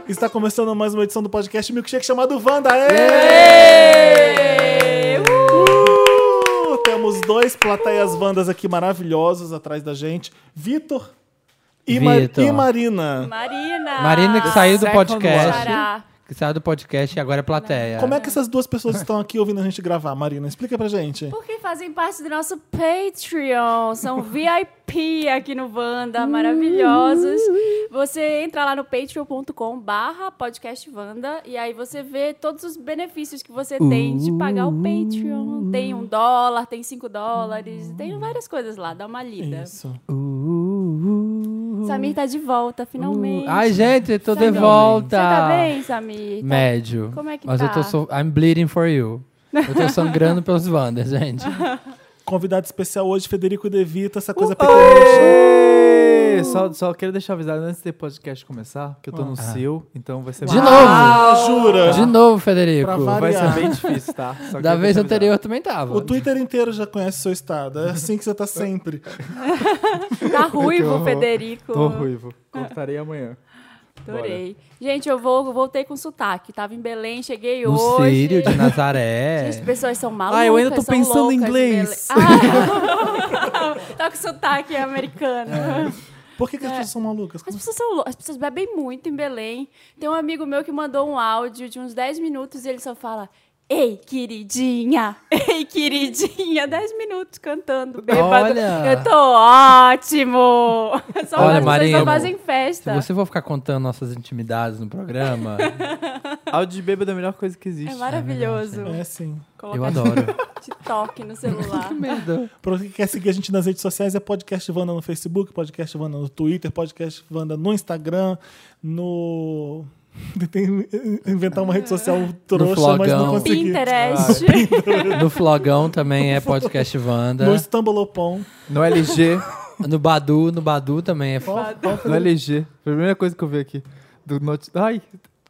Está começando mais uma edição do podcast Milkshake chamado Wanda. Temos dois plateias Wandas aqui maravilhosos atrás da gente. Vitor e Marina. Marina que saiu do podcast. Xará. Que saiu do podcast e agora é plateia. Como é que essas duas pessoas estão aqui ouvindo a gente gravar, Marina? Explica pra gente. Porque fazem parte do nosso Patreon. São VIP aqui no Wanda, maravilhosos. Você entra lá no patreon.com/podcastvanda e aí você vê todos os benefícios que você tem de pagar o Patreon. Tem $1, tem $5, tem várias coisas lá. Dá uma lida. Isso. Samir tá de volta, finalmente. Ai, gente, tô de Samir. volta. Você tá bem, Samir? Tá- Médio. Como é que Mas tá? eu tô I'm bleeding for you. Eu tô sangrando pelos Wanders, gente. Convidado especial hoje, Federico De Vita, essa coisa pequena. Só quero deixar avisado antes do podcast começar, que eu tô no CIL, então vai ser De bem- novo. Jura? De novo, Federico. Pra variar. Vai ser bem difícil, tá? Só Da quero vez deixar anterior também tava. O Twitter inteiro já conhece o seu estado. É assim que você tá sempre. Tá ruivo, Federico. avisado. Tô ruivo. Cortarei amanhã. Adorei. Gente, eu voltei com sotaque. Tava em Belém, cheguei No hoje. Sírio de Nazaré. Gente, as pessoas são malucas. eu ainda tô são pensando em loucas inglês. Belém. Tá com sotaque americano. Por que as pessoas são malucas? As pessoas são loucas. As pessoas bebem muito em Belém. Tem um amigo meu que mandou um áudio de uns 10 minutos e ele só fala: Ei, queridinha! Ei, queridinha! 10 minutos cantando, bêbado. Olha. Eu tô ótimo! Só Olha, as pessoas Marinho, só fazem Se festa. você for ficar contando nossas intimidades no programa, Áudio de bêbado é a melhor coisa que existe. É maravilhoso. É sim. Colocar eu adoro. TikTok no celular. Medo. Pra quem quer seguir a gente nas redes sociais, é Podcast Wanda no Facebook, Podcast Wanda no Twitter, Podcast Wanda no Instagram, no... Tentei inventar uma rede social trouxa, mas não Flogão. consegui. Pinterest. No Flogão também é podcast Wanda. No Stumbleupon. No LG. No Badu também é. No LG. Primeira coisa que eu vi aqui. Do Note... Ai!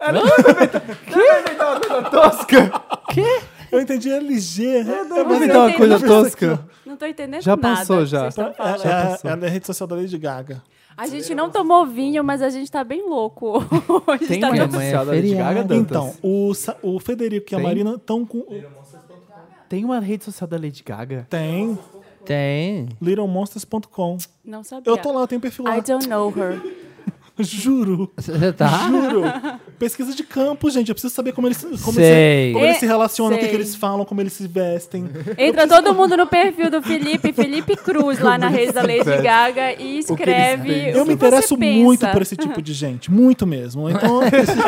Tosca! Eu entendi LG. Vamos inventar uma coisa tosca? Não tô entendendo Já nada. passou, que já. vocês estão falando. É a rede social da Lady Gaga. A gente não tomou vinho, mas a gente tá bem louco. A gente Tem tá uma bem- rede social da Lady Gaga, Dantas? Então, o Federico e a Tem? Marina estão com... Tem uma rede social da Lady Gaga? Tem. Tem. littlemonsters.com. Não sabia. Eu tô lá, eu tenho perfil lá. I don't know her. Juro. Você tá? Juro. Pesquisa de campo, gente. Eu preciso saber como eles, Sei. como eles se relacionam, o que Sei. eles falam, como eles se vestem. Entra todo mundo no perfil do Felipe Cruz, lá na rede da Lady Gaga, e escreve pensam. o que Eu me interesso você muito pensa. por esse tipo de gente. Muito mesmo. Então,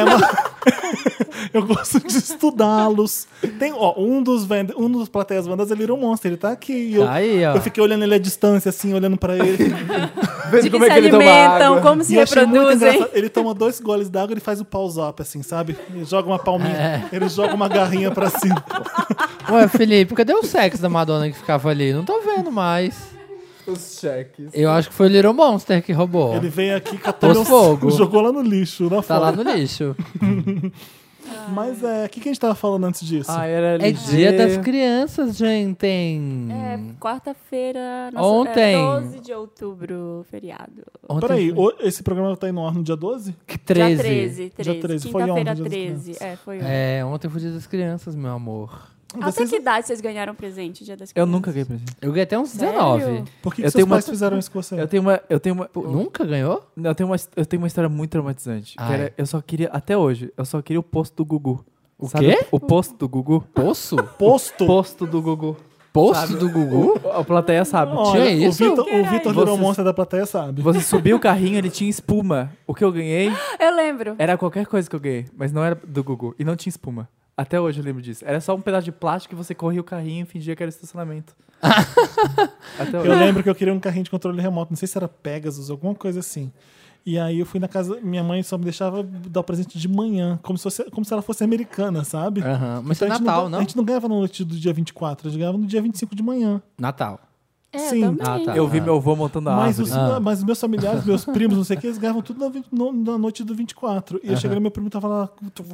eu gosto de estudá-los. Tem, ó, um dos plateias Wandas é Little Monster. Ele tá aqui. E eu, Tá aí, ó. eu fiquei olhando ele à distância, assim, olhando pra ele. De que Como se é que ele toma alimentam, água? como se E achei muito reproduzem. engraçado. Ele toma 2 goles d'água e ele faz o pause-up, assim, sabe? Ele joga uma palminha. Ele joga uma garrinha pra cima. Ué, Felipe, cadê o sexo da Madonna que ficava ali? Não tô vendo mais. Os cheques. Eu acho que foi o Little Monster que roubou. Ele veio aqui, catou Pôs meu fogo. jogou lá no lixo, lá Tá fora. lá no lixo. Mas o que a gente tava falando antes disso? Era É LG. dia das crianças, gente. É, quarta-feira, Ontem. 12 de outubro, feriado. Ontem Peraí, foi- esse programa tá indo no ar no dia 12? Dia 13. 13. Dia 13, foi Quinta-feira ontem, Dia das 13. Crianças. Foi ontem. É, ontem foi dia das crianças, meu amor. Até Vocês- que idade vocês ganharam presente, dia das Eu crianças? nunca ganhei presente. Eu ganhei até uns Sério? 19. Por que Eu seus tenho pais uma- fizeram isso com você? Eu tenho uma. Pô, nunca ganhou? Não, eu tenho uma história muito traumatizante. Que Ai. era, eu só queria, até hoje, eu só queria o posto do Gugu. O Sabe quê? O posto do Gugu. Poço? Posto? Posto do Gugu. Poço do Gugu? A plateia sabe. Olha, Tinha isso? o Vitor Little Vocês- Monster da plateia sabe. Você subiu o carrinho, ele tinha espuma. O que eu ganhei Eu lembro. era qualquer coisa que eu ganhei, mas não era do Gugu. E não tinha espuma. Até hoje eu lembro disso. Era só um pedaço de plástico e você corria o carrinho e fingia que era estacionamento. Até hoje. Eu lembro que eu queria um carrinho de controle remoto, não sei se era Pegasus, alguma coisa assim. E aí eu fui na casa, minha mãe só me deixava dar o presente de manhã, como se ela fosse americana, sabe? Aham. Mas Então, é a gente Natal, não, não? A gente não ganhava na noite do dia 24, a gente ganhava no dia 25 de manhã. Natal. É, Sim. eu também. Ah, tá. Eu vi meu avô montando a Mas árvore. os meus familiares, meus primos, não sei o que, eles ganhavam tudo na noite do 24. E eu cheguei no meu primo tava lá.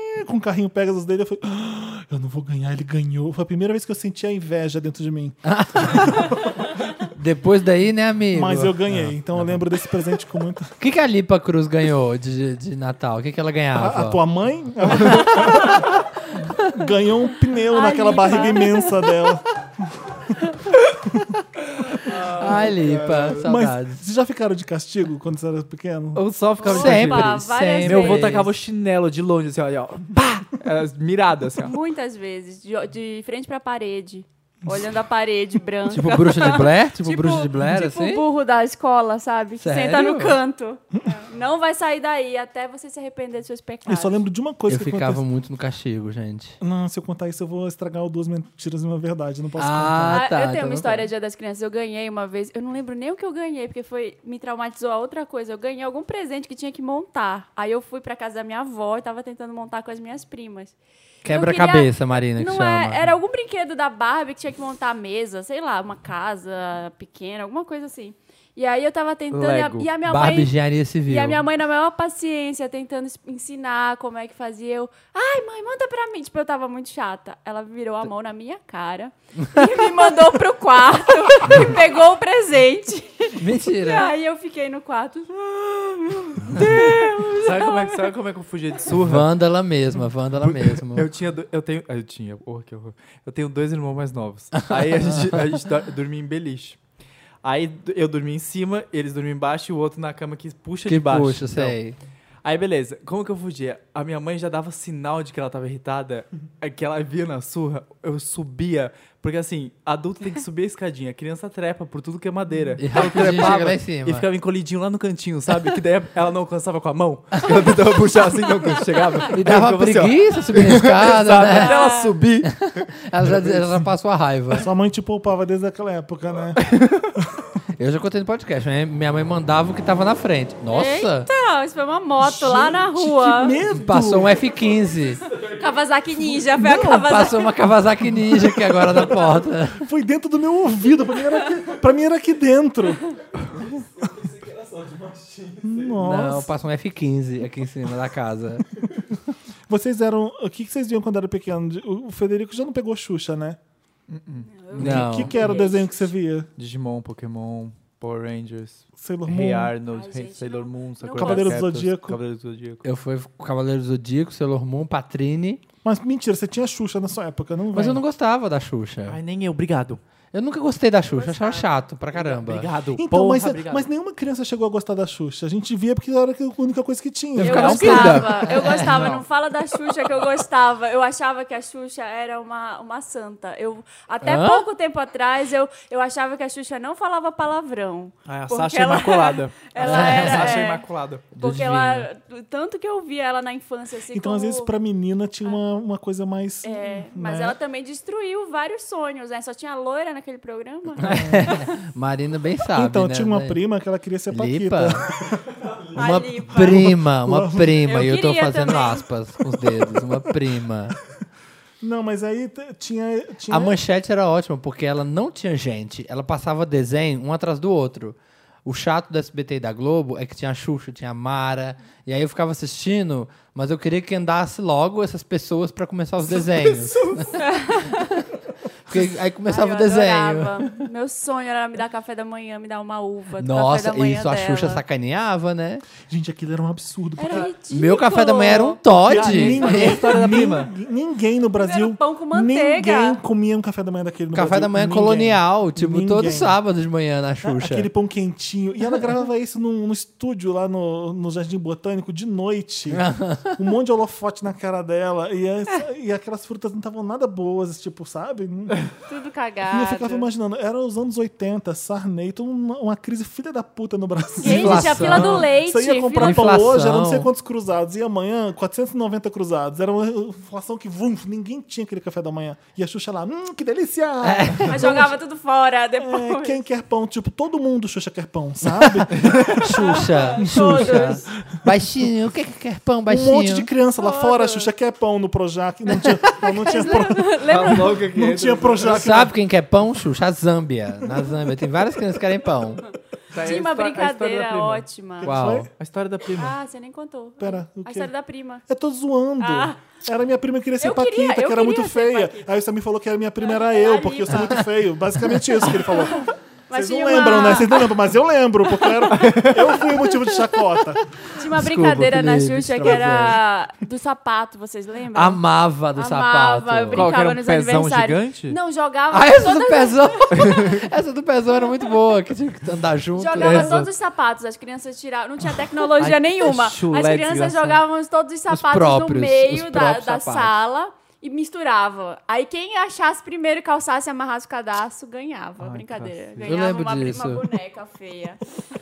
com o carrinho Pegasus dele. Eu falei, eu não vou ganhar, ele ganhou. Foi a primeira vez que eu senti a inveja dentro de mim. Depois daí, né, amigo? Mas eu ganhei, então eu lembro desse presente com muito... O que a Lipa Cruz ganhou de Natal? O que ela ganhava? A tua mãe ganhou um pneu naquela Lipa. barriga imensa dela. Ai, Lipa, Mas saudades. vocês já ficaram de castigo quando você era pequeno? Ou só ficava de Sempre, Opa, várias sempre. Meu avô vezes. tacava o chinelo de longe, assim, ó. Pá! Era mirado, assim, ó. Muitas vezes, de frente pra parede. Olhando a parede branca. Tipo bruxa de Blair? Tipo bruxa de Blair, tipo assim? o burro da escola, sabe? Que Sério? senta no canto. Não vai sair daí até você se arrepender dos seus Eu pecados. só lembro de uma coisa Eu que ficava aconteceu. muito no castigo, gente. Não, se eu contar isso, eu vou estragar o Duas Mentiras e Uma Verdade. Não posso contar. Ah, tá. eu tenho então uma não história tá. Dia das Crianças. Eu ganhei uma vez. Eu não lembro nem o que eu ganhei, porque me traumatizou a outra coisa. Eu ganhei algum presente que tinha que montar. Aí eu fui pra casa da minha avó e tava tentando montar com as minhas primas. Quebra-cabeça, Marina, que Não chama. era algum brinquedo da Barbie que tinha que montar a mesa, sei lá, uma casa pequena, alguma coisa assim. E aí eu tava tentando Lego. e a minha Barbie mãe Engenharia Civil. e a minha mãe na maior paciência tentando ensinar como é que fazia. Eu, ai mãe, manda pra mim. Tipo, eu tava muito chata. Ela virou a mão na minha cara e me mandou pro quarto e pegou o presente. E Mentira. aí eu fiquei no quarto. Sabe como é que eu fugia de surra? Vândala mesmo. Eu tenho 2 irmãos mais novos. Aí a gente dormia em beliche. Aí eu dormia em cima, eles dormiam embaixo e o outro na cama que puxa Que de baixo. puxa, Então, sei. aí beleza, como que eu fugia? A minha mãe já dava sinal de que ela tava irritada, que ela via na surra, eu subia. Porque assim, adulto tem que subir a escadinha, a criança trepa por tudo que é madeira. E Então, eu rapidinho trepava chega lá em cima. e ficava encolhidinho lá no cantinho, sabe? Que daí ela não alcançava com a mão. Ela tentava puxar assim, não chegava. E dava Aí eu ficava assim, ó, preguiça subir na escada, sabe? né? Até ela subir. Ela já passou a raiva. Sua mãe te poupava desde aquela época, né? Eu já contei no podcast, né? Minha mãe mandava o que tava na frente. Nossa! Eita, isso foi uma moto lá na Gente, rua. que medo! Passou um F-15. Kawasaki Ninja, foi a Não, Kawasaki. passou uma Kawasaki Ninja aqui agora na porta. Foi dentro do meu ouvido. Pra mim era aqui dentro. Nossa. Não, passou um F-15 aqui em cima da casa. Vocês eram... O que vocês viam quando era pequeno? O Federico já não pegou Xuxa, né? Não. O que era o desenho que você via? Digimon, Pokémon, Power Rangers, Sailor Moon? Hey Arnold, Ai, gente, Sailor Moon, Sakura Cavaleiro do Card Captors, Zodíaco. Cavaleiro do Zodíaco. Eu fui com Cavaleiro do Zodíaco, Sailor Moon, Patrine. Mas mentira, você tinha Xuxa na sua época, não Mas vem. eu não gostava da Xuxa. Ai, nem eu, obrigado. Eu nunca gostei da Xuxa, achava chato pra caramba. Obrigado. Então, Porra, obrigado. mas nenhuma criança chegou a gostar da Xuxa. A gente via porque era a única coisa que tinha. Eu Eu ficava gostava, eu gostava. Não. Não fala da Xuxa que eu gostava. Eu achava que a Xuxa era uma santa. Até Hã? pouco tempo atrás, eu achava que a Xuxa não falava palavrão. Ah, a Porque Sasha ela- Imaculada. ela a era- Sasha é. Imaculada. Porque Divino. ela... Tanto que eu via ela na infância, assim, Então, como... às vezes, pra menina tinha uma coisa mais... Mas né? ela também destruiu vários sonhos, né? Só tinha loira naquele programa. Marina bem sabe, Então, né? tinha uma prima que ela queria ser Lipa? Paquita. Uma Lipa. prima, uma prima. Eu E eu tô queria fazendo também. aspas com os dedos. Uma prima. Não, mas aí tinha... A manchete era ótima, porque ela não tinha gente. Ela passava desenho um atrás do outro. O chato do SBT e da Globo é que tinha a Xuxa, tinha a Mara. E aí eu ficava assistindo, mas eu queria que andasse logo essas pessoas pra começar os desenhos. Porque aí começava Ai, o eu desenho. adorava. Meu sonho era me dar café da manhã, me dar uma uva do Nossa, café da manhã isso a Xuxa dela. sacaneava, né? Gente, aquilo era um absurdo. porque Era ridículo. Meu café da manhã era um Todd. Ninguém no Brasil... Era pão com manteiga. Ninguém comia um café da manhã daquele no Café Brasil. da manhã Ninguém. colonial, tipo, Ninguém. todo sábado de manhã na Xuxa. Aquele pão quentinho. E ela gravava isso no estúdio lá no Jardim Botânico de noite. Um monte de holofote na cara dela. E aquelas frutas não estavam nada boas, tipo, sabe? Tudo E eu ficava cagado. imaginando, era os anos 80, Sarney, toda uma crise filha da puta no Brasil. Gente, tinha a fila do leite. Você ia comprar fila- pão Inflação. hoje, era não sei quantos cruzados. E amanhã, 490 cruzados. Era uma inflação que, ninguém tinha aquele café da manhã. E a Xuxa lá, que delícia! Mas jogava tudo fora depois. Quem quer pão? Tipo, todo mundo Xuxa quer pão, sabe? Xuxa, Xuxa. Baixinho, o que quer pão baixinho? Um monte de criança lá fora, a Xuxa quer pão no Projac. Não tinha não tinha Projac. Sabe quem quer pão, Xuxa? A Zâmbia. Na Zâmbia tem várias crianças que querem pão. Tá aí Tinha uma a história da brincadeira prima. ótima. Qual? Foi? A história da prima. Ah, você nem contou. Pera, o A quê? história da prima. Eu tô zoando. Ah. Era minha prima que queria ser Eu queria- Paquita, eu que era muito queria ser feia. Paquita. Aí o Samir falou que a minha prima era eu, porque eu sou muito feio. Basicamente isso que ele falou. Mas Vocês não tinha lembram, uma- né? Vocês não lembram, mas eu lembro, porque eu fui o motivo de chacota. Tinha uma Desculpa, brincadeira na Felipe, Xuxa que era do sapato, vocês lembram? Amava do sapato. Amava, eu Qual, que era brincava um nos pezão aniversários. gigante? Não, jogava Ah, essa do todas- pezão! Essa do pezão era muito boa, que tinha que andar junto. Jogava Essa. todos os sapatos, as crianças tiravam. Não tinha tecnologia Ai, nenhuma. chulé As crianças desgraçado. jogavam todos os sapatos próprios, no meio os da próprios sapatos. sala e misturava. Aí quem achasse primeiro, calçasse e amarrasse o cadastro, ganhava. Ai, Brincadeira. cacete. Eu Ganhava lembro uma disso. boneca feia.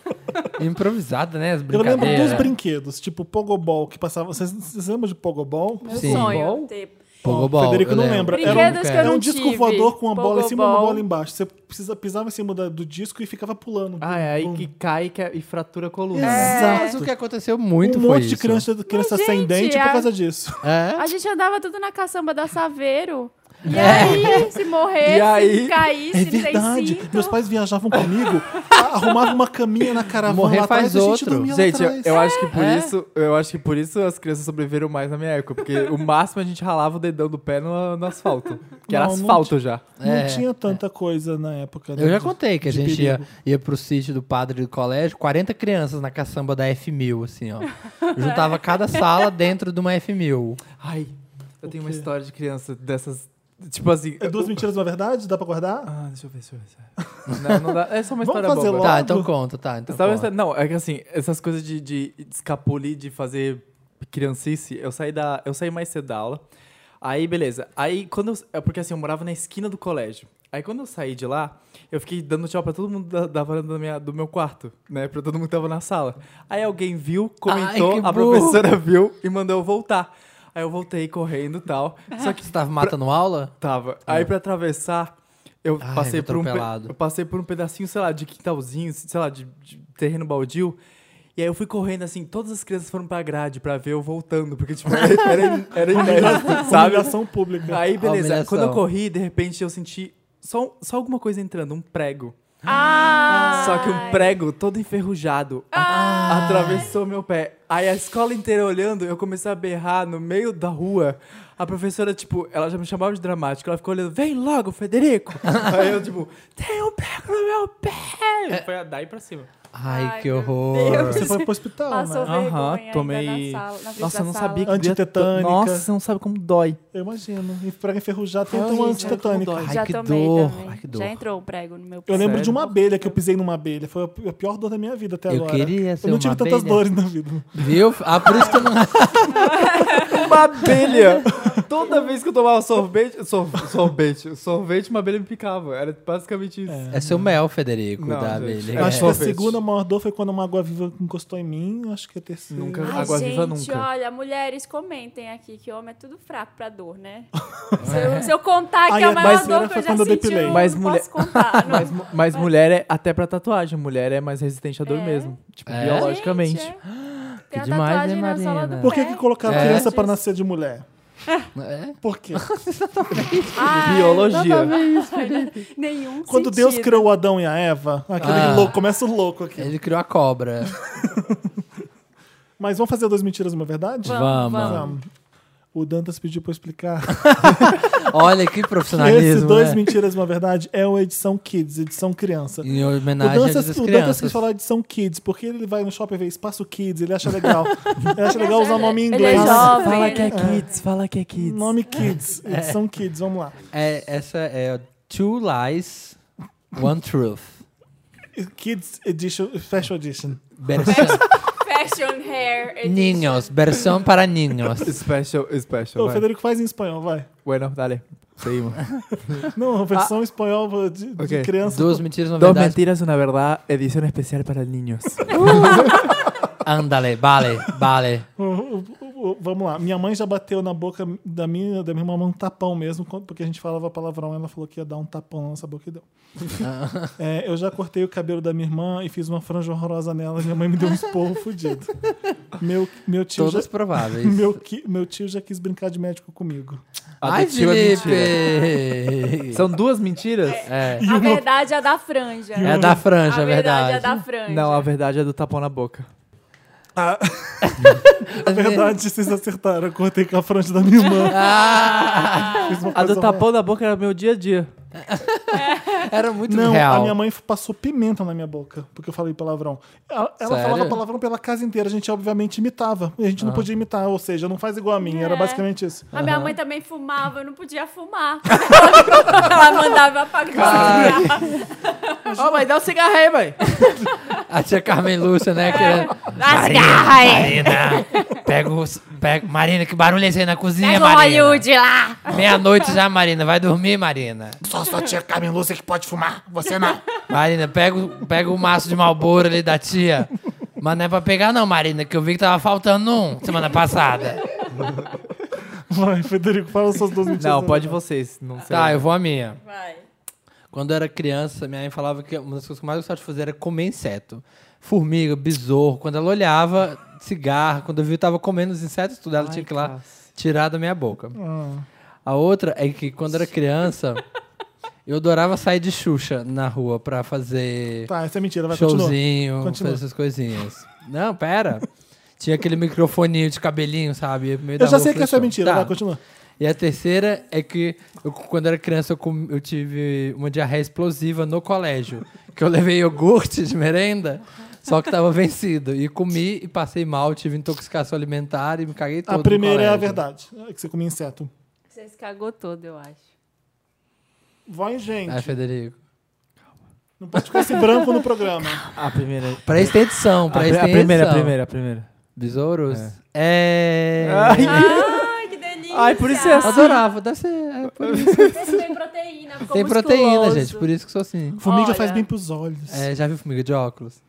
Improvisada, né? As Eu lembro brincadeiras. dos brinquedos, tipo Pogobol, que passava. Vocês lembram de Pogobol? Meu Sim. sonho. Ter. Pogobol, O Federico eu não lembro. lembra. Brinquedos que eu Era não um disco tive. voador com uma bola em cima e uma Pogobol. bola embaixo. Você pisava em cima do disco e ficava pulando. Ah, é aí Bum. que cai e fratura a coluna. Mas Exato. o que aconteceu muito Um foi monte isso. de criança Mas, sem gente, dente por a- causa disso. É? A gente andava tudo na caçamba da Saveiro. E aí, se morresse, E aí? caísse, É sem verdade. cinto. Meus pais viajavam comigo, arrumavam uma caminha na caravana Morrer lá atrás faz e a gente outro. dormia lá Gente, atrás. eu acho que por É? isso, eu acho que por isso as crianças sobreviveram mais na minha época, porque o máximo a gente ralava o dedão do pé no asfalto, que era Não, não asfalto já. Não É. tinha tanta coisa na época. Eu já de- contei que a de gente perigo. ia pro sítio do padre do colégio, 40 crianças na caçamba da F1000, assim, ó. Juntava cada sala dentro de uma F1000. Ai, eu tenho uma quê? história de criança dessas, tipo assim... É duas mentiras, uma verdade? Dá pra guardar? Ah, deixa eu ver. Não dá, é só uma Vamos história fazer boba. logo. Tá, então conta, tá. Então Sabe, conta. não, é que assim, essas coisas de escapulir, de fazer criancice, eu saí mais cedo da aula. Aí, beleza. Aí, porque assim, eu morava na esquina do colégio. Aí, quando eu saí de lá, eu fiquei dando tchau pra todo mundo da varanda do meu quarto, né? Pra todo mundo que tava na sala. Aí, alguém viu, comentou, Ai, que a burro. professora viu e mandou eu voltar. Aí, eu voltei correndo e tal. Só que Você tava matando aula? tava. Aí, pra atravessar, eu Ai, passei por atropelado. eu passei por um pedacinho, sei lá, de quintalzinho, sei lá, de terreno baldio. E aí eu fui correndo, assim, todas as crianças foram pra grade pra ver eu voltando, porque, tipo, era inédito, sabe? Humilhação pública. Aí, beleza. Humilhação. Quando eu corri, de repente eu senti só alguma coisa entrando, um prego. Ah! Só que um prego todo enferrujado atravessou meu pé. Aí a escola inteira olhando, eu comecei a berrar no meio da rua. A professora, tipo, ela já me chamava de dramático. Ela ficou olhando, vem logo, Federico. Aí eu, tipo, tem um prego no meu pé. Foi daí pra cima. Ai, que meu horror. Deus. Você foi pro hospital, Passou né? vergonha ainda tomei. na sala, na frente Nossa, da eu não sala. sabia que Antitetânica. Nossa, você não sabe como dói. Eu imagino. E prego enferrujado tem Ai, uma gente, antitetânica. como dói. Ai, Já que tomei dor, também. ai, que dor. Já entrou um prego no meu Eu lembro Sério? de uma abelha que eu pisei numa abelha. Foi a pior dor da minha vida até Eu agora. queria ser Eu não uma tive tantas abelha. dores na vida. Viu? Ah, por isso que eu não... Uma abelha! Toda vez que eu tomava sorvete, uma abelha me picava. Era basicamente isso. É seu mel, Federico, Não, da gente. abelha. Eu acho que a sorvete. segunda maior dor foi quando uma água-viva encostou em mim. Acho que a terceira. Nunca- Ai, Água gente, viva nunca. olha, mulheres, comentem aqui que homem é tudo fraco pra dor, né? se eu contar Ai, que é a a maior terceira dor que foi eu já quando eu senti, depilei. eu Mas não mulher- posso contar. Não. Mas mulher é até pra tatuagem. Mulher é mais resistente à dor É? mesmo. Tipo, É? biologicamente. Gente, Que tem a demais, tatuagem hein, na sola Marina? do Por que pé. colocaram É. criança para nascer de mulher? É? Por quê? Ai, Biologia. nenhum Quando Deus sentido. criou o Adão e a Eva, aquele Ah. louco, começa o louco aqui. Ele criou a cobra. Mas vamos fazer 2 mentiras, uma verdade? Vamos. Vamos. O Dantas pediu pra eu explicar. Olha que Esse profissionalismo, 2 né? mentiras, uma verdade, é o edição Kids, edição criança. Em O homenagem às Dantas quis crianças. falar edição Kids, porque ele vai no shopping e vê Espaço Kids, ele acha legal. Ele acha legal usar o nome em Ele é inglês. jovem, Fala que é né? kids, fala que é kids. Nome Kids, edição Kids, vamos lá. Essa é Two Lies, One Truth. Kids Edition, Special Edition. Versão Fashion hair. edition. niños, versão para niños. Special. Ô, vai. Federico, faz em espanhol, vai. Bueno, dale. Seguimos. Não, versão espanhol de Ok. criança. Duas mentiras, uma Dos verdade. mentiras, una verdad. Edición especial para niños. Ándale, vale. O Vamos lá. Minha mãe já bateu na boca da minha irmã um tapão mesmo, porque a gente falava palavrão. Ela falou que ia dar um tapão na nossa boca e deu. Eu já cortei o cabelo da minha irmã e fiz uma franja horrorosa nela. Minha mãe me deu um esporro fudido. Meu tio Todas já, prováveis. meu tio já quis brincar de médico comigo. Ai, do tio é Felipe! São duas mentiras? A verdade é a da franja. É da franja, A é verdade é verdade. a da franja. Não, a verdade é do tapão na boca. Na verdade, vocês acertaram. Eu cortei com a franja da minha irmã. Fiz uma A do coisa tapão na boca era meu dia a dia. Era muito Não, real. a minha mãe passou pimenta na minha boca, porque eu falei palavrão. Ela Sério? falava palavrão pela casa inteira, a gente obviamente imitava. E a gente não podia imitar, ou seja, não faz igual a mim. Era basicamente isso. A minha mãe também fumava, eu não podia fumar. Ela mandava apagar. Ó, mãe, dá um cigarro aí, mãe. A tia Carmen Lúcia, né? Querendo... Dá cigarro aí. Marina, pega... Marina, que barulho é esse aí na cozinha, Pega o Marina? Hollywood lá. Meia-noite já, Marina. Vai dormir, Marina. Só sua tia Carmen Lúcia que pode fumar, você não. Marina, pega o maço de Marlboro ali da tia. Mas não é pra pegar não, Marina, que eu vi que tava faltando um semana passada. Vai, Federico, fala suas duas mentiras. Não, pode vocês. Não sei. Tá, eu vou a minha. Vai. Quando eu era criança, minha mãe falava que uma das coisas que eu mais gostava de fazer era comer inseto. Formiga, besouro. Quando ela olhava, cigarro. Quando eu vi, eu tava comendo os insetos, tudo. Ela tinha que ir lá tirar da minha boca. A outra é que quando eu era criança, eu adorava sair de Xuxa na rua pra fazer Tá, essa é mentira, vai continuar. showzinho, Continua. fazer essas coisinhas. Não, pera. Tinha aquele microfoninho de cabelinho, sabe? No meio Eu da já rua, sei que essa é show. mentira, Tá. vai, continua. E a terceira é que, quando eu era criança, eu tive uma diarreia explosiva no colégio. Que eu levei iogurte de merenda, só que tava vencido. E comi e passei mal, tive intoxicação alimentar e me caguei todo A no primeira é a colégio. verdade, é que você comia inseto. Você se cagou todo, eu acho. Vai, gente. Ai, Federico. Não pode ficar esse branco no programa. A primeira. Pra isso tem edição, pra isso A tem primeira, edição. a primeira. Besouros? Ai, que delícia. Ai, por isso é assim. Adorava, deve ser... É por isso. Tem proteína, ficou Tem proteína, musculoso. gente, por isso que sou assim. Formiga Olha. faz bem pros olhos. É, já viu formiga de óculos?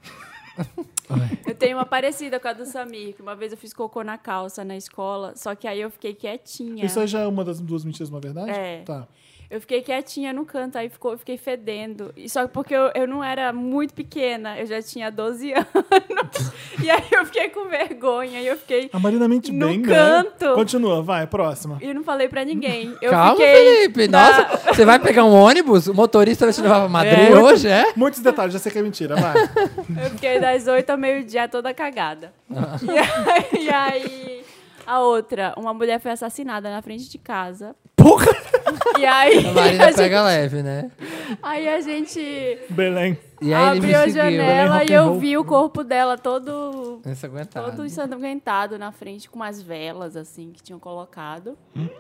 Eu tenho uma parecida com a do Samir, que uma vez eu fiz cocô na calça na escola, só que aí eu fiquei quietinha. Isso aí já é uma das duas mentiras, uma verdade? É. Tá. Eu fiquei quietinha no canto, aí eu fiquei fedendo. E só porque eu não era muito pequena, eu já tinha 12 anos. E aí eu fiquei com vergonha, e eu fiquei... A Marina mente No bem, canto. né? Continua, vai, próxima. E eu não falei pra ninguém. Eu Calma, fiquei Felipe. Nossa, você vai pegar um ônibus? O motorista vai te levar pra Madrid hoje, é? Muitos detalhes, já sei que é mentira, vai. Eu fiquei das 8 ao meio-dia toda cagada. E aí, a outra, uma mulher foi assassinada na frente de casa. Porra! E aí, A Marina a pega leve, né? aí a gente Belém. E aí ele me abriu a seguiu. janela rock e and eu roll. vi o corpo dela todo Ensanguentado. ensanguentado na frente, com umas velas, assim, que tinham colocado.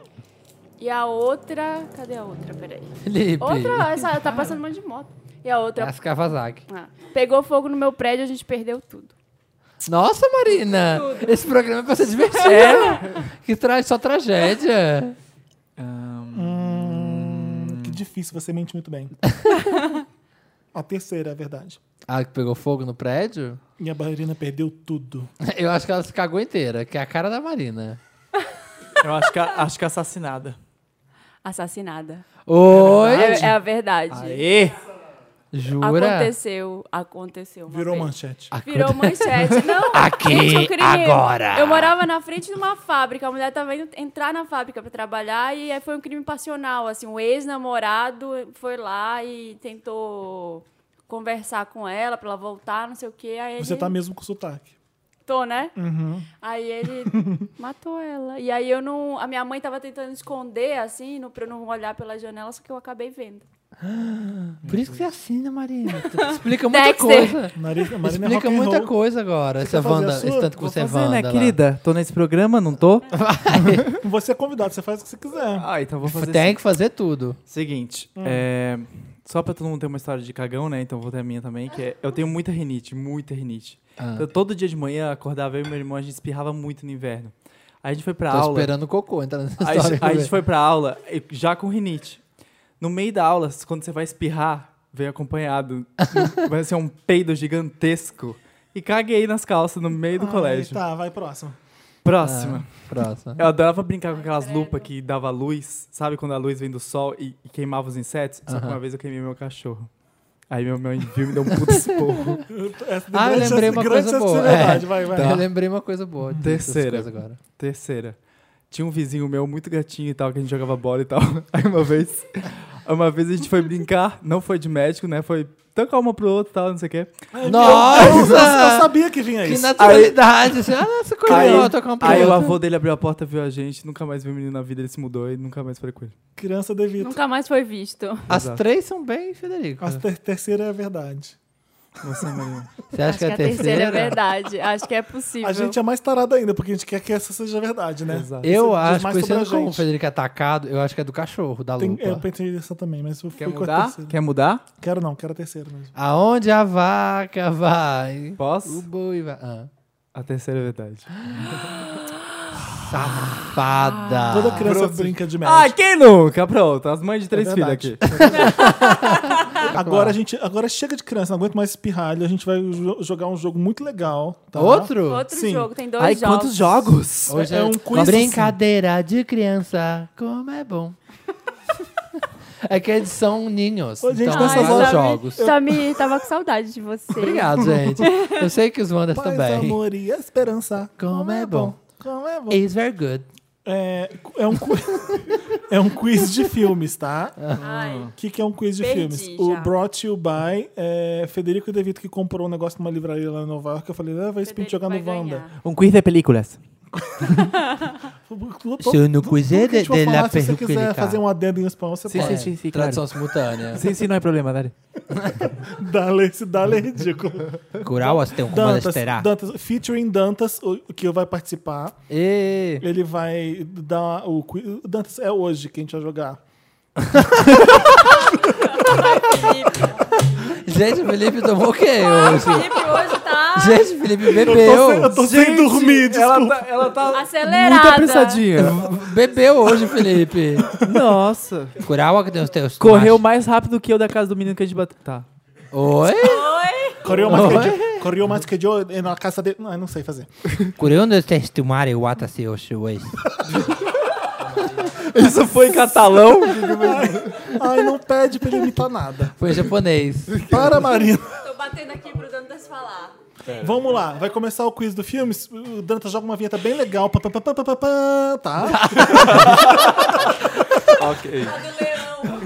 E a outra... Cadê a outra? Peraí. Felipe. Outra, essa tá passando um monte de moto. E a outra... As Kawasaki. pegou fogo no meu prédio, a gente perdeu tudo. Nossa, Marina! Esse programa é pra ser divertido. Que traz só tragédia. Que difícil, você mente muito bem. A terceira é a verdade. Ah, que pegou fogo no prédio? E a Marina perdeu tudo. Eu acho que ela se cagou inteira, que é a cara da Marina. Eu acho que assassinada. Assassinada. Oi? É a verdade. Aê! Jura? Aconteceu uma Virou vez. manchete. Virou manchete. Não, Aqui, gente, um crime. agora. Eu morava na frente de uma fábrica. A mulher tava indo entrar na fábrica pra trabalhar e aí foi um crime passional. Assim, um ex-namorado foi lá e tentou conversar com ela pra ela voltar, não sei o quê. Aí Você ele... tá mesmo com sotaque. Tô, né? Uhum. Aí ele matou ela. E aí eu não... A minha mãe tava tentando esconder, assim, pra eu não olhar pela janela, só que eu acabei vendo. Por isso que você assina, Marina. Explica muita Dexter. coisa. Marina é rock Explica and muita roll. coisa agora. Essa quer fazer Wanda, a sua? esse tanto que Vou você é fazer, Wanda né, lá. querida? Tô nesse programa, não tô? Você é convidado, você faz o que você quiser. Ah, então vou fazer Tem que fazer tudo. Seguinte, só pra todo mundo ter uma história de cagão, né? Então vou ter a minha também, que é... Eu tenho muita rinite, muita rinite. Ah. Então, todo dia de manhã, acordava eu e meu irmão, a gente espirrava muito no inverno. Aí a gente foi pra Tô aula... esperando o cocô entrar nessa Aí história. a gente foi pra aula já com rinite. No meio da aula, quando você vai espirrar, veio acompanhado. Vai ser um peido gigantesco. E caguei nas calças no meio do colégio. Tá, vai próximo. Próxima. Próxima. Eu adorava brincar com aquelas lupas que dava luz. Sabe quando a luz vem do sol e queimava os insetos? Só que uma vez eu queimei meu cachorro. Aí meu mãe viu e me deu um puto esporro. Eu lembrei uma coisa boa. Verdade. Vai. Eu lembrei uma coisa boa. Terceira. Tinha um vizinho meu, muito gatinho e tal, que a gente jogava bola e tal. Aí uma vez a gente foi brincar, não foi de médico, né? Foi tocar uma pro outro e tal, não sei o quê. Nossa! Eu sabia que vinha Que isso. naturalidade. Assim, nossa, coisa tocar um pro Aí o outro. avô dele abriu a porta, viu a gente, nunca mais viu o menino na vida, ele se mudou e nunca mais falei com ele. Criança devia. Nunca mais foi visto. As Exato. 3 são bem, Federico. A terceira é a verdade. Você, Marina. Você acha Acho que a a terceira é terceira? verdade. Acho que é possível. A gente é mais tarado ainda, porque a gente quer que essa seja verdade, né? Exato. Eu Isso diz acho, mais sobre conhecendo a como o gente. Federico é atacado, eu acho que é do cachorro, da lupa. Eu pensei nessa também, mas eu Quer fui com a mudar? terceira. Quer mudar? Quero a terceira mesmo. Aonde a vaca vai, o Posso? boi vai. A terceira é verdade. Safada. Toda criança Grosso. brinca de Ah, médico. quem nunca? Pronto, as mães de 3 filhos verdade. aqui. Agora chega de criança, não aguento mais espirralho. A gente vai jogar um jogo muito legal. Tá? Outro? Outro Sim. jogo, tem 2 Ai, jogos. quantos jogos? Hoje É um quiz assim. Brincadeira de criança, como é bom. É que eles são ninhos. Ô, gente, então, nessas vários horas- jogos. Samir, tava com saudade de você. Obrigado, gente. Eu sei que os Wanders Paz, também. amor e esperança. Como é bom. Como é bom. It's very good. É um quiz de filmes, tá? Ai, O que é um quiz de Perdi filmes? já. O Brought You By Federico De Vito, que comprou um negócio numa livraria lá em Nova York. Eu falei, vai esse pinto jogar no vai Wanda. ganhar. Um quiz de películas. Se no quiz Tudo que a gente for de la falar, se você quiser perruquerica. fazer um adendo em espanhol, você Sim, pode. sim, sim, claro. Tradução simultânea. Sim, não é problema, Dari. Dale é ridículo. Curauas tem um como esperar. Dantas, featuring Dantas, o que vai participar. E... Ele vai dar o quiz. Dantas é hoje que a gente vai jogar. Gente, o Felipe tomou o quê O hoje? Felipe hoje tá Gente, o Felipe bebeu. Eu tô sem dormir, desculpa. Ela tá acelerada. muito apressadinha. Bebeu hoje, Felipe. Nossa. Curau que tem os teus Correu machos. mais rápido que eu da casa do menino que a gente bateu. Tá. Oi? Oi? Correu mais que eu na casa dele. Não sei fazer. Curau onde tens tomar o atase hoje. Isso foi em catalão? Ai, não pede pra ele imitar nada. Foi em japonês. Para, Marina. Tô batendo aqui pro Dantas falar. Vamos lá, vai começar o quiz do filme. O Dantas joga uma vinheta bem legal. Pá, tá? Ok. A do leão.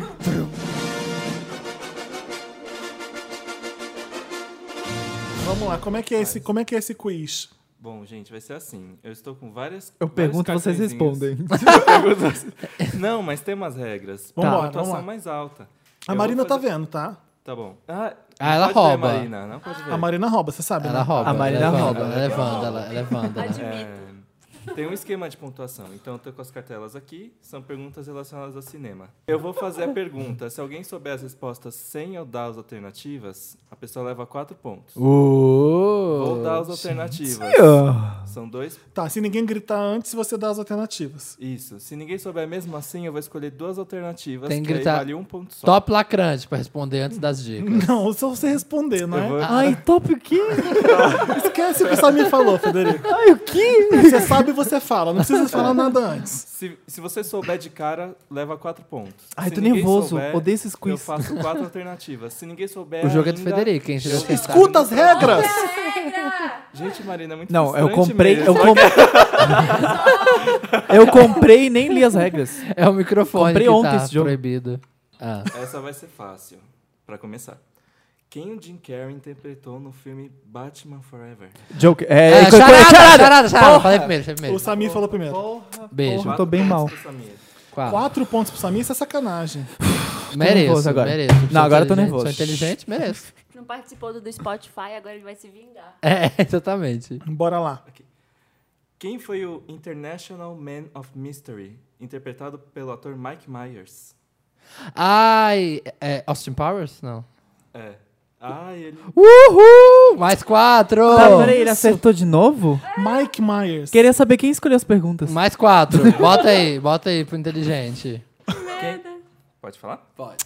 Vamos lá, como é que é esse quiz? Bom, gente, vai ser assim. Eu estou com várias. Eu vários pergunto, vocês cartõezinhos. respondem. Não, mas tem umas regras. Vambora, Uma pontuação vamos lá. mais alta. A Eu Marina vou tá fazer- vendo, tá? Tá bom. ela não pode rouba. Ver, Marina, não pode ver. A Marina rouba, você sabe, Ela né? rouba. A Marina ela é rouba. vândala, Ela é vândala. Ela é vândala. Admito. Tem um esquema de pontuação. Então, eu tô com as cartelas aqui. São perguntas relacionadas ao cinema. Eu vou fazer a pergunta. Se alguém souber as respostas sem eu dar as alternativas, a pessoa leva 4 pontos. Vou dar as alternativas. São 2. Tá, se ninguém gritar antes, você dá as alternativas. Isso. Se ninguém souber mesmo assim, eu vou escolher 2 alternativas. Tem que que aí gritar vale 1 ponto só. Top lacrante pra responder antes das dicas. Não, só você responder, não Eu é? vou- Ai, top o quê? Esquece o que o Samir falou, Federico. Ai, o quê? Você sabe, você fala. Não precisa falar nada antes. Se você souber de cara, leva 4 pontos. Ai, Se tô ninguém nervoso. souber, Odeio esses Eu quiz. faço 4 alternativas. Se ninguém souber O jogo é do ainda- Federico, hein? Você já sabe. Escuta as regras! Gente, Marina, é muito Não, eu frustrante comprei. mesmo. Eu comprei e nem li as regras. É o microfone Comprei que ontem tá esse jogo. proibido. Ah. Essa vai ser fácil, pra começar. Quem o Jim Carrey interpretou no filme Batman Forever? Joke. Charada! Falei primeiro. O Samir falou primeiro. Beijo. Eu tô bem mal. Pontos pro Samir. 4 pontos pro Samir, isso é sacanagem. Mereço, nervoso agora. mereço. Não, agora eu tô Sou nervoso. inteligente, mereço. Não participou do Spotify, agora ele vai se vingar. É, exatamente. Bora lá. Quem foi o International Man of Mystery, interpretado pelo ator Mike Myers? Ai, Austin Powers? Não. É. Ah, ele... Uhul! Mais 4! Tá, peraí, ele acertou de novo? Mike Myers. Queria saber quem escolheu as perguntas. Mais 4. Bota aí pro inteligente. Pode falar? Pode.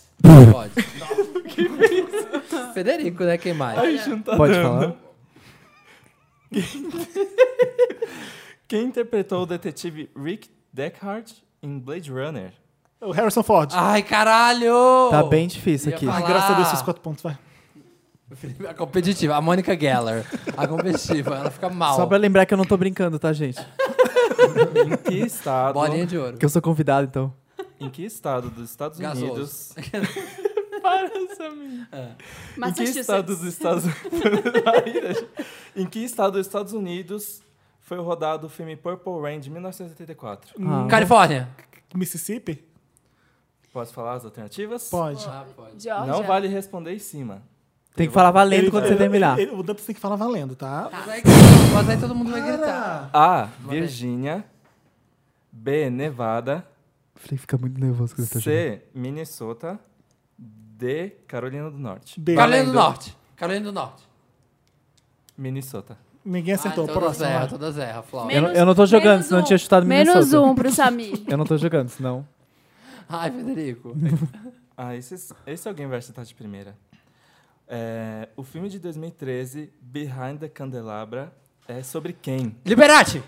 Federico, né? Quem mais? Pode falar. Quem interpretou o detetive Rick Deckard em Blade Runner? O Harrison Ford. Ai, caralho! Tá bem difícil Ia aqui. falar. Graças a Deus, esses 4 pontos, vai. A competitiva, a Mônica Geller. A competitiva, ela fica mal. Só pra lembrar que eu não tô brincando, tá, gente? Em que estado? Bolinha de ouro. Que eu sou convidado, então. Em que estado dos Estados Gasoso. Unidos? Em que Massachusetts. estado dos Estados Em que estado dos Estados Unidos foi rodado o filme Purple Rain de 1984? Califórnia. Mississippi? Posso falar as alternativas? Pode. Pode. Georgia. Não vale responder em cima. Tem que falar valendo quando você terminar. O Dantas tem que falar valendo, tá? Mas aí todo mundo vai gritar. A. Virgínia. B. Nevada. Falei, fica muito nervoso quando você tá jogando. C. Minnesota. D. Carolina do Norte. B. Carolina do Norte. Carolina do Norte. Minnesota. Ninguém acertou. Próximo. vai. Todas erram, Flávio. Menos- Eu não tô jogando, menos senão eu um. tinha chutado Menos Minnesota. 1 pro Samir. Eu não tô jogando, senão... Ai, Federico. Ah, esse alguém vai acertar de primeira. O filme de 2013, Behind the Candelabra, é sobre quem? Liberati!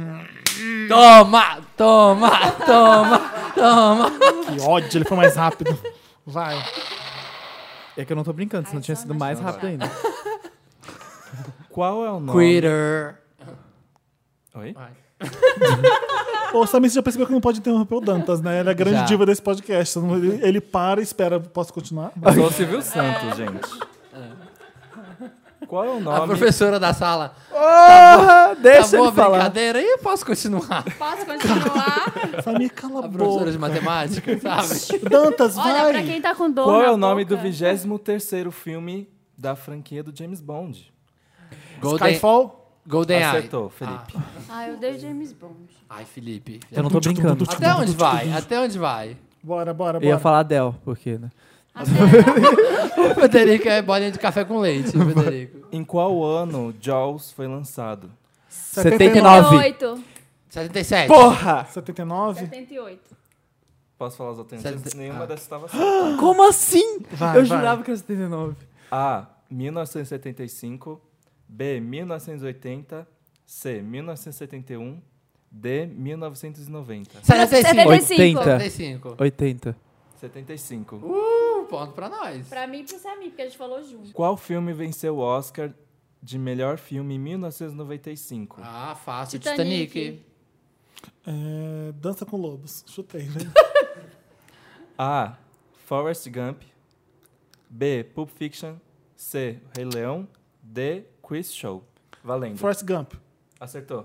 Toma! Toma! Toma! Toma! Que ódio, ele foi mais rápido. Vai. É que eu não tô brincando, senão Ai, tinha só sido na mais chuva. rápido ainda. Qual é o nome? Quitter. Oi? Vai. Ô, Samir, você já percebeu que não pode interromper o Dantas, né? Ele é a grande Já. diva desse podcast. Ele para e espera. Posso continuar? Eu sou o Silvio Santos, gente. Qual é o A nome? professora da sala. Deixa Acabou ele a falar. brincadeira e eu posso continuar. Posso continuar? Samir, cala a A professora de boca. matemática, sabe? Dantas, Olha, vai. pra quem tá com dor Qual é na o nome do boca. 23º filme da franquia do James Bond? Golden, Skyfall? Golden Eye. Acertou, Felipe. Ah, eu dei James Bond. Ai, Felipe. Eu não tô brincando. Até onde vai? Até onde vai? Bora, bora, Eu ia bora. falar Del, porque, né? O Federico é bolinha de café com leite, o Federico. Em qual ano Jaws foi lançado? 79. 78. 77. Porra! 79? 78. Posso falar as alternativas? Sete- Nenhuma ah. dessas estava certa. Como assim? Vai, eu vai. jurava que era 79. A. 1975. B. 1980. C. 1971. D. 1990. 75. 80. 75. 80. 75. Ponto pra nós. Pra mim e pro Samir, porque a gente falou junto. Qual filme venceu o Oscar de melhor filme em 1995? Ah, fácil. Titanic. Titanic. Dança com Lobos. Chutei, velho. A. Forrest Gump. B. Pulp Fiction. C. Rei Leão. D. Quiz Show. Valendo. Forrest Gump. Acertou.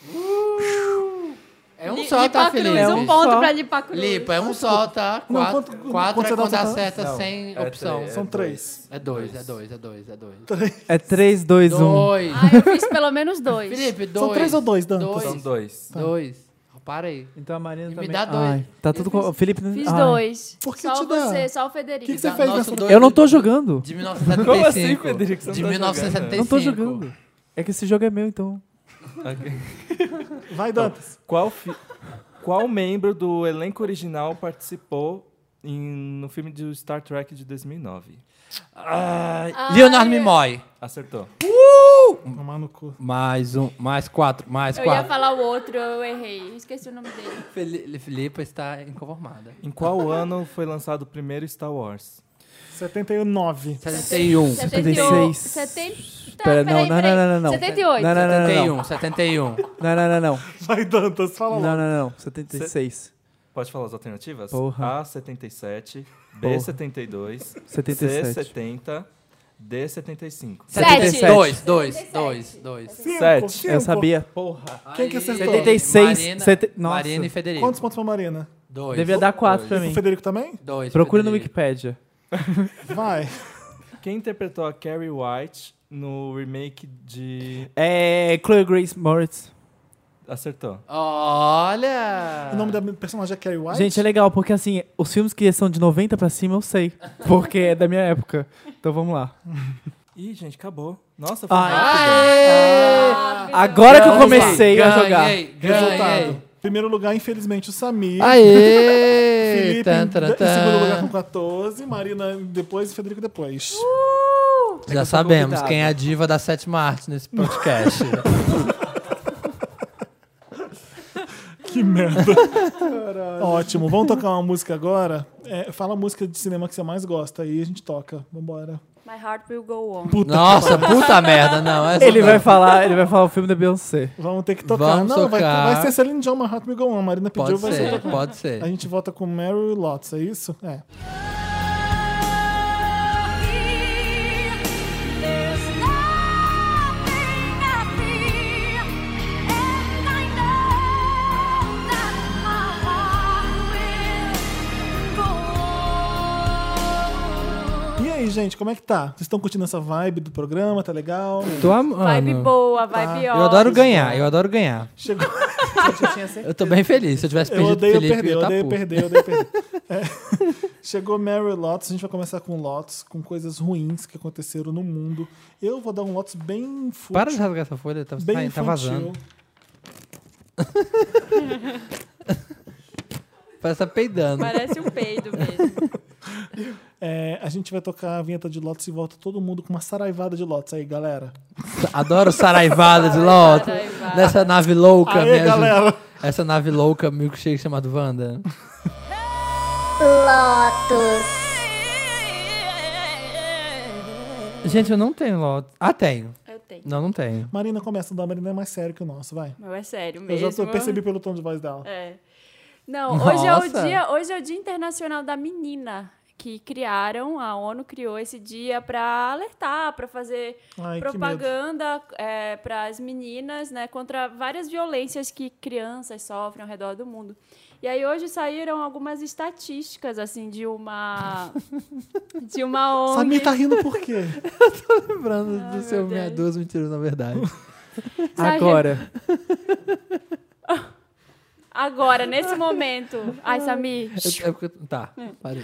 É um só, tá, Lipa Cruz, Felipe? um ponto só. pra Lipa Cruz. Lipa, é um só, tá? Não, Quatro, quanto- quatro quanto é você dá quando pra- acerta Não, sem é opção. três, São é 3. É dois, é dois, é dois, é dois. É 3, 2, 1. Dois. Ah, eu fiz pelo menos 2. Felipe, dois. São 3 ou 2, Dantas? Dois. São 2. Dois. Para aí. Então a Marina Me também. dá dois. Ai, tá tudo com... O Felipe... Fiz Ai. 2. Por que Só te dá? você, só o Federico. Que você Dá- fez nosso nessa- dois Eu não de- tô jogando. De 1975. Como assim, Federico? Você não De tá 1975. Eu não tô jogando. É que esse jogo é meu, então. Vai, Dantas. Qual membro do elenco original participou no filme do Star Trek de 2009? Leonardo Nimoy. Acertou. Tomar no cu. Mais um, mais quatro, mais Eu ia quatro. falar o outro, eu errei. Esqueci o nome dele. Felipe está inconformada. Em qual ano foi lançado o primeiro Star Wars? 79. 71. 76. 70. Espera, não. 78. Não. 71, 71. Não. Vai, Dantas, fala lá. Não. 76. Pode falar as alternativas? Porra. A, 77. B, Porra. 72. 77. C, 70. D, 75. 7. 2. 7. Eu sabia. Quem que acertou? 76. Marina, Nossa. Marina e Federico. Quantos pontos pra Marina? 2. Devia dar 4 pra O mim. Federico também? 2. Procura no Wikipedia. Vai. Quem interpretou a Carrie White no remake de... É Chloe Grace Moritz. Acertou. Olha! O nome da personagem é Carrie White? Gente, é legal, porque assim, os filmes que são de 90 pra cima eu sei. Porque é da minha época. Então vamos lá. Ih, gente, acabou. Nossa, foi Ai. rápido. Agora que eu Ganhei, comecei a jogar. Ganhei. Resultado. Primeiro lugar, infelizmente, o Samir. Aê! Felipe Tan, tan, em segundo lugar com tan. 14. Marina depois e Federico depois. Já eu sou sabemos convidado. quem é a diva da sétima arte nesse podcast. Que merda. Ótimo. Vamos tocar uma música agora? Fala a música de cinema que você mais gosta. Aí a gente toca. Vambora. My Heart Will Go On. Puta Nossa, puta merda, não. Essa Ele não. vai falar o filme da Beyoncé. Vamos ter que tocar. Vamos Não, tocar. vai ser Celine Dion, My Heart Will Go On. A Marina pediu, Pode vai ser ser, tocar. pode ser. A gente volta com Mary Lots, é isso? É. E aí, gente, como é que tá? Vocês estão curtindo essa vibe do programa? Tá legal? Tô amando. Vibe boa, vibe ótima. Eu adoro ganhar, eu adoro ganhar. Chegou. Eu tô bem feliz. Se eu tivesse Eu perdido o odeio Felipe, perder, eu eu ia tá odeio puto. perder, eu odeio perder. Chegou Mary Lots, a gente vai começar com Lots, com coisas ruins que aconteceram no mundo. Eu vou dar um Lots bem fútil. Para de rasgar essa folha, tá bem infantil. vazando. Parece que tá peidando. Parece um peido mesmo. A gente vai tocar a vinheta de Lots e volta todo mundo com uma saraivada de Lots aí, galera. Adoro saraivada de loto. Saraivada. Nessa nave louca, Aê, galera! Essa nave louca, milkshake chamado Wanda. Gente, eu não tenho Lotus. Ah, tenho. Eu tenho. Não tenho. Marina, começa a dar. Marina é mais sério que o nosso, vai. Meu, é sério Eu mesmo. já percebi pelo tom de voz dela. Não, Nossa. hoje é o Dia Internacional da Menina, que criaram, a ONU criou esse dia para alertar, para fazer Ai, que propaganda para as meninas, né, contra várias violências que crianças sofrem ao redor do mundo. E aí hoje saíram algumas estatísticas assim de uma ONG. Samir tá rindo por quê? Lembrando do seu Deus. duas mentiras, na verdade. Agora. Agora, nesse momento. Ai, Samir. Tá, parei.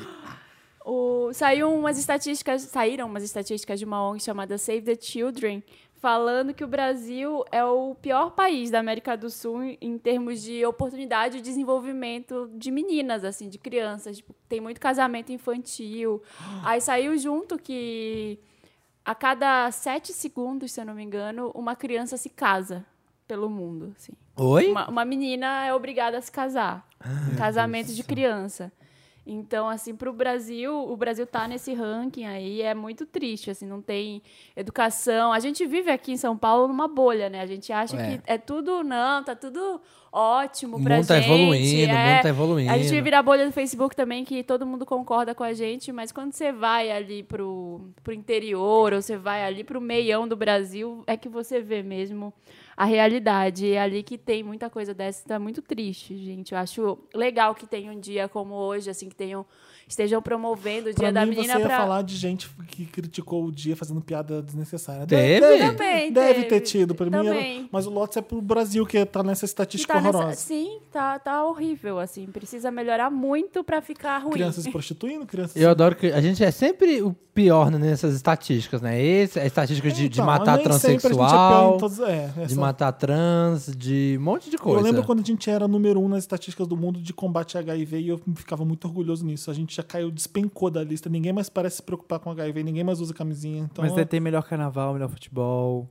Saíram umas estatísticas de uma ONG chamada Save the Children, falando que o Brasil é o pior país da América do Sul em termos de oportunidade de desenvolvimento de meninas, assim, de crianças. Tipo, tem muito casamento infantil. Aí saiu junto que a cada 7 segundos, se eu não me engano, uma criança se casa pelo mundo, assim. Oi? Uma menina é obrigada a se casar. Casamento de criança. Então, assim, para o Brasil tá nesse ranking aí, é muito triste, assim, não tem educação. A gente vive aqui em São Paulo numa bolha, né? A gente acha que é tudo, tá tudo ótimo pra gente. O mundo tá evoluindo. A gente vive a bolha do Facebook também, que todo mundo concorda com a gente, mas quando você vai ali pro interior, ou você vai ali pro meião do Brasil, é que você vê mesmo a realidade. É ali que tem muita coisa dessa, tá muito triste, gente. Eu acho legal que tenha um dia como hoje, assim, que estejam promovendo o Dia da Menina Você ia pra... falar de gente que criticou o dia fazendo piada desnecessária. Teve? Também Deve teve. ter tido. Pra mim Também. mas o Lotus é pro Brasil que tá nessa estatística Tá horrorosa. sim, tá horrível, assim. Precisa melhorar muito pra ficar ruim. Crianças se prostituindo, crianças... Eu adoro que a gente é sempre o pior nessas estatísticas, né? Esse, a estatística de Então, matar nem sempre a gente é pior transexual, em todos- de matar trans, de um monte de coisa. Eu lembro quando a gente era número 1 nas estatísticas do mundo de combate a HIV e eu ficava muito orgulhoso nisso. A gente já caiu, despencou da lista. Ninguém mais parece se preocupar com HIV, ninguém mais usa camisinha. Então, Mas daí tem melhor carnaval, melhor futebol.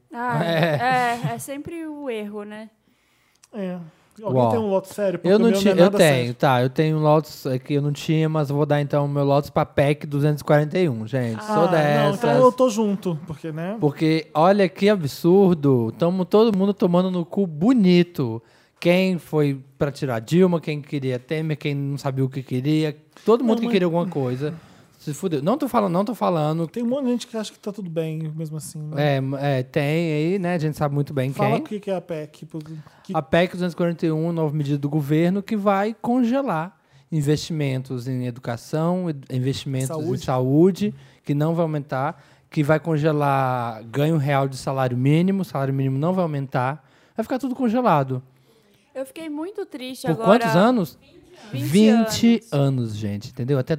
É sempre o erro, né? Alguém tem um Lotus sério? Porque Eu não o meu tinha, é eu nada tenho, sério. tá. Eu tenho um Lotus que eu não tinha, mas eu vou dar então o meu Lotus pra PEC 241, gente. Sou Não, dessas. então eu tô junto, porque, né? Porque olha que absurdo. Tamo todo mundo tomando no cu bonito. Quem foi pra tirar Dilma, quem queria Temer, quem não sabia o que queria. Todo mundo que queria alguma coisa. Se fudeu. Não tô falando. Tem um monte de gente que acha que tá tudo bem, mesmo assim. Né? Tem aí, né? A gente sabe muito bem Fala quem. o que é a PEC. A PEC 241, nova medida do governo, que vai congelar investimentos em educação, investimentos em saúde, que não vai aumentar, que vai congelar ganho real de salário mínimo, o salário mínimo não vai aumentar, vai ficar tudo congelado. Eu fiquei muito triste Por agora. quantos anos? 20 anos, gente, entendeu? Até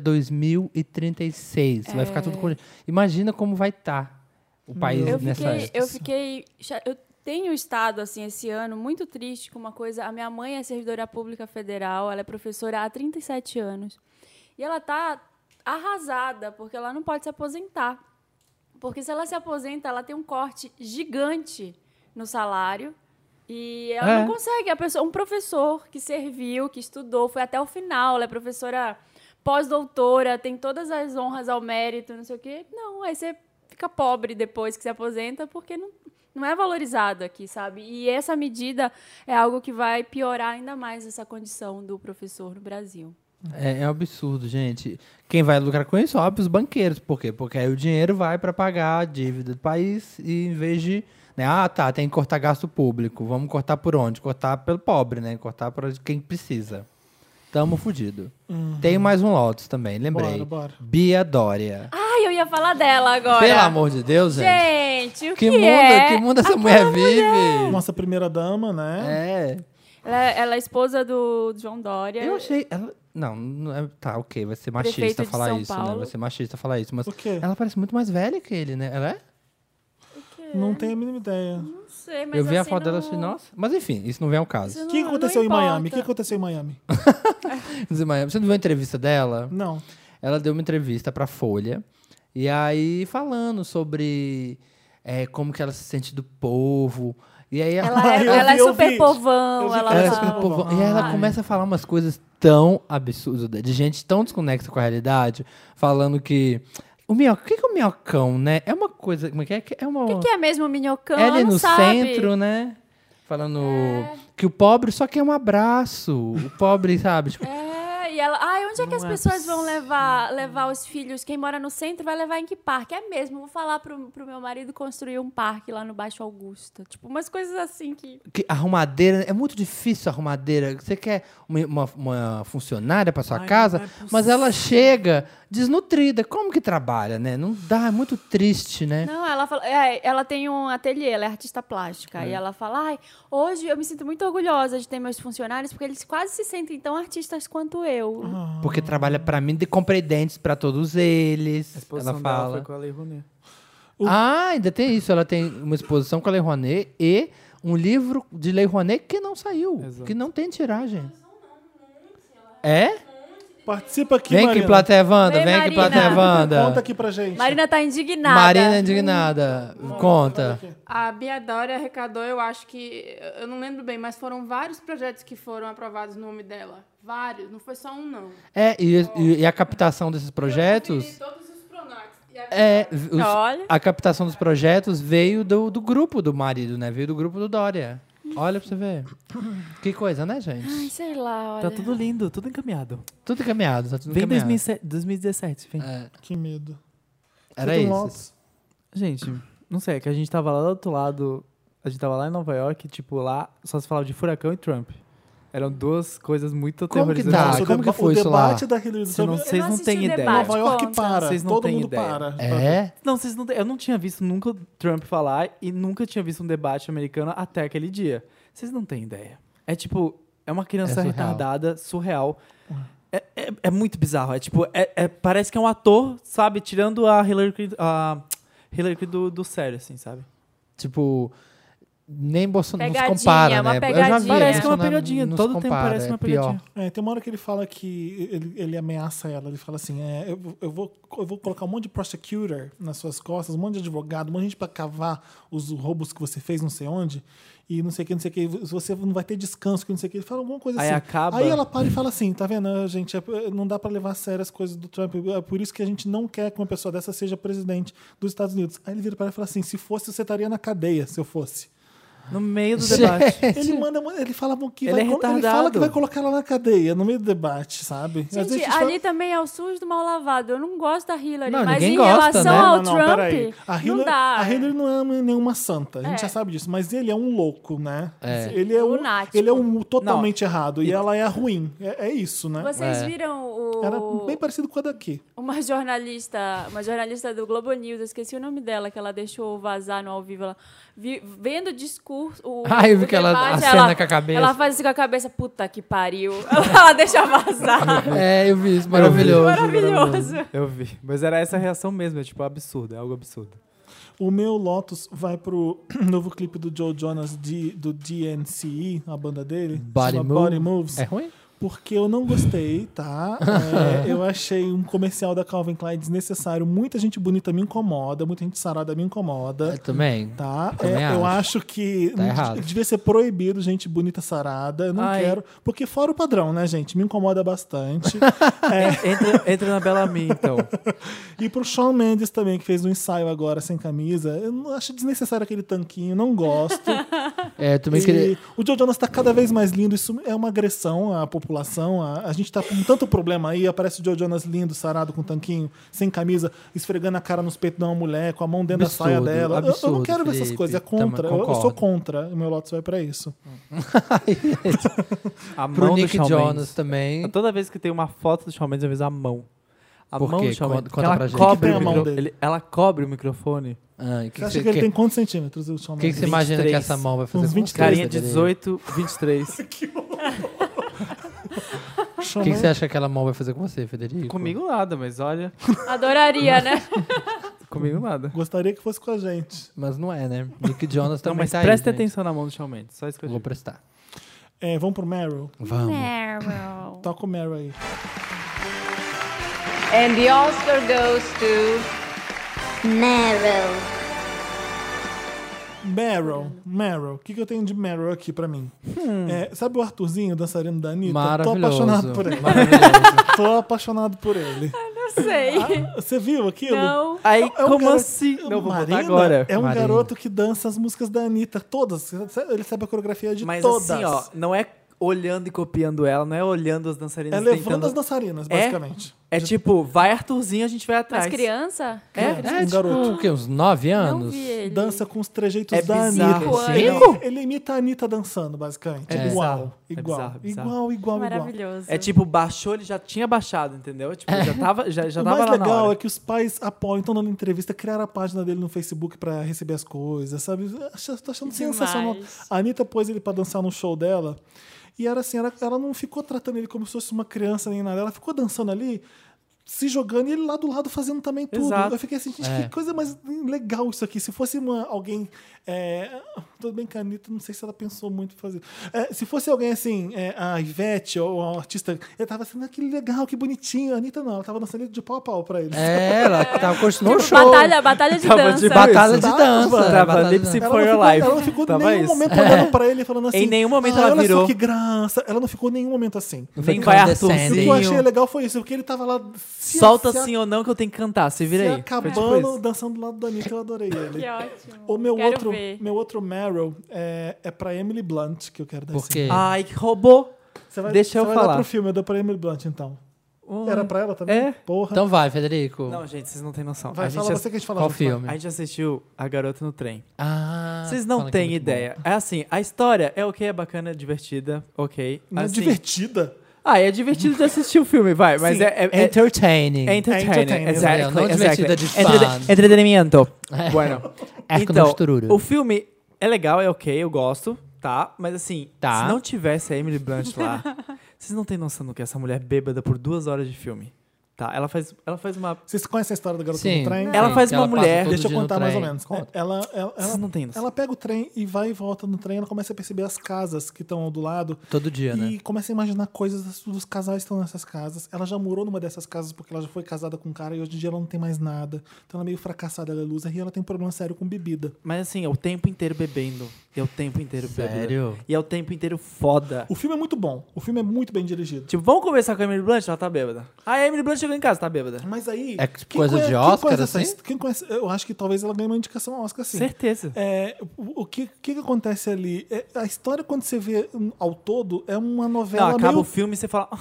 2036. Vai ficar tudo congelado. Imagina como vai estar o país nessa época. Eu tenho estado, assim, esse ano muito triste com uma coisa. A minha mãe é servidora pública federal, ela é professora há 37 anos. E ela tá arrasada, porque ela não pode se aposentar. Porque se ela se aposenta, ela tem um corte gigante no salário. E ela não consegue. Um professor que serviu, que estudou, foi até o final, ela é professora pós-doutora, tem todas as honras ao mérito, não sei o quê. Não, aí você fica pobre depois que se aposenta, porque não é valorizado aqui, sabe? E essa medida é algo que vai piorar ainda mais essa condição do professor no Brasil. É um absurdo, gente. Quem vai lucrar com isso? Óbvio, os banqueiros. Por quê? Porque aí o dinheiro vai para pagar a dívida do país e em vez de... Né, tem que cortar gasto público. Vamos cortar por onde? Cortar pelo pobre, né? Cortar para quem precisa. Tamo fudido. Tem mais um Lotus também, lembrei. Bora. Bia Dória. Ai, eu ia falar dela agora. Pelo amor de Deus, gente. Gente, Que mundo essa mulher vive? Nossa primeira dama, né? Ela é esposa do João Dória. Eu achei... Não é... Tá, ok, vai ser machista Prefeito de falar São isso, né? Paulo. Vai ser machista falar isso, mas O quê? ela parece muito mais velha que ele, né? Ela é? Não tenho a mínima ideia. Não sei, mas Eu vi a assim, foto dela e não- achei, nossa. Mas enfim, isso não vem ao caso. Isso O que não aconteceu em importa. Miami? O que aconteceu em Miami? Você não viu a entrevista dela? Não. Ela deu uma entrevista pra Folha. E aí, falando sobre como que ela se sente do povo. E aí Ela é eu super vi. povão. Eu vi Ela que ela é fala. super povão. E aí ela começa a falar umas coisas tão absurdas, de gente tão desconexa com a realidade, falando que... O que é o minhocão, né? É uma coisa... Como é que é? É uma... O que é mesmo o minhocão? É Ela ali não no sabe. centro, né? Falando que o pobre só quer um abraço. O pobre, sabe? Tipo, E ela... Ai, onde é que as Não é pessoas vão levar os filhos? Quem mora no centro vai levar em que parque? É mesmo, vou falar pro meu marido construir um parque lá no Baixo Augusta. Tipo, umas coisas assim que... arrumadeira, é muito difícil arrumadeira. Você quer uma funcionária para sua Ai, casa, não é mas ela chega desnutrida. Como que trabalha, né? Não dá, é muito triste, né? Não, ela fala, ela tem um ateliê, ela é artista plástica. E ela fala, ai, hoje eu me sinto muito orgulhosa de ter meus funcionários, porque eles quase se sentem tão artistas quanto eu. Porque trabalha para mim, comprei dentes para todos eles. A exposição Ela dela fala. foi com a Lei Rouanet. Ainda tem isso. Ela tem uma exposição com a Lei Rouanet e um livro de Lei Rouanet que não saiu, Exato. que não tem tiragem. É? Participa aqui, Vem Marina. aqui, Plateia Wanda. Vem, Vem aqui, Marina. Plateia Wanda. Conta aqui pra gente. Marina tá indignada. Marina indignada. Conta. A Bia Dória arrecadou, eu acho que... Eu não lembro bem, mas foram vários projetos que foram aprovados no nome dela. Vários, não foi só um, não. E a captação desses projetos... Eu conferi todos os Pronacs. E a- Olha. A captação dos projetos veio do grupo do marido, né? Veio do grupo do Dória. Olha pra você ver. Que coisa, né, gente? Ai, sei lá, olha. Tá tudo lindo, tudo encaminhado. Tudo encaminhado, tá tudo Vem encaminhado. 2017, vem. Que medo. Era Você tem isso. Lotus? Gente, não sei, é que a gente tava lá do outro lado, a gente tava lá em Nova York, tipo, lá só se falava de furacão e Trump. Eram duas coisas muito Como que aterrorizantes. tá? Nossa, como que foi o isso lá? debate da Hillary Você não- Clinton. Vocês não assisti têm o ideia. debate, Nova York conta. para. Vocês não Todo têm mundo ideia. para. É? Não, vocês não têm, eu não tinha visto nunca o Trump falar e nunca tinha visto um debate americano até aquele dia. Vocês não têm ideia. É tipo, é uma criança surreal. retardada, surreal. É muito bizarro. É tipo, parece que é um ator, sabe, tirando a Hillary Clinton do sério, assim, sabe? Tipo, nem Bolsonaro não se Pegadinha, compara, uma né? pegadinha. Eu já vi, Parece que é uma Bolsonaro pegadinha, não se todo tempo compara, parece uma é pior. pegadinha. Tem uma hora que ele fala que ele ameaça ela. Ele fala assim: eu vou colocar um monte de prosecutor nas suas costas, um monte de advogado, um monte de gente pra cavar os roubos que você fez, não sei onde, e não sei o que, você não vai ter descanso, que não sei o que. Ele fala alguma coisa Aí assim. acaba- Aí ela para e fala assim: tá vendo, gente? Não dá pra levar a sério as coisas do Trump. É por isso que a gente não quer que uma pessoa dessa seja presidente dos Estados Unidos. Aí ele vira para ela e fala assim: se fosse, você estaria na cadeia, se eu fosse. No meio do debate. Ele fala que Ele é ele fala retardado. que vai colocar ela na cadeia, no meio do debate, sabe? Às vezes Gente, a gente ali também é o SUS do mal lavado. Eu não gosto da Hillary, Não, mas ninguém em gosta, relação né? ao Não, Trump, peraí. não dá. A Hillary não é nenhuma santa, a gente É. já sabe disso, mas ele é um louco, né? É. Ele é Lunático. ele é um totalmente errado e ela é a ruim. É isso, né? Vocês É. viram Era bem parecido com a daqui. uma jornalista do Globo News, eu esqueci o nome dela, que ela deixou vazar no ao vivo, ela vendo o discurso, Eu vi que ela debate, acena com a cabeça. Ela faz assim com a cabeça, puta que pariu. Ela deixa vazar. Eu vi isso, maravilhoso. Maravilhoso. Eu vi. Mas era essa a reação mesmo, é tipo absurdo, é algo absurdo. O meu Lotus vai pro novo clipe do Joe Jonas do DNCE, a banda dele. Body chama Move. Body Moves. É ruim? porque eu não gostei, tá? Eu achei um comercial da Calvin Klein desnecessário. Muita gente bonita me incomoda, muita gente sarada me incomoda. Eu também. Tá? Também Eu acho. acho que Tá errado. devia ser proibido gente bonita sarada. Eu não quero. Porque fora o padrão, né, gente? Me incomoda bastante. Entra na Bellamy, então. E pro Shawn Mendes também, que fez um ensaio agora sem camisa. Eu não acho desnecessário aquele tanquinho, não gosto. Eu também E queria... o Joe Jonas tá cada vez mais lindo. Isso é uma agressão à população. A gente tá com tanto problema aí. Aparece o Joe Jonas lindo, sarado, com tanquinho, sem camisa, esfregando a cara nos peitos de uma mulher, com a mão dentro Absurdo, da saia dela. Eu não absurdo, quero ver essas Felipe. coisas. É Também contra. Eu concordo. sou contra. O meu Lotus vai pra isso. A Pro mão do Nick Shawn Jonas Mendes. também. Toda vez que tem uma foto do Shawn Mendes, eu vejo a mão. A Por mão quê? do Shawn Mendes. Conta Ela pra gente. cobre Que o tem a mão microfone. dele? Ela cobre o microfone. Você acha que ele tem quantos centímetros, o Shawn O que Mendes? você imagina que 23. essa mão vai fazer Uns com 23. você, Carinha Federico? 18, 23. Shawn O que Mendes- você acha que aquela mão vai fazer com você, Federico? Comigo nada, mas olha. Adoraria, né? Comigo nada. Gostaria que fosse com a gente. Mas não é, né? Nick Jonas Não, também mas tá preste aí, gente. atenção na mão do Shawn Mendes. Só isso que eu Vou digo. prestar. Vamos pro Meryl. Vamos. Meryl. Toca o Meryl aí. And the Oscar goes to Meryl. Meryl. O que eu tenho de Meryl aqui pra mim? Sabe o Arthurzinho, dançarino da Anitta? Tô Maravilhoso. apaixonado por ele. Maravilhoso. Tô apaixonado por ele. Não sei. Você viu aquilo? Não. Aí, um como garoto- assim? Não, vou botar Marina agora. É um Marina. garoto que dança as músicas da Anitta, todas. Ele sabe a coreografia de Mas todas. assim, ó, não é olhando e copiando ela, não é olhando as dançarinas É levando tentando... as dançarinas, basicamente. É tipo, vai Arthurzinho, a gente vai atrás. Mas criança? Um garoto. O quê? Uns 9 Não anos? vi ele. Dança com os trejeitos É da bizarro. Anitta. Cinco Ele imita a Anitta dançando, basicamente. É Igual. bizarro. É Igual. bizarro, bizarro. Igual. Maravilhoso. É tipo, baixou, ele já tinha baixado, entendeu? Tipo, já tava, já O tava mais lá na legal hora. é que os pais apoiam, estão dando entrevista, criaram a página dele no Facebook pra receber as coisas, sabe? Tô achando Demais. sensacional. A Anitta pôs ele pra dançar no show dela e era assim, ela não ficou tratando ele como se fosse uma criança nem nada. Ela ficou dançando ali, se jogando e ele lá do lado fazendo também tudo. Exato. Eu fiquei assim, gente, que coisa mais legal isso aqui. Se fosse alguém... tudo bem que a Anitta, não sei se ela pensou muito em fazer. Se fosse alguém assim, a Ivete ou um artista, ele tava assim, que legal, que bonitinho. A Anitta não, ela tava dançando de pau a pau pra ele. Ela continuou o show. Batalha de Tava dança. de Batalha de Tava, dança. Tava Batalha de lip dança. sync Ela for não your ficou, life. ela não ficou em Tava nenhum isso. momento olhando pra ele falando assim. Em nenhum momento ela olha virou. só que graça. Ela não ficou em nenhum momento assim. Nem Foi vai condescending. O que eu achei Arthurzinho. legal foi isso, porque ele tava lá. Solta sim ou não que eu tenho que cantar. Se vira se aí. Foi tipo acabando, isso. dançando do lado da Anitta, eu adorei ele. Que ótimo. O meu Quero ver. outro Meryl é pra Emily Blunt, que eu quero dar Por esse. quê? Ai, que roubou. Você Deixa eu vai dar falar. pro filme, eu dou pra Emily Blunt, então. Era pra ela também? É. Porra. Então vai, Federico. Não, gente, vocês não têm noção. vai, a, gente fala ass- você que a gente fala Qual junto, vai. filme? a gente assistiu A Garota no Trem. fala Vocês não que é têm muito ideia. É assim, a história é ok, é bacana, é divertida, ok. Não é Assim, divertida. é divertido de assistir o filme, vai. Mas Sim, é Entertaining. é entertaining. entertaining, Exactly, não divertida de exactly. fun. Entretenimento. Bueno. É com Então, misturura. o filme é legal, é ok, eu gosto, tá? Mas assim, Tá. se não tivesse a Emily Blunt lá, vocês não têm noção do que é essa mulher bêbada por 2 horas de filme. Tá? Ela faz uma... Vocês conhecem a história da garota Sim. do trem? Ela faz que uma passa mulher- todo Deixa eu dia no contar mais ou trem. menos. Conta. Ela Vocês não têm noção. pega o trem e vai e volta no trem. Ela começa a perceber as casas que estão do lado. Todo dia, né? E começa a imaginar coisas dos casais que estão nessas casas. Ela já morou numa dessas casas porque ela já foi casada com um cara e hoje em dia ela não tem mais nada. Então ela é meio fracassada, ela é loser e ela tem um problema sério com bebida. Mas assim, é o tempo inteiro bebendo. E é o tempo inteiro bebendo. Sério? E é o tempo inteiro foda. O filme é muito bom. O filme é muito bem dirigido. Tipo, vamos conversar com a Emily Blunt? Ela tá bêbada. A Emily Blunt chegou em casa, tá bêbada. Mas aí... É coisa de Oscar, assim? Quem conhece, eu acho que talvez ela ganhe uma indicação ao Oscar, sim. Certeza. O que acontece ali? A história, quando você vê ao todo, é uma novela Não, acaba meio... o filme e você fala...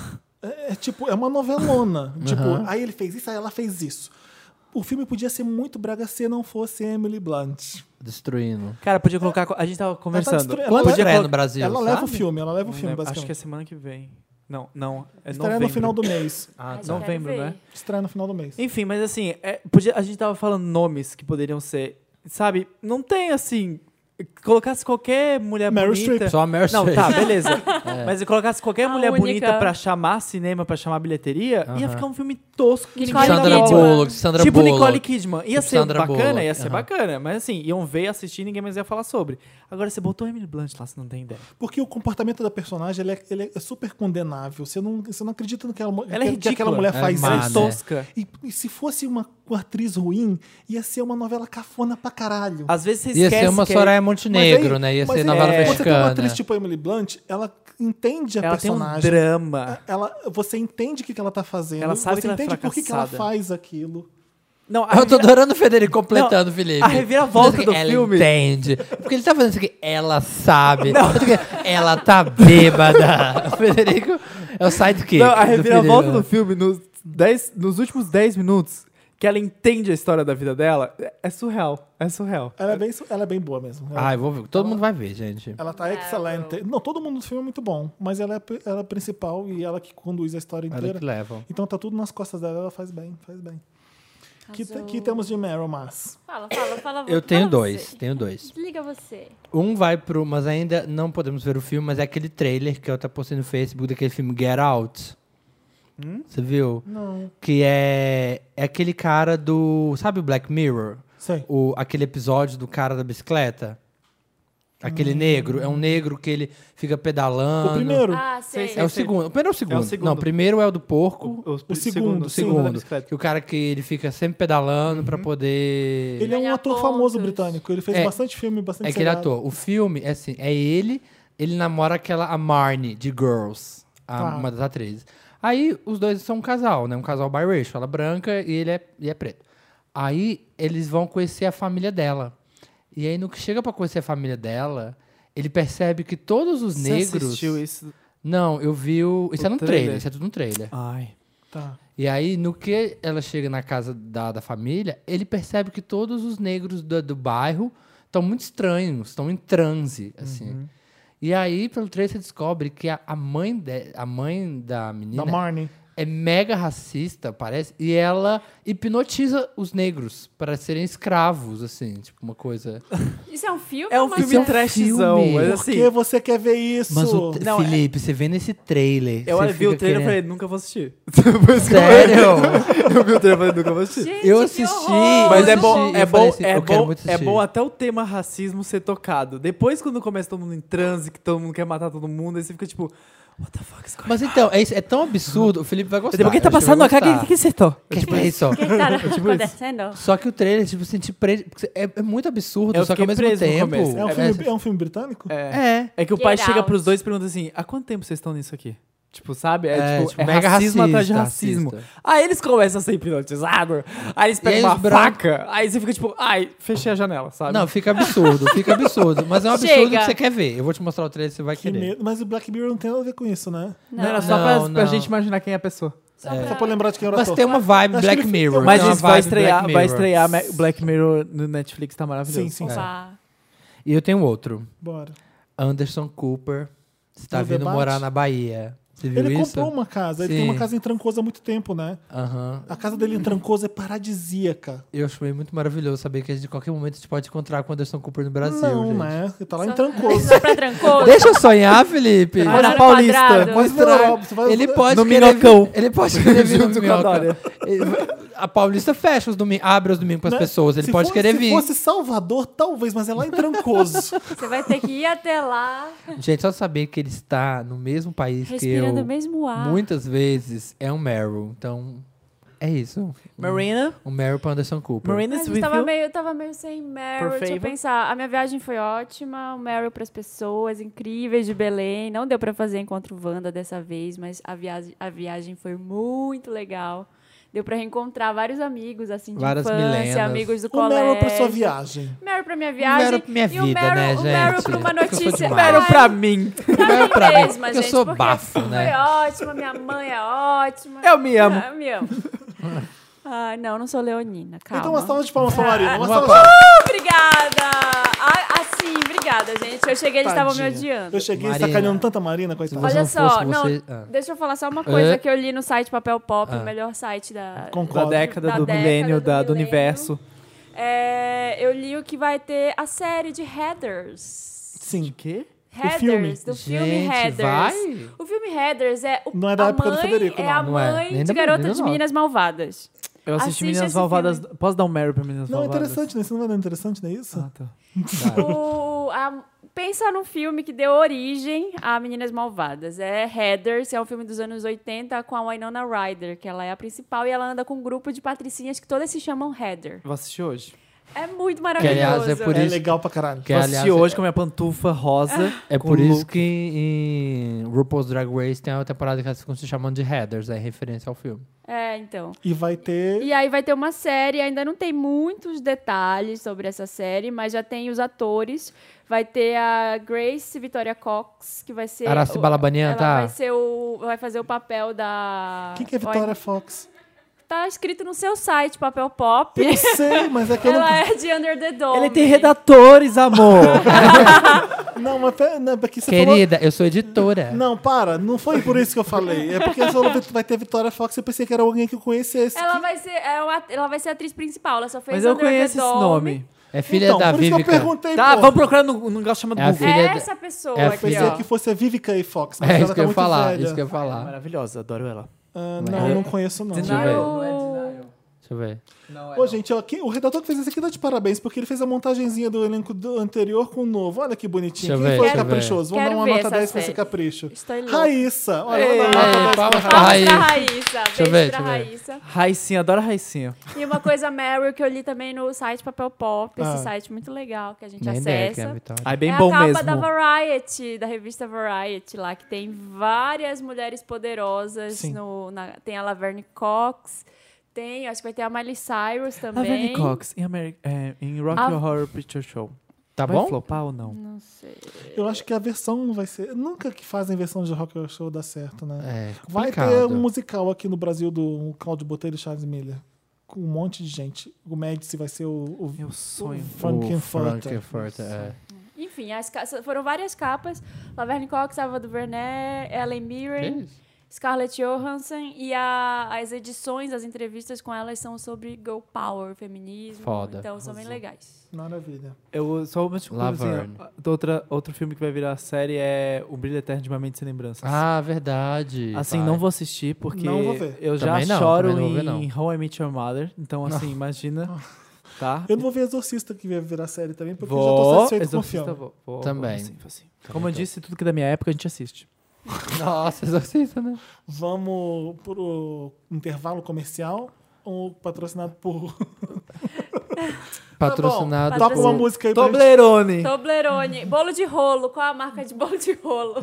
É uma novelona. Tipo, aí ele fez isso, aí ela fez isso. O filme podia ser muito brega se não fosse Emily Blunt. Destruindo. Cara, podia colocar... A gente tava conversando. Ela Quando é ela- no Brasil, Ela leva o sabe? filme, ela leva o Não filme, lembro, basicamente. acho que é semana que vem. Não. É Estreia novembro. no final do mês. Ah, Ai, novembro, quero ver. né? Estreia no final do mês. Enfim, mas assim, a gente tava falando nomes que poderiam ser... Sabe? Não tem, assim... Colocasse qualquer mulher Meryl bonita... Streep. Só a Meryl Não, Streep. tá, beleza. Mas se colocasse qualquer A mulher única. bonita pra chamar cinema, pra chamar bilheteria, ia Aham. ficar um filme tosco que ninguém Nicole dá Sandra bola. Bullock, Sandra Tipo Bullock. Nicole Kidman. Ia Tipo ser Sandra bacana, Bullock, ia ser aham. bacana. Mas assim, iam ver, assistir, ninguém mais ia falar sobre. Agora, você botou Emily Blunt lá, você não tem ideia. Porque o comportamento da personagem ele é super condenável. Você não acredita no que, Ela é que aquela ridícula. mulher É faz má, Ela né? é isso. tosca. E se fosse uma atriz ruim, ia ser uma novela cafona pra caralho. Às vezes você Ia esquece ser uma que Soraya Mas Montenegro, aí- né? Ia mas ser aí, novela Você tem uma mexicana. atriz tipo a Emily Blunt, ela entende a ela tem um personagem. drama. Você entende o que ela tá fazendo. Ela sabe você que ela é entende por que ela fracassada. faz aquilo. Não, Eu tô adorando o Federico completando, Felipe. a reviravolta do ela filme- entende. Porque ele tá fazendo isso aqui, ela sabe. Ela tá bêbada. O Federico é o sidekick. Não, a do reviravolta Federico. do filme, nos últimos 10 minutos, que ela entende a história da vida dela, é surreal. É surreal. Ela é bem boa mesmo. Ai, vou ver. Todo mundo vai ver, gente. Ela tá excelente. Não, todo mundo do filme é muito bom, mas ela é a principal e ela que conduz a história Ela inteira. que leva. Então tá tudo nas costas dela, ela faz bem, faz bem. Arrasou. Que temos de Meryl, mas... Fala. Eu tenho fala dois, você. tenho dois. Desliga você. Um vai pro... Mas ainda não podemos ver o filme, mas é aquele trailer que eu até postei no Facebook daquele filme Get Out. Você viu? Não. Que é aquele cara do... Sabe o Black Mirror? Sei. Aquele episódio do cara da bicicleta? Aquele negro. É um negro que ele fica pedalando. O primeiro. Ah, sei. É o segundo. O primeiro é o segundo. É o segundo. Não, o primeiro é o do porco. O segundo, O sim, da segundo. bicicleta. Que o cara que ele fica sempre pedalando pra poder... Ele é um Ganhar ator pontos. famoso britânico. Ele fez É. bastante filme, bastante É aquele seriado. ator. O filme, é assim, é ele namora a Marnie, de Girls, Tá. uma das atrizes. Aí, os dois são um casal, né? Um casal biracial. Ela é branca e ele é preto. Aí, eles vão conhecer a família dela. E aí, no que chega pra conhecer a família dela, ele percebe que todos os Você negros... assistiu isso? Não, eu vi o... Isso é no trailer? trailer, isso é tudo no trailer. Ai. Tá. E aí, no que ela chega na casa da família, ele percebe que todos os negros do bairro estão muito estranhos, estão em transe, assim. E aí, pelo trailer, você descobre que a mãe da menina Da Marnie. é mega racista, parece, e ela hipnotiza os negros para serem escravos, assim, tipo uma coisa... Isso é um filme? É ou um uma filme série? trashzão, filme. mas Por assim... que você quer ver isso? Mas Não, Felipe, você vê nesse trailer... Eu você vi o fica trailer e querendo- falei, nunca vou assistir. Por isso que Sério? eu vi o trailer e falei, nunca vou assistir. Gente, Eu que assisti, horror! Mas é eu bom, assisti, é eu falei bom, assim, é eu quero bom, muito é assistir. bom até o tema racismo ser tocado. Depois, quando começa todo mundo em transe, que todo mundo quer matar todo mundo, aí você fica tipo, what the fuck is going on? Mas então, é tão absurdo, o Felipe vai gostar. Alguém tá eu acho que passando vai na cara, gostar. o que acertou? Tipo isso, ó. O que tá acontecendo? Só que o trailer, tipo assim, te prende. É muito absurdo, Eu só que ao fiquei mesmo preso no tempo. começo. É um filme britânico? É que o pai Get chega Out. pros dois e pergunta assim, há quanto tempo vocês estão nisso aqui? Tipo, sabe? É, tipo, é mega racismo atrás de racista, racismo. racista. Aí eles começam a ser hipnotizados, aí eles pegam aí uma os brancos- faca, aí você fica tipo, ai, fechei a janela, sabe? Não, fica absurdo, fica absurdo. Mas é um absurdo Chega. que você quer ver. Eu vou te mostrar o trailer, você vai Que querer. medo. Mas o Black Mirror não tem nada a ver com isso, né? Não, era só pra Não. gente imaginar quem é a pessoa. Só pra lembrar de quem era o Mas ator. tem uma vibe Acho que Black ele- Mirror. Mas tem uma isso vai vibe estrear, Black vai Mirror. estrear Black Mirror no Netflix, tá maravilhoso. Sim, sim, sim. Opa. E eu tenho outro. Bora. Anderson Cooper está No vindo debate? morar na Bahia. Você viu Ele isso? comprou uma casa. Ele Sim. tem uma casa em Trancoso há muito tempo, né? Aham. A casa dele em Trancoso é paradisíaca. Eu achei muito maravilhoso saber que a gente, de qualquer momento a gente pode encontrar com o Anderson Cooper no Brasil, não, gente. né? Ele tá lá em Só- Trancoso. Só pra Trancoso. Deixa eu sonhar, Felipe. Mora na no Paulista. quadrado. Mas na Europa, você vai- Ele pode No querer Minhocão. Ele pode querer vir no Junto com a Minhoca. Dória. A Paulista fecha os domingos, abre os domingos para as Né? pessoas. Ele Se pode querer vir. Se fosse Salvador, talvez, mas é lá em Trancoso. Você vai ter que ir até lá, Gente, só saber que ele está no mesmo país que respirando eu, o mesmo ar. muitas vezes, é um Meryl. Então, é isso. Marina? Um Meryl para Anderson Cooper. Marina Mas is with tava meio sem Meryl. Por Deixa eu favor. pensar. A minha viagem foi ótima. O Meryl pras pessoas incríveis de Belém. Não deu pra fazer Encontro Wanda dessa vez, mas a viagem foi muito legal. Deu pra reencontrar vários amigos, assim, de Várias infância, milenas. amigos do O colégio. Meryl pra sua viagem. Meryl pra minha viagem. Meryl pra minha e vida, o Meryl, né, o Meryl gente? pra uma Porque eu sou notícia. demais. Meryl pra mim. Pra pra mim mim, mesma, porque eu gente. sou porque bafo, né? Foi ótima, minha mãe é ótima. Eu me amo. Eu me amo. Ai, não sou leonina, calma. Então uma salva de palmas pra Marina. Uma Uma salva palma. Obrigada! Assim, obrigada, gente. Eu cheguei, eles estavam me Tadinha. odiando. Eu cheguei Marina. sacaneando tanta Marina, coitada. Você Olha não só, fosse não, você- deixa eu falar só uma coisa É? que eu li no site Papel Pop, Ah. o melhor site da Concordo. Da década Da do década milênio, do do milênio. universo. Eu li o que vai ter a série de Heathers. Sim. quê? Heathers, do filme Gente, Heathers. vai? O filme Heathers é Não é da a época do mãe, Federico, é não. a Não é. mãe Nem de da Garota menina, de não. Meninas Malvadas. Eu assisti Assiste Meninas esse Malvadas. filme. Posso dar um Mary pra Meninas Não, é Malvadas? interessante, né? Você não vai dar interessante, não é isso? Ah, tá. Pensa num filme que deu origem a Meninas Malvadas. É Heathers, é um filme dos anos 80 com a Winona Ryder, que ela é a principal, e ela anda com um grupo de patricinhas que todas se chamam Heather. Vou assistir hoje. É muito Que, maravilhoso. aliás, é por É isso legal pra caralho. que, Vou aliás, assistir hoje com a minha pantufa rosa. é com por isso look. que em RuPaul's Drag Race tem uma temporada que elas ficam se chamando de Heathers, é referência ao filme. É, então. E vai ter... E aí vai ter uma série, ainda não tem muitos detalhes sobre essa série, mas já tem os atores. Vai ter a Grace Victoria Cox, que vai ser... Araci Balabanian, ela tá? vai fazer o papel da... Quem que é Vitória Fox? Tá escrito no seu site, Papel Pop. Eu sei, mas é que eu Ela não... é de Under the Dome. Ele tem redatores, amor. Não, mas não, porque você Querida, eu sou editora. falou... Não, para. Não foi por isso que eu falei. É porque você falou que vai ter Vitória Fox. Eu pensei que era alguém que eu conhecesse. Ela vai ser, ela vai ser a atriz principal. Ela só fez Mas eu Under the conheço esse Dome. nome. É filha Então, da por isso que eu Vivica. perguntei, Tá, pô. vamos procurar num negócio chamado É a Google. filha É da- essa pessoa é a aqui, Pensei ó. que fosse a Vivica e Fox. Mas É ela isso que tá eu ia muito falar, velha. isso que eu ia falar. Maravilhosa, adoro ela. Não conheço não. Deixa eu ver. Denial. Deixa eu ver. Ô, gente, ó, o redator que fez isso aqui tá de parabéns, porque ele fez a montagenzinha do elenco anterior com o novo. Olha que bonitinho. Deixa eu Quem ver, foi deixa eu caprichoso? Vamos Quero dar uma ver nota essa 10 pra esse série. capricho. Estou louca. Raíssa. Olha, Ei, vamos dar uma nota 10 pra palmas pra Raíssa. Palmas pra Raíssa. Raíssa. Deixa eu Beijo ver, pra deixa eu ver. Raíssa. Raicinha, adoro a Raicinha. E uma coisa, Meryl, que eu li também no site Papel Pop. Ah. Esse site muito legal, que a gente Nem ideia que é a acessa. Vitória. Ai, bem é bom a capa mesmo. da Variety, da revista Variety lá, que tem várias mulheres poderosas. Sim. Tem a Laverne Cox, acho que vai ter a Miley Cyrus também. Laverne Cox, em Rock A- Horror Picture Show. Tá Vai bom? flopar ou não? Não sei. Eu acho que a versão vai ser... Nunca que fazem versão de Rock Horror Show dá certo, né? É, Vai ter complicado. um musical aqui no Brasil do Claudio Botelho e Charles Miller. Com um monte de gente. O Médici vai ser o Meu sonho. Frankenfurter. Frankenfurter, é. Enfim, foram várias capas. Laverne Cox, Ava DuVernay, Ellen Que Mirren, isso? Scarlett Johansson. E as edições, as entrevistas com elas são sobre girl power, feminismo. Foda. Então são bem legais. Maravilha. Eu só uma Laverne. coisa. Outro filme que vai virar série é O Brilho Eterno de uma Mente Sem Lembranças. Ah, verdade. Assim, vai. não vou assistir porque Não vou ver. eu já Também não, choro também não vou ver, não. em How I Met Your Mother. Então, assim, imagina. Tá? Eu não vou ver Exorcista, que vai virar série também, porque eu já Vou. tô satisfeito com o Exorcista, filme. vou Também. sim. Como eu disse, tudo que é da minha época a gente assiste. Nossa, exorcista, né? Vamos pro intervalo comercial ou patrocinado por... Patrocinado Toca uma por... música aí pra gente. Toblerone! Toblerone. Bolo de rolo. Qual a marca de bolo de rolo?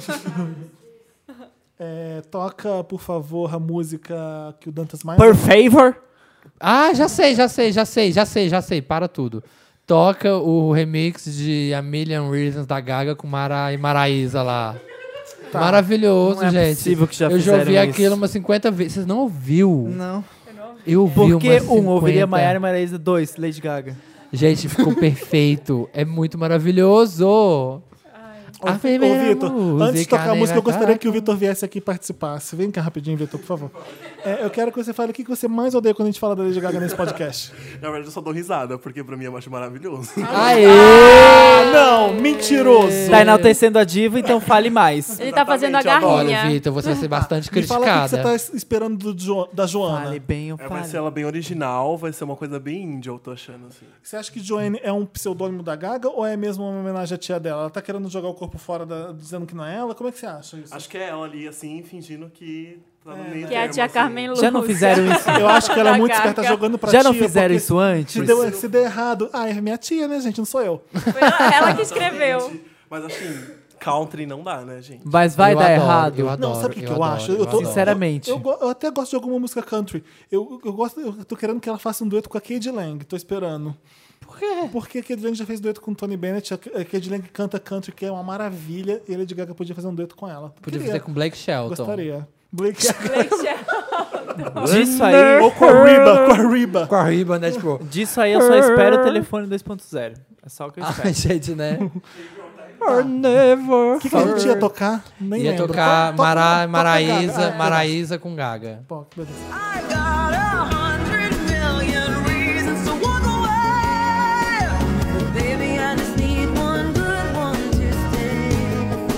Toca, por favor, a música que o Dantas mais... Per favor? Ah, já sei. Para tudo. Toca o remix de A Million Reasons da Gaga com Mara e Maraísa lá. Tá. Maravilhoso, Não é gente. possível que já eu já ouvi fizeram aquilo isso. umas 50 vezes. Vocês não ouviu? Não. Eu ouvi Porque umas 50. ouviria Maiara e Maraísa. 2, Lady Gaga. Gente, ficou perfeito. É muito maravilhoso. Ô, Vitor, antes de tocar a música, eu gostaria que o Vitor viesse aqui e participasse. Vem cá rapidinho, Vitor, por favor. Eu quero que você fale o que você mais odeia quando a gente fala da Lady Gaga nesse podcast. Na verdade, eu só dou risada, porque pra mim eu acho maravilhoso. Aê! Não, mentiroso! Tá enaltecendo a diva, então fale mais. Ele tá fazendo a Exatamente, Olha, garrinha. Vitor, você vai ser bastante Me fala o que criticada. você tá esperando da Joana. Fale bem ou Vai fale. ser ela bem original, vai ser uma coisa bem índia, eu tô achando assim. Você acha que Joanne é um pseudônimo da Gaga ou é mesmo uma homenagem à tia dela? Ela tá querendo jogar o corpo fora, dizendo que não é ela? Como é que você acha isso? Acho que é ela ali, assim, fingindo que tá no meio Que é a termo, tia assim. Carmen Lúcia. Já não fizeram isso? Eu acho que ela é muito Da esperta Gaga. jogando pra Já tia. não fizeram porque isso antes? Se der errado... Ah, é minha tia, né, gente? Não sou eu. Foi ela que escreveu. Mas assim, country não dá, né, gente? Mas vai Eu dar adoro, errado. Eu adoro, Não, sabe o que eu adoro, acho? adoro. Sinceramente. Eu até gosto de alguma música country. Eu tô querendo que ela faça um dueto com a Cade Lang. Tô esperando. Por quê? Porque a Cade Lang já fez dueto com o Tony Bennett. A Cade Lang canta country, que é uma maravilha. E a Lady Gaga podia fazer um dueto com ela. Podia Queria. fazer com Blake Shelton. Gostaria. Blake Disso aí, Ou com a Reba. Com a Reba. Com a Riba, né? Tipo... disso aí eu só espero o telefone 2.0. É só o que eu espero. Ai, gente, né? Or never. O que a gente ia tocar? Nem Ia lembro. tocar Toca Gaga. Maraísa, Ah, Maraísa com Gaga. Pô, beleza. I got 100 million reasons to walk away, but baby, I just need one good one to stay.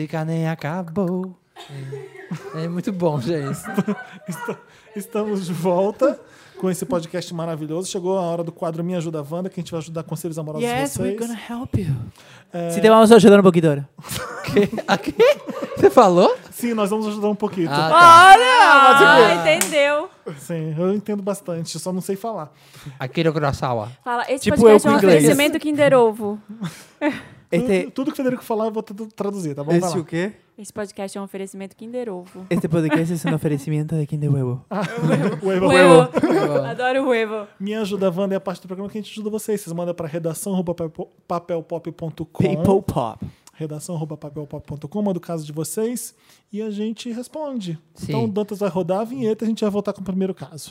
música nem acabou. É muito bom, gente. Estamos de volta com esse podcast maravilhoso. Chegou a hora do quadro Me Ajuda Wanda, que a gente vai ajudar conselhos amorosos de vocês. help you. Se te vamos ajudar um pouquinho. Aqui? Você falou? Sim, nós vamos ajudar um pouquinho. Entendeu? Sim, eu entendo bastante, eu só não sei falar. Akira Kurosawa. Fala, esse Tipo podcast eu é um com inglês. oferecimento Kinder Ovo. Tudo que o Federico falar, eu vou traduzir, tá bom? Vai lá. Esse o quê? Esse podcast é um oferecimento Kinder Ovo. Este podcast é um oferecimento de Kinder Huevo. Huevo. Adoro o Evo. Me Ajuda Wanda é a parte do programa que a gente ajuda vocês. Vocês mandam para redação@papelpop.com. People Pop. redação@papelpop.com, manda o caso de vocês e a gente responde. Sim. Então o Dantas vai rodar a vinheta e a gente vai voltar com o primeiro caso.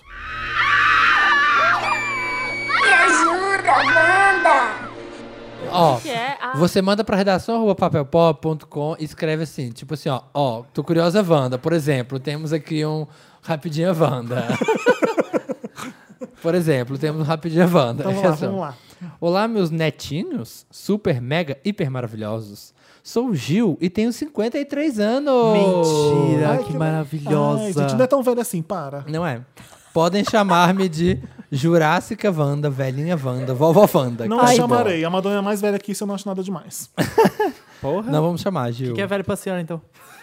Me ajuda, Wanda! Ó, Que é a... você manda pra redação@papelpop.com e escreve assim, tipo assim, ó, tô curiosa, Wanda. Por exemplo, temos aqui um Rapidinha Wanda. Por exemplo, temos um Rapidinha Wanda. Então vamos lá. Olá, meus netinhos, super, mega, hiper maravilhosos. Sou o Gil e tenho 53 anos. Mentira, Ai, que que maravilhosa. Ai, gente, não é tão velho assim, para. Não é? Podem chamar-me de Jurássica Wanda, Velhinha Wanda, Vovó Wanda. Não que a tá chamarei. A Madonna é mais velha que isso, eu não acho nada demais. Porra. bom. Não vamos chamar, Gil. Que é velho pra senhora, então?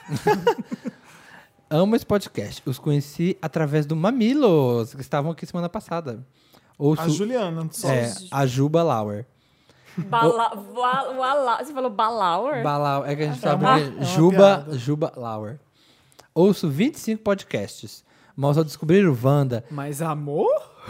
Amo esse podcast. Os conheci através do Mamilos, que estavam aqui semana passada. Ouço, A Juliana. Só. a Juba Lauer. Você falou Balauer? Balauer. É que a gente É sabe uma- que é uma Juba, piada. Juba Lauer. Ouço 25 podcasts. Mas ao descobrir o Wanda, Mas amor?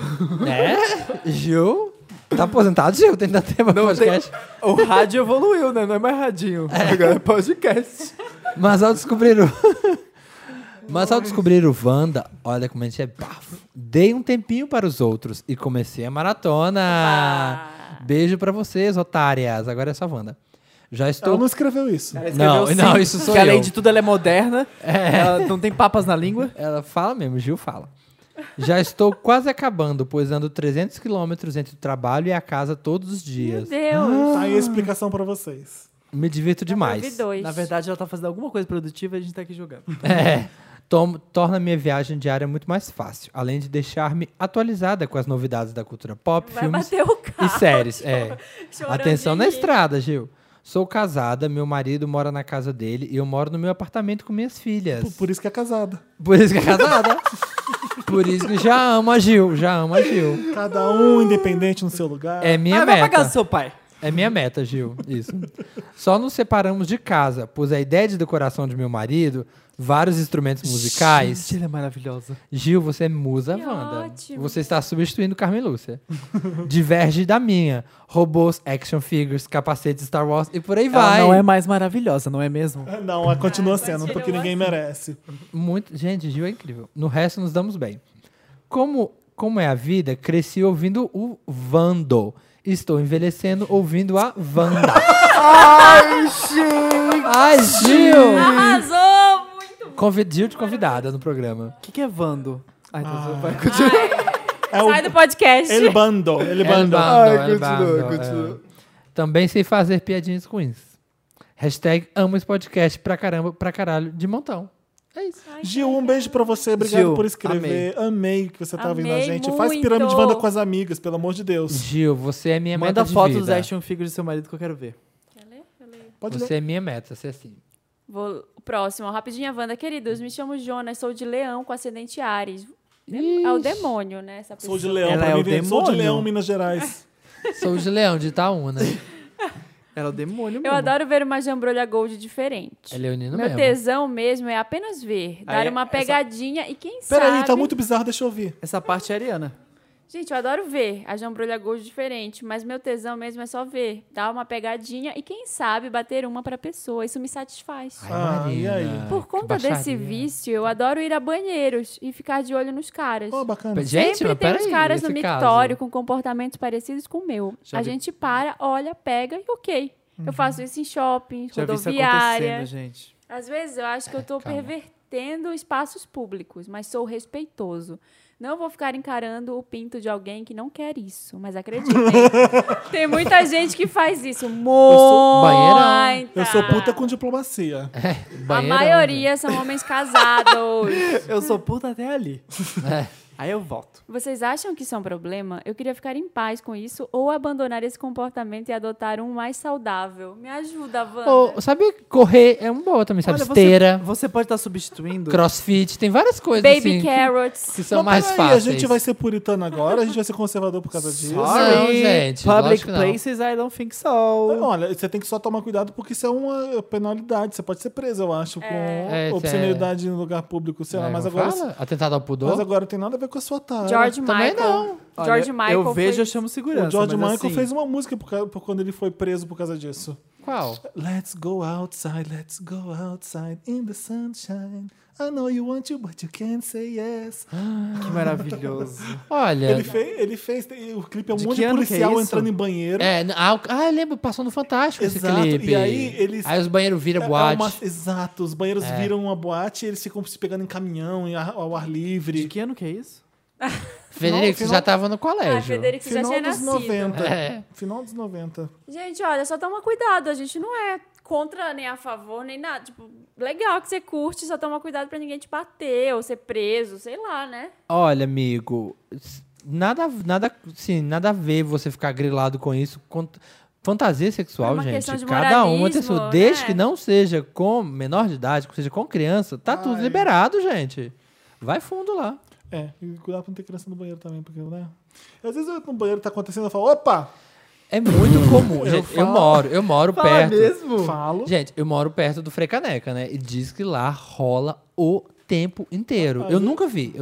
Gil... Tá aposentado, Gil? Tem que dar tempo pro podcast. O rádio evoluiu, né? Não é mais radinho. Agora é podcast. Mas ao descobrir o... Mas ao descobrir o Wanda, olha como a gente é bafo. Dei um tempinho para os outros e comecei a maratona. Beijo pra vocês, otárias. Agora é só Wanda. Já Ela estou... não escreveu isso. Não, isso sou que além eu. de tudo ela é moderna. Ela não tem papas na língua. Ela fala mesmo, Gil fala. Já estou quase acabando, pois ando 300 quilômetros entre o trabalho e a casa todos os Meu dias. Deus. Tá aí a explicação pra vocês. Me divirto demais. Eu vi dois. Na verdade, ela tá fazendo alguma coisa produtiva e a gente tá aqui jogando. Torna minha viagem diária muito mais fácil, além de deixar-me atualizada com as novidades da cultura pop, Vai filmes bater o carro. e séries. Chorando Atenção de na rir. estrada, Gil. Sou casada, meu marido mora na casa dele e eu moro no meu apartamento com minhas filhas. Por isso que é casada. Por isso que é casada. Por isso que já amo a Gil, Cada um independente no seu lugar. É minha Vai pra meta. casa do seu pai. É minha meta, Gil. Isso. Só nos separamos de casa, pois a ideia de decoração de meu marido, vários instrumentos musicais. Gente, ela é maravilhosa. Gil, você é musa, Que Wanda. ótimo. Você está substituindo Carmen Lúcia. Diverge da minha. Robôs, action figures, capacetes Star Wars e por aí vai. Ela não é mais maravilhosa, não é mesmo? Não, ela continua sendo, porque ninguém merece. Muito... Gente, Gil é incrível. No resto, nos damos bem. Como é a vida, cresci ouvindo o Vando. Estou envelhecendo ouvindo a Wanda. Ai, Gil! Arrasou! Muito Gil de convidada no programa. O que é Vando? Ai, então vai continuar. É o Sai do podcast. El Bando. El Bando. Bando. Também sei fazer piadinhas ruins. Hashtag amo esse podcast pra caramba, pra caralho, de montão. É isso. Gil, um beijo pra você. Obrigado Gil, por escrever. Amei que você tá ouvindo a Amei gente. muito. Faz pirâmide Wanda com as amigas, pelo amor de Deus. Gil, você é minha Manda meta de foto vida. dos action figures do seu marido que eu quero ver. Quer ler? Eu leio. Pode Você ler. é minha meta, você é assim. O próximo, ó, rapidinha, Wanda. Queridos, me chamo Jonas, sou de Leão com ascendente Ares. É o demônio, né? Essa Sou de pessoa. Leão. Ela pra é mim, o Sou de demônio? Leão, Minas Gerais. Sou de Leão, de Itaúna. Ela é o demônio Eu mesmo. adoro ver uma jambrolha gold diferente. É leonino Meu mesmo. tesão mesmo é apenas ver, dar Aí, uma essa- pegadinha e quem sabe... Peraí, tá muito bizarro, deixa eu ouvir. Essa parte é a Ariana. Gente, eu adoro ver a jambrolha gold diferente, mas meu tesão mesmo é só ver, dar uma pegadinha e quem sabe bater uma pra pessoa. Isso me satisfaz. Ai, Ah, e aí? Marina, Por que conta desse baixaria. vício, eu adoro ir a banheiros e ficar de olho nos caras. Pô, bacana. Gente, Sempre mas tem peraí, uns caras no esse mictório caso. com comportamentos parecidos com o meu. Já A vi. gente para, olha, pega e ok. Eu faço isso em shopping, Já vi isso rodoviária. acontecendo, gente. Às vezes eu acho que eu tô calma. pervertendo espaços públicos, mas sou respeitoso. Não vou ficar encarando o pinto de alguém que não quer isso. Mas acreditem, tem muita gente que faz isso. banheirão. Eu sou puta com diplomacia. A Banheirão, maioria são homens casados. Eu sou puta até ali. É. Aí eu volto. Vocês acham que isso é um problema? Eu queria ficar em paz com isso ou abandonar esse comportamento e adotar um mais saudável. Me ajuda, Wanda. Ou, sabe, correr é uma boa também, sabe? Olha, Esteira, Você pode estar substituindo. crossfit, tem várias coisas Baby assim carrots. que são Mas mais peraí, fáceis. a gente vai ser puritano agora, a gente vai ser conservador por causa disso. Não, gente, Public lógico que não. places, I don't think so. Olha, você tem que só tomar cuidado porque isso é uma penalidade. Você pode ser preso, eu acho, com obscenidade em lugar público, sei lá. É, Mas como agora, fala? Atentado ao pudor? mas agora tem nada a ver com a sua tara. George também Michael. não. Olha, George Michael eu vejo, foi- eu chamo segurança. O George mas Michael assim, fez uma música por quando ele foi preso por causa disso. Qual? Let's go outside in the sunshine. I know you want to, but you can't say yes. Que maravilhoso. Olha... Ele fez o clipe é um De monte que de ano que é policial isso? entrando em banheiro. eu lembro, passou no Fantástico Exato, esse clipe. e aí eles- Aí os banheiros viram boate. Exato, os banheiros viram uma boate e eles ficam se pegando em caminhão, ao ar livre. De que ano que é isso? Frederico, você já tava no Ah, colégio. Frederico, você já Final tinha dos nascido. 90. É. Final dos 90. Gente, olha, só toma cuidado. A gente não é contra, nem a favor, nem nada. Tipo, legal que você curte, só toma cuidado pra ninguém te bater ou ser preso, sei lá, né? Olha, amigo, nada a ver você ficar grilado com isso. Fantasia É sexual, uma gente. questão de Cada uma tem moralismo, sua. Desde né? que não seja com menor de idade, que seja com criança, tá tudo liberado, gente. Vai fundo lá. E cuidado pra não ter criança no banheiro também, porque, né? Às vezes eu no banheiro tá acontecendo, eu falo, opa! É muito comum. Gente, eu moro perto. mesmo? Falo. Gente, eu moro perto do Frecaneca, né? E diz que lá rola o tempo inteiro. Eu nunca vi.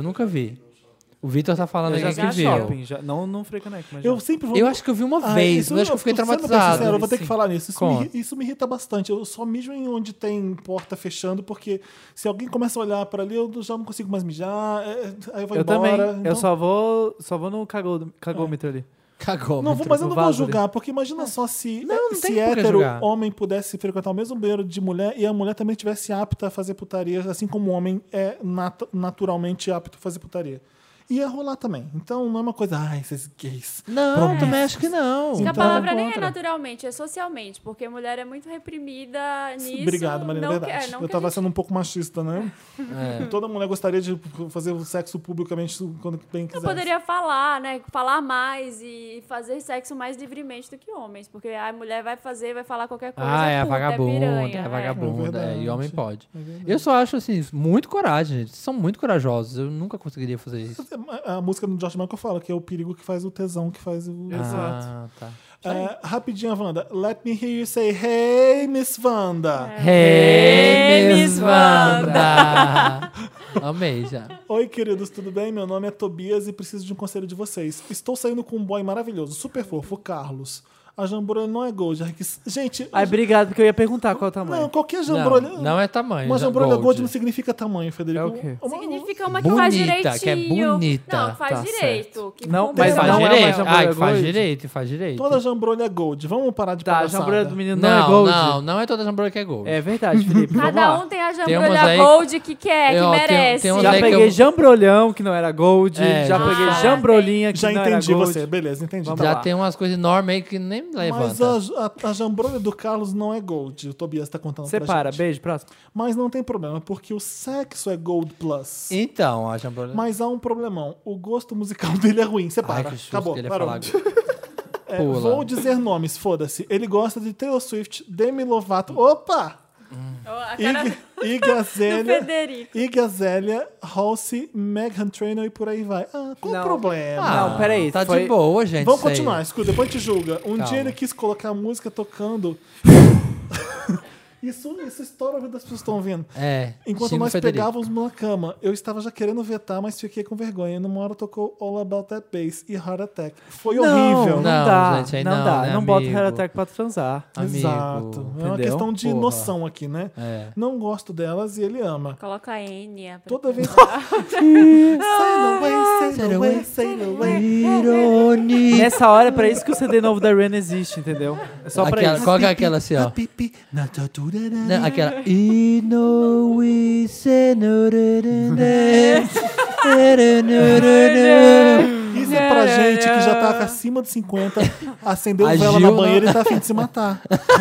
O Vitor tá falando Eu já aqui vi que viu. shopping, já, não no Frecanec, mas Eu já. sempre vou... Eu acho que eu vi uma vez, isso mas acho que eu fiquei sendo bem traumatizado. sincero, eu vou ter que Sim. falar nisso. Conta. Isso me irrita bastante. Eu só mijo em onde tem porta fechando, porque se alguém começa a olhar pra ali, eu já não consigo mais mijar. Aí eu vou Eu também. embora. Eu então- só vou no cagômetro ali. Cagou. Não vou, mas eu não vou vaso julgar, porque imagina só se, Não tem se por que hétero julgar. homem pudesse frequentar o mesmo banheiro de mulher e a mulher também estivesse apta a fazer putaria, assim como o homem é naturalmente apto a fazer putaria. Ia rolar também. Então não é uma coisa, esses gays. Não, promíscuos. também acho que não. Acho que a Então, palavra nem é contra. naturalmente, é socialmente, porque mulher é muito reprimida nisso. Obrigado, Marina, é não verdade. não Eu que tava a gente- sendo um pouco machista, né? Toda mulher gostaria de fazer o sexo publicamente quando bem Eu quiser. poderia falar, né? Falar mais e fazer sexo mais livremente do que homens. Porque a mulher vai falar qualquer coisa. Ah, é a puta, vagabunda, piranha, é a vagabunda. É E homem verdade. pode. Eu só acho, assim, muito coragem, gente. São muito corajosos. Eu nunca conseguiria fazer isso. A música do George Michael fala que é o perigo que faz o tesão, que faz o... Ah, tá. Rapidinho, Wanda. Let me hear you say, hey, Miss Wanda. Hey, Miss Miss Wanda! Amei já. Oi, queridos, tudo bem? Meu nome é Tobias e preciso de um conselho de vocês. Estou saindo com um boy maravilhoso, super fofo, o Carlos. A jambrolha não é gold. Gente, Ai, obrigado, porque eu ia perguntar qual é o tamanho. não, qualquer jambrolha... Não é tamanho. Uma já- jambrolha gold não significa tamanho, Federico. É o quê? Significa uma que faz Bonita, direitinho. que é bonita. Não, que faz Tá direito. Que Não, cumpre mas o Faz não é uma direito. jambrolha Faz gold? direito, faz direito. Toda jambrolha é gold. Vamos parar de Tá, a palhaçada. jambrolha do menino não, é Não, gold? não é toda jambrolha que é gold. É verdade, Felipe. Vamos Cada lá. um tem a Tem jambrolha umas aí- gold que quer, que Tem merece. umas Já aí que peguei eu- jambrolhão, que não era gold. É, já já peguei falar. jambrolinha, que Já não entendi era gold. você. Beleza, entendi. Vamos Já lá. tem umas coisas enormes aí que nem Mas levanta. a jambrolha do Carlos não é gold. O Tobias tá contando pra Separa, gente. beijo, próximo. Mas não tem problema, porque o sexo é gold plus. Então, a jambrolha... Mas há um problemão. O gosto musical dele é ruim. Separa. Ai, que susto Acabou. que ele ia Parou. falar. Pula. Vou dizer nomes, foda-se. Ele gosta de Taylor Swift, Demi Lovato. Opa! A cara Iggy do Azalea, Federico. Iggy Azalea, Halsey, Meghan Trainor e por aí vai. Qual o problema? Não, peraí, Tá foi- de boa, gente. Vamos isso aí. continuar, escuta, depois te julga. Um Calma. dia ele quis colocar a música tocando. Isso estoura a vida das pessoas que estão ouvindo. É. Enquanto xinga o nós Federico. pegávamos na cama, eu estava já querendo vetar, mas fiquei com vergonha. Numa hora tocou All About That Bass e Heart Attack. Foi horrível. Não, Não, dá, gente, aí não não, dá. né, Não bota amigo? Heart Attack pra transar. Amigo, Exato. É uma entendeu? questão de Porra. noção aqui, né? É. Não gosto delas e ele ama. Coloca a Enya. pra Toda vez. transar. Sail away, sail away. Irônico. Nessa hora, é pra isso que o CD novo da Rihanna existe, entendeu? É só pra Aquela- isso. Qual que é aquela assim, ó? Não, aquela. E no we say no, Isso é pra gente que já tá acima dos 50, acendeu A vela Gil na banheira e tá a fim de se matar.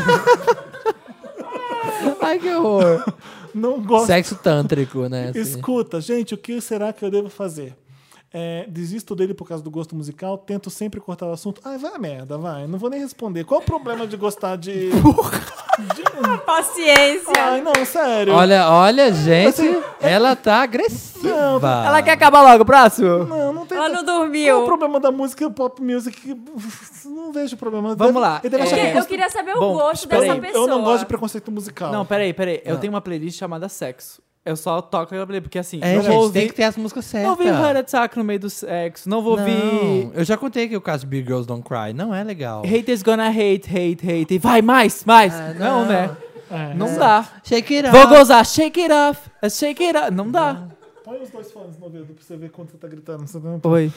Ai, que horror. Não gosto. Sexo tântrico, né? assim. Escuta, gente, o que será que eu devo fazer? Desisto dele por causa do gosto musical, tento sempre cortar o assunto. Ai, vai a merda, vai. Não vou nem responder. Qual o problema de gostar de... Paciência. Ai, não, sério. Olha, gente, Assim, ela tá agressiva. Ela quer acabar logo, próximo? Não tem... Ela não Qual é o dormiu. problema da música pop music? Não vejo problema. Vamos lá. Ele deve achar que Eu queria saber o Bom, gosto espera dessa aí. pessoa. eu não gosto de preconceito musical. Não, peraí. Eu tenho uma playlist chamada Sexo. Eu só toco aquela playlist, porque assim, É, não gente, vou ouvir... tem que ter as músicas certas. Não vou ouvir Heart Attack no meio do sexo, não vou ouvir... Eu já contei que o caso de Big Girls Don't Cry não é legal. Haters gonna hate. E vai, mais! Não, né? Não dá. Shake it Vou up. gozar, shake it off, shake it up. Não dá. Põe os dois fones no ouvido pra você ver quando você tá gritando. Você não... Oi.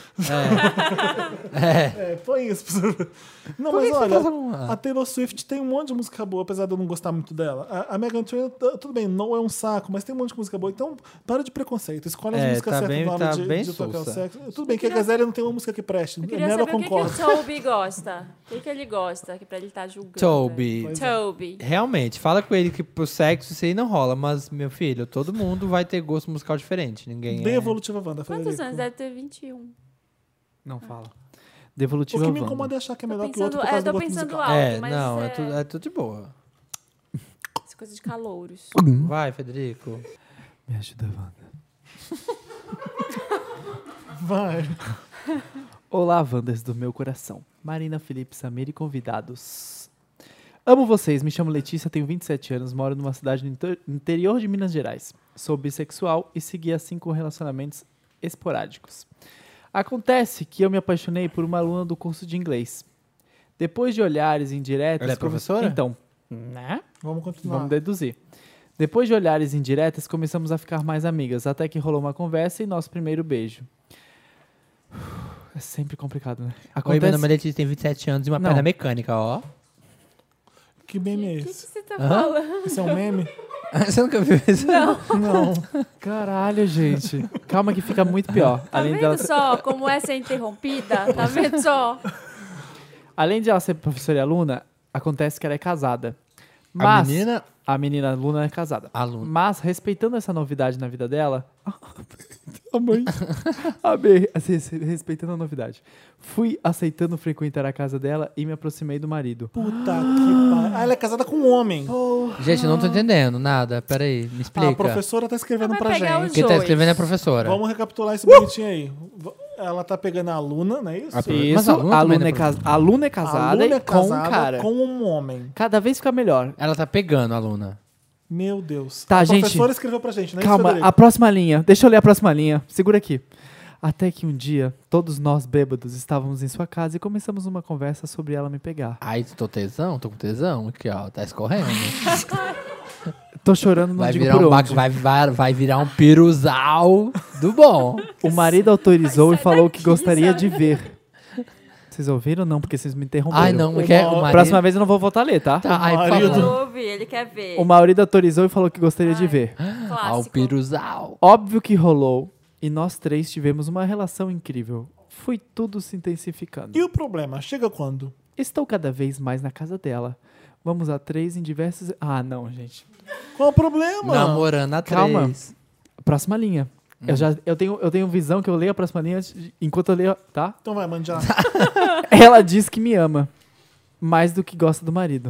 põe isso pra você ver. Não, Por mas que você olha, tá falando? a Taylor Swift tem um monte de música boa, apesar de eu não gostar muito dela. A Meghan Trainor, tudo bem, não é um saco, mas tem um monte de música boa. Então, para de preconceito. Escolhe as músicas tá certas bem- na hora tá bem de tocar o sulsa. sexo. Tudo bem que a Gazelle não tem uma música que preste. Eu queria Nela eu saber o que concordo. o Toby gosta. O que ele gosta, que pra ele estar julgando. Toby. Toby. Realmente, fala com ele que pro sexo isso aí não rola, mas, meu filho, todo mundo vai ter gosto musical diferente. Ninguém Bem é... evolutiva, Wanda. Quantos Frederico. anos? Deve ter 21. Não fala. O Devolutiva que me Wanda. incomoda é achar que é Tô melhor que o outro por pensando, causa do tô gosto pensando musical. alto, mas É tudo de boa. essa coisa de calouros. Vai, Federico. Me ajuda, Wanda. Vai. Olá, Wanders do meu coração. Marina, Felipe, Samir e convidados. Amo vocês, me chamo Letícia, tenho 27 anos, moro numa cidade no interior de Minas Gerais. Sou bissexual e segui assim com relacionamentos esporádicos. Acontece que eu me apaixonei por uma aluna do curso de inglês. Depois de olhares indiretas... Ela é professora? Então, né? Vamos continuar. Vamos deduzir. Depois de olhares indiretas, começamos a ficar mais amigas, até que rolou uma conversa e nosso primeiro beijo. É sempre complicado, né? Oi, meu nome é Letícia, tem 27 anos e uma Não. perna mecânica, ó. Que meme é O que esse? você tá falando? Esse é um meme? Você nunca viu isso? Não. Caralho, gente. Calma que fica muito pior. Tá vendo só como é ser interrompida? Tá vendo só? Além de ela ser professora e aluna, acontece que ela é casada. Mas a menina aluna é casada. Aluna. Mas, respeitando essa novidade na vida dela... A mãe... Amei. Assim, respeitando a novidade. Fui aceitando frequentar a casa dela e me aproximei do marido. Puta que pariu. Ela é casada com um homem. Gente, eu não tô entendendo nada. Peraí, me explica. A professora tá escrevendo Vai pra pegar gente. Quem tá escrevendo é a professora. Vamos recapitular isso bonitinho aí. Ela tá pegando a aluna, não é isso? Mas a aluna a também aluna, não é a aluna é casada, aluna é e com um casada cara. com um homem. Cada vez fica melhor. Ela tá pegando a aluna. Meu Deus. Tá, a gente. professora escreveu pra gente, né? Calma, a próxima linha. Deixa eu ler a próxima linha. Segura aqui. Até que um dia, todos nós bêbados estávamos em sua casa e começamos uma conversa sobre ela me pegar. Ai, tô tesão? Tô com tesão? Aqui, ó, tá escorrendo. Tô chorando, não Vai digo virar por um onde. vai virar um piruzal do bom. O marido autorizou e Sai falou daqui, que gostaria sabe? de ver. Vocês ouviram ou não? Porque vocês me interromperam. Ai, não, quer o marido... Próxima vez eu não vou voltar a ler, tá? Tá, ai, por marido- favor. Ele ouve, ele quer ver. O marido autorizou e falou que gostaria de ver. Ao Clássico. piruzal. Óbvio que rolou e nós três tivemos uma relação incrível. Foi tudo se intensificando. E o problema? Chega quando? Estou cada vez mais na casa dela. Vamos a três em diversos... Ah, não, gente. Qual o problema? Namorando a Calma. 3. Próxima linha. Eu tenho visão que eu leio a próxima linha enquanto eu leio... Tá? Então vai, mande já. Ela diz que me ama. Mais do que gosta do marido.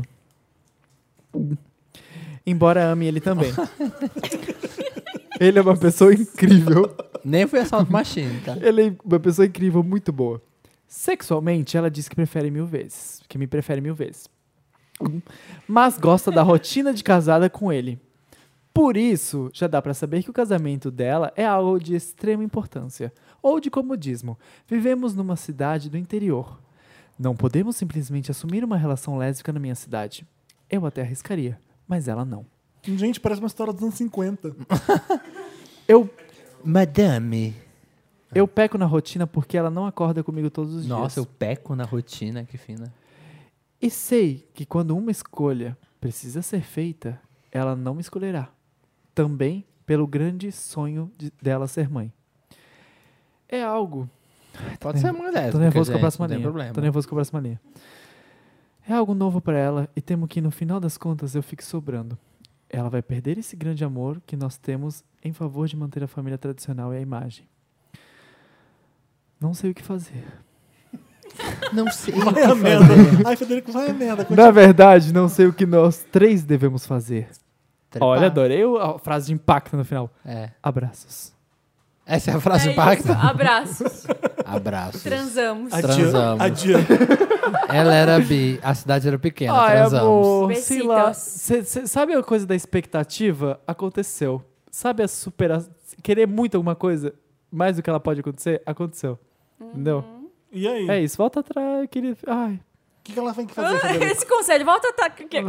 Embora ame ele também. Ele é uma pessoa incrível. Nem foi assalto machine, tá? Ele é uma pessoa incrível, muito boa. Sexualmente, ela diz que prefere 1000 vezes. Que me prefere 1000 vezes. Mas gosta da rotina de casada com ele. Por isso, já dá pra saber que o casamento dela é algo de extrema importância. Ou de comodismo. Vivemos numa cidade do interior. Não podemos simplesmente assumir uma relação lésbica na minha cidade. Eu até arriscaria, mas ela não. Gente, parece uma história dos anos 50. Madame. Eu peco na rotina porque ela não acorda comigo todos os Nossa, eu dias. peco na rotina, que fina. E sei que quando uma escolha precisa ser feita, ela não me escolherá. Também pelo grande sonho dela ser mãe. É algo... Pode ser mulher. Tô nervoso com a gente, próxima não tem linha. problema. Tô nervoso com a próxima linha. É algo novo pra ela e temo que no final das contas eu fique sobrando. Ela vai perder esse grande amor que nós temos em favor de manter a família tradicional e a imagem. Não sei o que fazer. Não sei. Vai a merda. Ai, Federico, vai a merda. Na verdade, não sei o que nós 3 devemos fazer. Trepar. Olha, adorei a frase de impacto no final. É. Abraços. Essa é a frase É impacta? isso, abraços. Abraços. Transamos. Transamos. Adianta. Ela era bi, a cidade era pequena, Ai, transamos. amor, sei lá. Besitos. Cê sabe a coisa da expectativa? Aconteceu. Sabe a superação? Querer muito alguma coisa, mais do que ela pode acontecer? Aconteceu. Entendeu? E aí? É isso, volta atrás, querido. Ai. O que ela tem que fazer, Federico? Esse conselho, volta a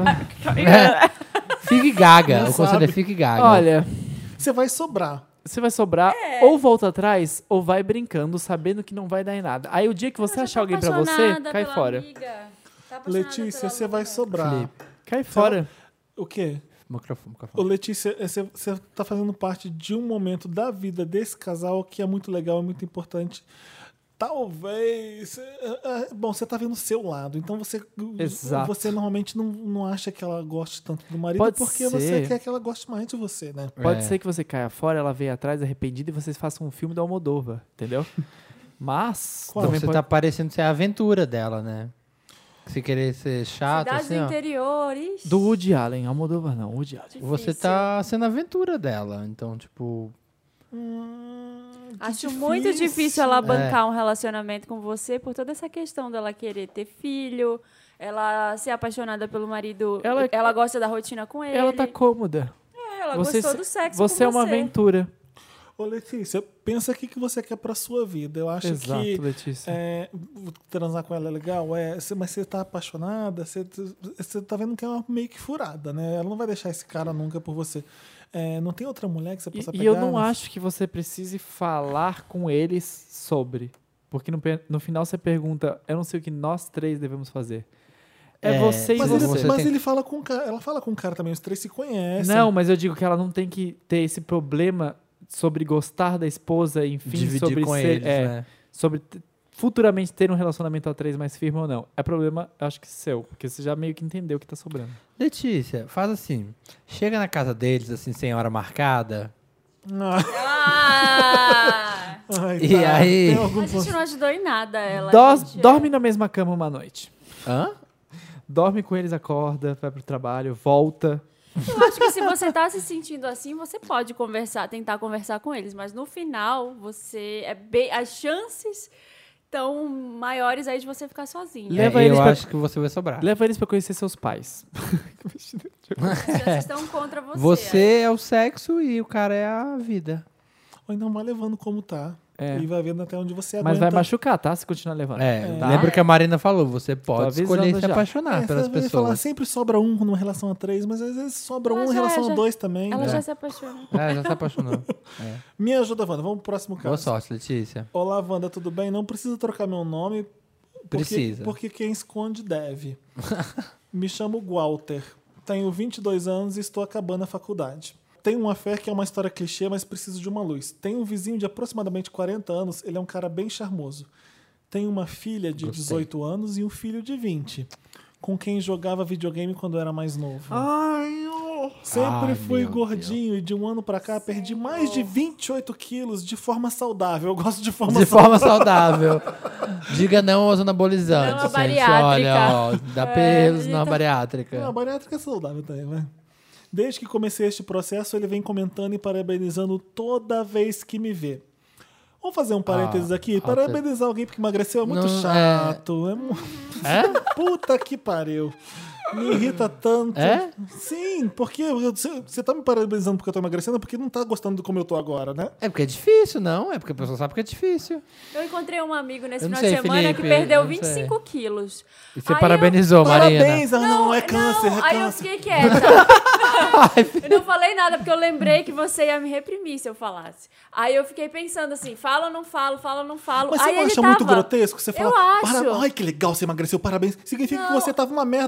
Fique gaga. Não O conselho é sabe. fique gaga. Olha, Você vai sobrar. você vai sobrar, ou volta atrás, ou vai brincando, sabendo que não vai dar em nada. Aí o dia que você achar alguém pra você, cai fora. Letícia, você vai sobrar. Felipe. Cai fora. O quê? Microfone. Ô, Letícia, você tá fazendo parte de um momento da vida desse casal que é muito legal, é muito importante. Talvez. Bom, você tá vendo o seu lado. Então Exato. você normalmente não acha que ela goste tanto do marido Pode porque ser. você quer que ela goste mais de você, né? Pode É. ser que você caia fora, ela venha atrás arrependida e vocês façam um filme do Almodóvar, entendeu? Mas Qual? também Você pode... tá parecendo ser a aventura dela, né? Se querer ser chato, Cidades assim, ó. interiores. Do Woody Allen, Almodóvar não, Woody Allen. Você tá sendo a aventura dela. Então, tipo... Acho muito difícil É. ela bancar um relacionamento com você por toda essa questão dela querer ter filho, ela ser apaixonada pelo marido, ela gosta da rotina com ele. Ela tá cômoda. Ela Você, gostou do sexo você com é uma aventura. Ô, Letícia, pensa o que você quer pra sua vida. Eu acho Exato, que Letícia. transar com ela é legal, mas você tá apaixonada, você tá vendo que é uma meio que furada, né? Ela não vai deixar esse cara nunca por você. Não tem outra mulher que você possa pegar? E eu não acho que você precise falar com eles sobre. Porque no final você pergunta, eu não sei o que nós 3 devemos fazer. É você e Mas, você. ele fala com o cara, ela fala com o cara também, os 3 se conhecem. Não, mas eu digo que ela não tem que ter esse problema sobre gostar da esposa, enfim, Dividir sobre com ser, eles, né? sobre futuramente ter um relacionamento a 3 mais firme ou não. É problema, eu acho que seu, porque você já meio que entendeu o que tá sobrando. Letícia, faz assim. Chega na casa deles, assim, sem hora marcada. Ah! Ai, E aí? Tem algum A gente não ajudou em nada ela. gente. Dorme na mesma cama uma noite. Hã? Dorme com eles, acorda, vai pro trabalho, volta. Eu acho que se você tá se sentindo assim, você pode tentar conversar com eles, mas no final, as chances estão maiores aí de você ficar sozinha. Leva eles eu pra- acho que você vai sobrar. Leva eles pra conhecer seus pais. As chances estão contra você. Você é o sexo e o cara é a vida. Ou então vai levando como tá. E vai vendo até onde você aguenta. Mas vai machucar, tá? Se continuar levando. Tá? Lembra que a Marina falou, você pode Tô avisando escolher se já. apaixonar pelas você vai pessoas. falar, sempre sobra um numa relação a 3, mas às vezes sobra Ela um em já- relação já- a 2 também. Ela né? já se apaixonou. Já se apaixonou. Me ajuda, Wanda. Vamos pro próximo caso. Boa sorte, Letícia. Olá, Wanda, tudo bem? Não precisa trocar meu nome. Precisa. Porque quem esconde deve. Me chamo Walter. Tenho 22 anos e estou acabando a faculdade. Tenho uma fé que é uma história clichê, mas preciso de uma luz. Tenho um vizinho de aproximadamente 40 anos. Ele é um cara bem charmoso. Tenho uma filha de 18 anos e um filho de 20. Com quem jogava videogame quando era mais novo. Sempre Ai, fui meu gordinho e de um ano pra cá perdi mais de 28 quilos de forma saudável. Eu gosto de forma De forma saudável. Diga não aos anabolizantes, Não à gente. bariátrica. Olha, ó, dá pelos na Não, bariátrica. a bariátrica é saudável também, vai. Desde que comecei este processo, ele vem comentando e parabenizando toda vez que me vê. Vamos fazer um parênteses aqui? Parabenizar alguém porque emagreceu é muito Não, chato. É? Puta que pariu. Me irrita tanto. É? Sim, porque você tá me parabenizando porque eu tô emagrecendo, é porque não tá gostando de como eu tô agora, né? É porque é difícil, não? É porque a pessoa sabe que é difícil. Eu encontrei um amigo nesse Eu não final de sei, semana Felipe, que perdeu eu não sei. 25 quilos. E você Aí parabenizou, Marina. Parabéns, não, é câncer, é Aí eu câncer. fiquei quieta. Eu não falei nada, porque eu lembrei que você ia me reprimir se eu falasse. Aí eu fiquei pensando assim, fala ou não falo, fala ou não falo. Mas Aí você não ele acha muito tava- grotesco? Você fala, Eu acho. ai que legal, você emagreceu, parabéns. Significa que você tava uma merda antes, ela não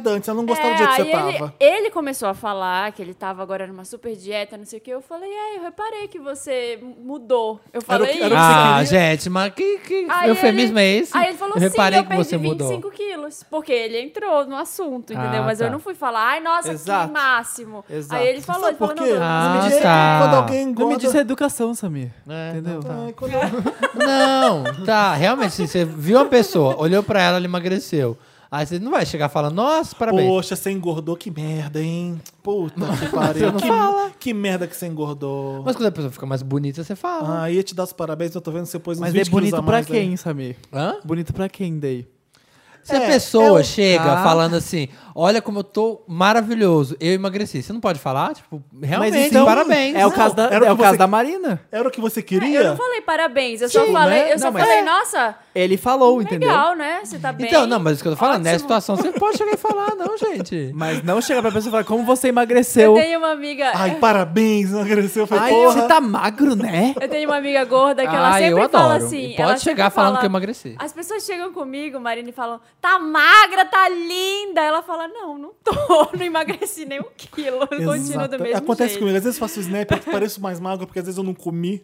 gostava do jeito que você aí tava. ele começou a falar que ele tava agora numa super dieta, não sei o que. Eu falei, eu reparei que você mudou. Eu falei era o que isso. você Ah, queria? gente, mas que Aí eufemismo é esse? Aí ele falou eu reparei eu que perdi você mudou. 25 quilos. Porque ele entrou no assunto, entendeu? Ah, Mas tá. eu não fui falar, ai, nossa, Exato. que máximo. Exato. Aí ele falou, Sabe por quê? Ah, Porque tá. quando alguém Não engorda... me disse a educação, Samir. É, Entendeu? Ai, quando- Não, tá, realmente, se você viu uma pessoa, olhou pra ela, ela emagreceu. Aí você não vai chegar falando, nossa, parabéns. Poxa, você engordou, que merda, hein? Puta que pariu. Que merda que você engordou. Mas quando a pessoa fica mais bonita, você fala. Ah, ia te dar os parabéns, eu tô vendo que você pôs uns Mas 20 é bonito quilos a pra mais quem, aí. Samir? Hã? Bonito pra quem daí? Se a É, pessoa é o- chega Ah. falando assim, olha como eu tô maravilhoso, eu emagreci. Você não pode falar? Tipo, realmente, então, parabéns. É o caso da, era o é que o caso você- da Marina. Era o que você Eu queria? não falei parabéns, eu só Sim, falei, né? eu só Não, mas- falei, nossa, Ele falou, entendeu? legal, né? Você tá bem. Então, não, mas isso que eu tô falando, nessa Ótimo. situação você pode chegar e falar, não, gente. Mas não chegar pra pessoa e falar como você Eu emagreceu. tenho uma amiga... Ai, parabéns, emagreceu. Eu falei, Ai, porra. você tá magro, né? Eu tenho uma amiga gorda que ela eu sempre fala adoro. assim. E pode ela chegar sempre falando fala, que eu emagreci. As pessoas chegam comigo, Marina, e falam, tá magra, tá linda. Ela fala, não tô, não emagreci nem 1 quilo. Eu continuo Exato. do mesmo Acontece jeito. comigo. Às vezes eu faço snap, eu pareço mais magro porque às vezes eu não comi.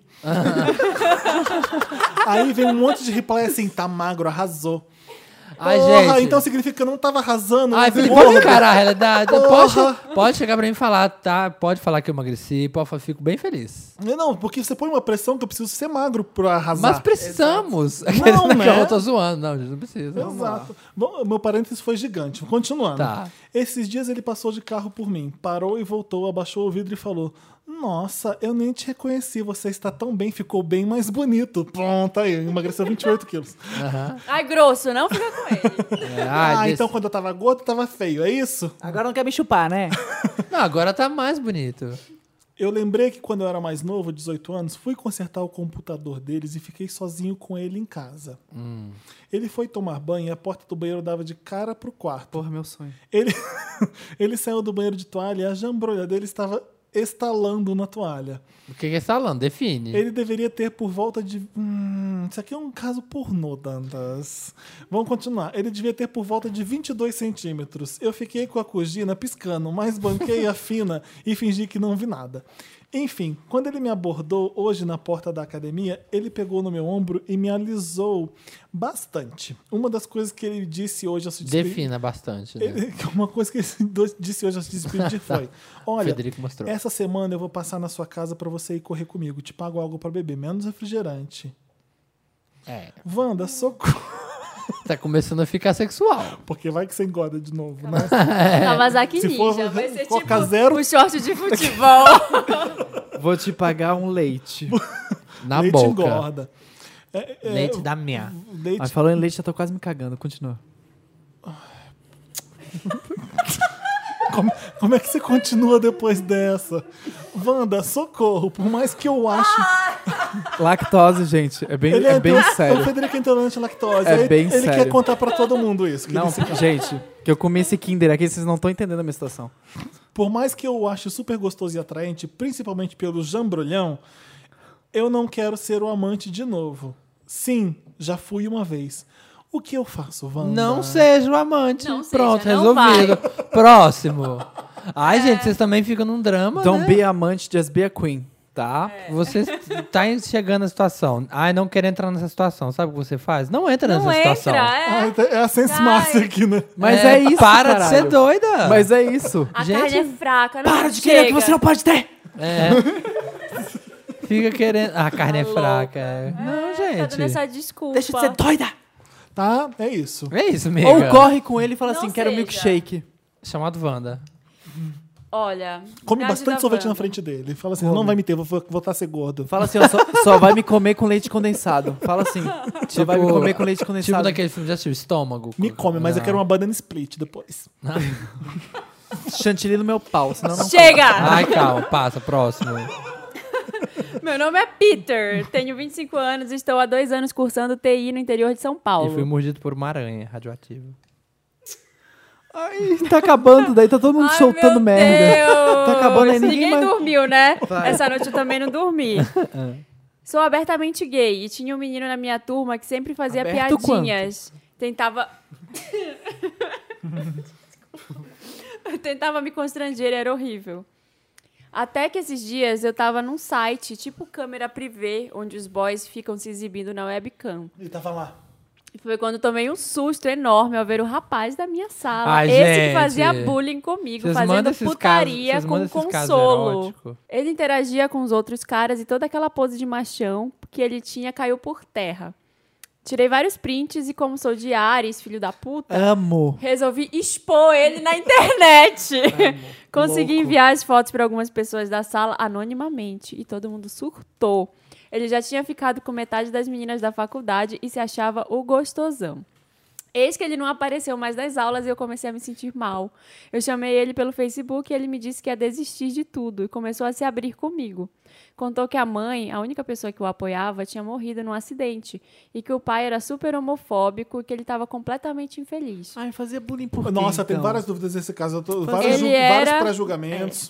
Aí vem um monte de reply assim, tá magro, arrasou. Ai, Porra, gente. então significa que eu não tava arrasando. Ai, mas Felipe, gordo. pode encarar a realidade. Porra. Pode chegar pra mim e falar, tá? Pode falar que eu emagreci, pode falar, fico bem feliz. Não, porque você põe uma pressão que eu preciso ser magro pra arrasar. Mas precisamos. Não, né? Eu tô zoando. Não, gente, não precisa. Exato. Bom, meu parênteses foi gigante. Continuando. Tá. Esses dias ele passou de carro por mim, parou e voltou, abaixou o vidro e falou: Nossa, eu nem te reconheci, você está tão bem, ficou bem mais bonito. Pronto, aí, emagreceu 28 quilos. Ai, grosso, não fica com ele. É, Então quando eu tava gordo, eu tava feio, é isso? Agora não quer me chupar, né? Não, agora tá mais bonito. Eu lembrei que quando eu era mais novo, 18 anos, fui consertar o computador deles e fiquei sozinho com ele em casa. Ele foi tomar banho e a porta do banheiro dava de cara pro quarto. Porra, meu sonho. Ele saiu do banheiro de toalha e a jambrolha dele estava estalando na toalha. O que você tá falando? Define. Ele deveria ter por volta de... isso aqui é um caso pornô, Dantas. Vamos continuar. Ele devia ter por volta de 22 centímetros. Eu fiquei com a cugina piscando, mas banquei a fina e fingi que não vi nada. Enfim, quando ele me abordou hoje na porta da academia, ele pegou no meu ombro e me alisou bastante. Uma das coisas que ele disse hoje ao se despedir... Defina bastante. Né? Uma coisa que ele disse hoje ao se despedir foi: Olha, Federico mostrou. essa semana eu vou passar na sua casa pra você ir correr comigo. Te pago algo pra beber, menos refrigerante. É. Wanda, socorro. Tá começando a ficar sexual. Porque vai que você engorda de novo, né? Kawasaki Se for Ninja, vai ser Coca tipo Zero. o short de futebol. Vou te pagar um leite. Na Leite boca. engorda. Leite da minha. Leite... Mas falando em leite, já tô quase me cagando. Continua. Como é que você continua depois dessa? Wanda, socorro. Por mais que eu ache... Lactose, gente. É bem, Ele é bem O sério. Federico é intolerante à lactose. É Aí bem ele sério. quer contar pra todo mundo isso. que Não, ele se- gente, que eu comi esse Kinder aqui, vocês não estão entendendo a minha situação. Por mais que eu o ache super gostoso e atraente, principalmente pelo jambrolhão, eu não quero ser o amante de novo. Sim, já fui uma vez. O que eu faço, Wanda? Não seja o amante. Não seja, Pronto, não resolvido. Próximo. Ai, gente, vocês também ficam num drama, Don't né? be amante, just be a queen, tá? Você tá chegando na situação. Ai, não quero entrar nessa situação. Sabe o que você faz? Não entra nessa Não situação. entra, É a Sense Ai. Master aqui, né? Mas é isso, Para de caralho. ser doida. Mas é isso. A Gente, carne é fraca, não Para de chega. querer o que você não pode ter! É. Fica querendo... A carne é Tá fraca. É. Não, Tá dando gente. essa desculpa. Deixa de ser doida! Tá? É isso. É isso, amiga. Ou corre com ele e fala Não assim, quero seja. milkshake. Chamado Wanda. Olha. Come me bastante ajuda, sorvete na Wanda. frente dele. Fala assim, não vai me ter, vou voltar a ser gordo. Fala assim, ó, só vai me comer com leite condensado. Fala assim, só vai me comer com leite Tipo condensado. daquele filme, já assistiu? Estômago. Me come, mas eu quero uma banana split depois. Chantilly no meu pau, senão não Chega! Ai, calma, passa, próximo. Meu nome é Peter, tenho 25 anos e estou há 2 anos cursando TI no interior de São Paulo. E fui mordido por uma aranha radioativa. Ai, tá acabando, daí tá todo mundo Ai, soltando meu merda. Deus. Tá acabando aí, ninguém mais- dormiu, né? Vai. Essa noite eu também não dormi. Sou abertamente gay e tinha um menino na minha turma que sempre fazia Aberto piadinhas. Tentava... Eu tentava me constranger, era horrível. Até que esses dias eu tava num site, tipo câmera privê, onde os boys ficam se exibindo na webcam. Ele tava lá. E foi quando eu tomei um susto enorme ao ver o rapaz da minha sala. Ai, esse gente. que fazia bullying comigo, Vocês fazendo mandam esses putaria casos- vocês com mandam esses casos consolo. eróticos. Ele interagia com os outros caras e toda aquela pose de machão que ele tinha caiu por terra. Tirei vários prints e como sou de Ares, filho da puta, Amo. resolvi expor ele na internet. Consegui Louco. enviar as fotos para algumas pessoas da sala anonimamente e todo mundo surtou. Ele já tinha ficado com metade das meninas da faculdade e se achava o gostosão. Eis que ele não apareceu mais das aulas e eu comecei a me sentir mal. Eu chamei ele pelo Facebook e ele me disse que ia desistir de tudo e começou a se abrir comigo. Contou que a mãe, a única pessoa que o apoiava, tinha morrido num acidente e que o pai era super homofóbico e que ele estava completamente infeliz. Ai, fazia bullying por quê, Nossa, tem então? várias dúvidas nesse caso. Ele Vários era- pré-julgamentos.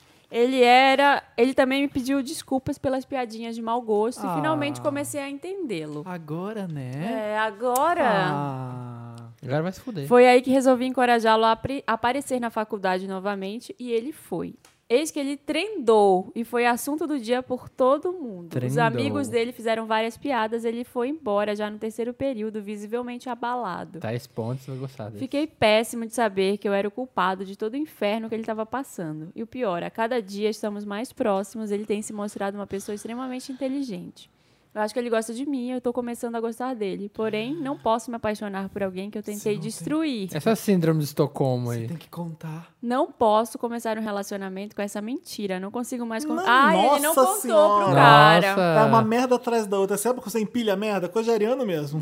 Ele também me pediu desculpas pelas piadinhas de mau gosto Ah. e finalmente comecei a entendê-lo. Agora, né? Agora... Agora vai se fuder. Foi aí que resolvi encorajá-lo a aparecer na faculdade novamente e ele foi. Eis que ele trendou e foi assunto do dia por todo mundo. Os Trendou. amigos dele fizeram várias piadas, ele foi embora já no terceiro período, visivelmente abalado. Tá pontos, eu vou gostar desse. Fiquei péssimo de saber que eu era o culpado de todo o inferno que ele estava passando. E o pior, a cada dia estamos mais próximos, ele tem se mostrado uma pessoa extremamente inteligente. Eu acho que ele gosta de mim, eu estou começando a gostar dele. Porém, não posso me apaixonar por alguém que eu tentei destruir. Essa síndrome de Estocolmo aí. Tem que contar. Não posso começar um relacionamento com essa mentira. Não consigo mais... Não, ele não nossa contou senhora. pro cara. Nossa. Tá uma merda atrás da outra. Sabe quando você empilha merda? Coisa de ariano mesmo.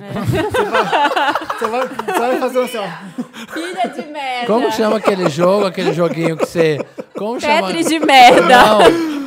É. Você vai fazendo assim, ó. Filha de merda. Como chama aquele jogo, aquele joguinho que você... Como chama? Tetris de merda. Não.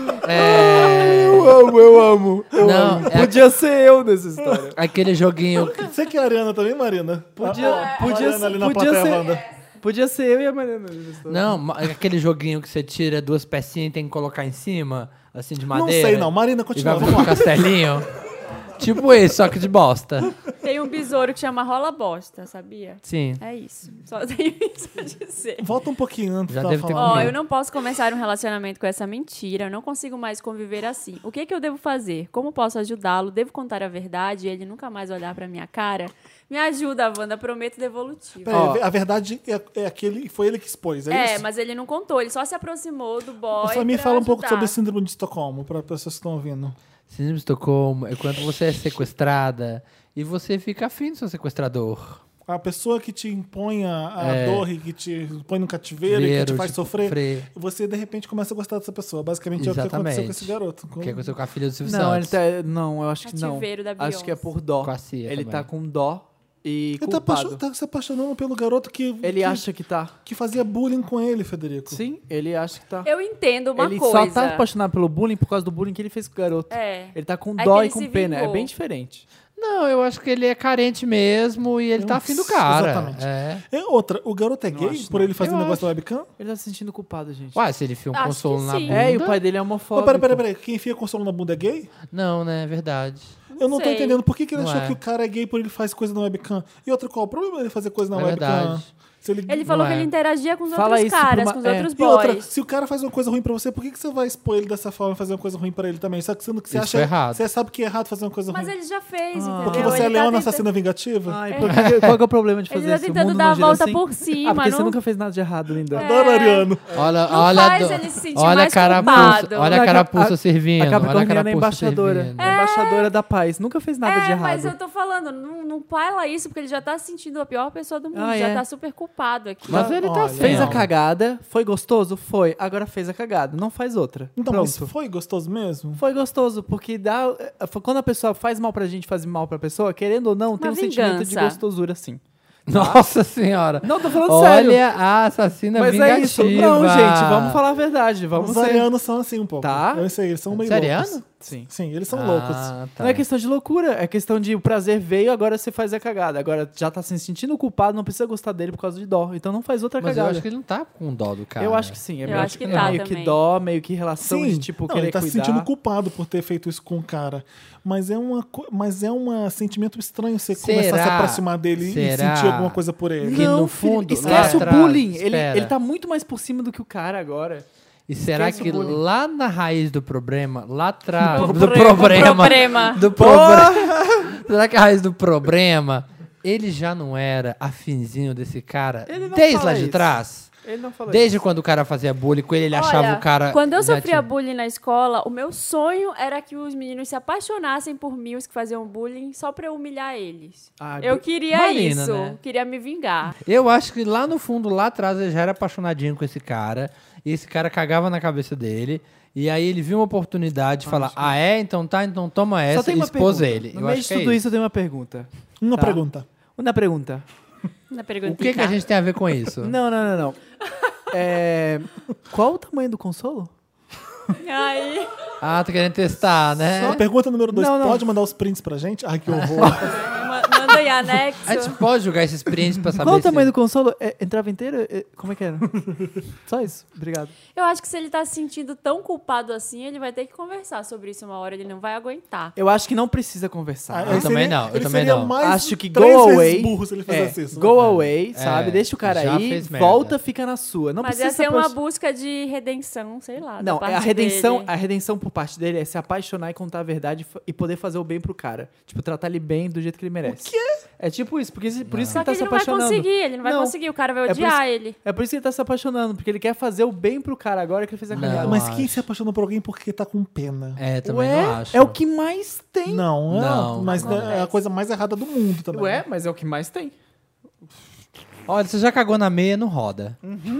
Eu amo. Não, é Podia ser eu nessa história. aquele joguinho... que- Você que é ariana também, Marina? Podia Mariana ali na podia plateia, ser- Wanda. Podia ser eu e a Mariana nessa história. Não, aquele joguinho que você tira duas pecinhas e tem que colocar em cima, assim, de Não madeira. sei não. Marina, E continua. vai Vamos fazer um lá. castelinho. Tipo esse, só que de bosta. Tem um besouro que chama Rola Bosta, sabia? Sim. É isso. Só tenho isso a dizer. Volta um pouquinho antes Já de deve ter falar. Ó, comigo. eu não posso começar um relacionamento com essa mentira. Eu não consigo mais conviver assim. O que eu devo fazer? Como posso ajudá-lo? Devo contar a verdade e ele nunca mais olhar pra minha cara? Me ajuda, Wanda. Prometo devolutivo. Peraí, a verdade é aquele, foi ele que expôs, é isso? Mas ele não contou. Ele só se aproximou do boy. Só me pra fala um pouco ajudar. sobre a síndrome de Estocolmo, para pessoas que estão ouvindo. Síndrome de Estocolmo é quando você é sequestrada e você fica afim do seu sequestrador. A pessoa que te impõe a É. dor e que te põe no cativeiro e que te faz te sofrer, você de repente começa a gostar dessa pessoa. Basicamente é o que aconteceu com esse garoto. O que aconteceu com a filha do Silvio Não, ele Santos. tá, não, eu acho que não. Cativeiro da Acho que é Beyoncé. por dó. Com a Cia Ele também. tá com dó e Ele culpado. tá se apaixonando pelo garoto Ele que, acha que tá. que fazia bullying com ele, Federico. Sim, ele acha que tá. Eu entendo uma Ele coisa. só tá apaixonado pelo bullying por causa do bullying que ele fez com o garoto. É. Ele tá com É dó que e ele com se pena. É vingou. bem diferente. Não, eu acho que ele é carente mesmo e ele tá afim do cara. Exatamente. É. É outra, o garoto é gay acho, por não. ele fazer Eu negócio da webcam? Ele tá se sentindo culpado, gente. Ué, se ele enfia um Acho consolo que na sim. bunda... É, e o pai dele é Ô, homofóbico. peraí. Quem enfia consolo na bunda é gay? Não, né? É verdade. Eu não tô sei. entendendo por que ele Não achou é. que o cara é gay por ele faz coisa na webcam. E outra, qual o problema dele fazer coisa na É webcam? verdade. Se ele... Ele falou Não que é. ele interagia com os Fala outros isso pra caras, uma- com os é. outros E outra, boys. se o cara faz uma coisa ruim pra você, por que você vai expor ele dessa forma e fazer uma coisa ruim pra ele também? Só que sendo que você Isso acha. é errado. Você sabe que é errado fazer uma coisa Mas ruim. ele já fez, entendeu? Porque você é Ele tá leona tentando- assassina vingativa? Ai, qual que é o problema de fazer Ele tá isso? O tentando mundo dar não a gira volta assim? por cima, Ah, porque você não- nunca fez nada de errado, linda. Adoro Ariano. Olha, Não olha, faz ele se sentir olha mais a carapuça, culpado. olha a carapuça servindo. A olha a Capricorniana é carapuça embaixadora. servindo. É embaixadora da paz. Nunca fez nada de errado. Mas eu tô falando, não fala isso, porque ele já tá se sentindo a pior pessoa do mundo. Ah, já é? tá super culpado aqui. Mas ele tá Olha, assim. Fez a ó. cagada, foi gostoso? Foi. Agora fez a cagada, não faz outra. Então, Pronto. mas foi gostoso mesmo? Foi gostoso, porque quando a pessoa faz mal pra gente, faz mal pra pessoa, querendo ou não, tem um sentimento de vingança. gostosura, sim. Nossa senhora. Não, tô falando sério. Olha a assassina Mas vingativa. é isso. Não, gente, vamos falar a verdade. Vamos Os ser... arianos são assim um pouco. Tá. Eu sei, eles são meio Você é loucos. ariano? Sim. Sim, eles são loucos. Tá. Não é questão de loucura, é questão de o prazer veio, agora você faz a cagada. Agora já tá se sentindo culpado, não precisa gostar dele por causa de dó. Então não faz outra Mas cagada. eu acho que ele não tá com dó do cara. Eu acho que sim. É Eu meio, acho que tá meio que também. dó, meio que relação Sim, de tipo não, querer ele tá cuidar. se sentindo culpado por ter feito isso com o cara. Mas é um sentimento estranho você começar a se aproximar dele e Será? sentir alguma coisa por ele. Que Não, no fundo, filho, lá esquece o atrás, bullying. Ele espera. tá muito mais por cima do que o cara agora. E será Esquece que o bullying. lá na raiz do problema, lá atrás Do do problema. problema, do problema, será que a raiz do problema ele já não era afinzinho desse cara Ele não desde fala lá de isso. trás? Ele não falou Desde quando o cara fazia bullying com ele, ele achava Olha, o cara. quando eu já sofria tinha- bullying na escola, o meu sonho era que os meninos se apaixonassem por mim, os que faziam bullying, só pra eu humilhar eles. Ah, Eu queria Marina, isso. né? Queria me vingar. Eu acho que lá no fundo, lá atrás, ele já era apaixonadinho com esse cara. E esse cara cagava na cabeça dele. E aí ele viu uma oportunidade de falar: Ah, é? Então tá, então toma Só essa. tem E uma expôs pergunta. ele. No Eu meio acho de que é tudo isso. isso eu tenho uma pergunta. Uma Tá. pergunta. Uma pergunta. Na pergunta. O que a gente tem a ver com isso? Não. Qual o tamanho do consolo? Aí, Ah, tá querendo testar, né? Só pergunta número 2. Não. Pode mandar os prints pra gente? Ai, que horror. manda aí anexo. A gente pode jogar esses prints pra saber Qual o tamanho se... do consolo? Entrava inteiro? Como é que era? Só isso. Obrigado. Eu acho que se ele tá se sentindo tão culpado assim, ele vai ter que conversar sobre isso uma hora, ele não vai aguentar. Eu acho que não precisa conversar. Aí também seria- não, eu ele também seria não. mais Acho que 3 go vezes away. burro se ele fizesse isso. Go away, sabe? É, Deixa o cara já aí, fez merda. volta, fica na sua. Não Mas precisa ia ser uma aproximar. busca de redenção, sei lá. da Não, parte a redenção, dele. a redenção por parte dele é se apaixonar e contar a verdade e poder fazer o bem pro cara. Tipo, tratar ele bem do jeito que ele merece. O quê? É tipo isso, por isso que Só ele que tá ele se não vai apaixonando. conseguir, ele não vai conseguir, o cara vai por odiar isso- ele. É por isso que ele tá se apaixonando, porque ele quer fazer o bem pro cara agora que ele fez a Não. cagada. Mas Eu quem acho. se apaixona por alguém porque tá com pena? É, também Ué, não acho. é o que mais tem. Não, Não. mas é a coisa mais errada do mundo também. Ué, mas é o que mais tem. Olha, você já cagou na meia, não roda.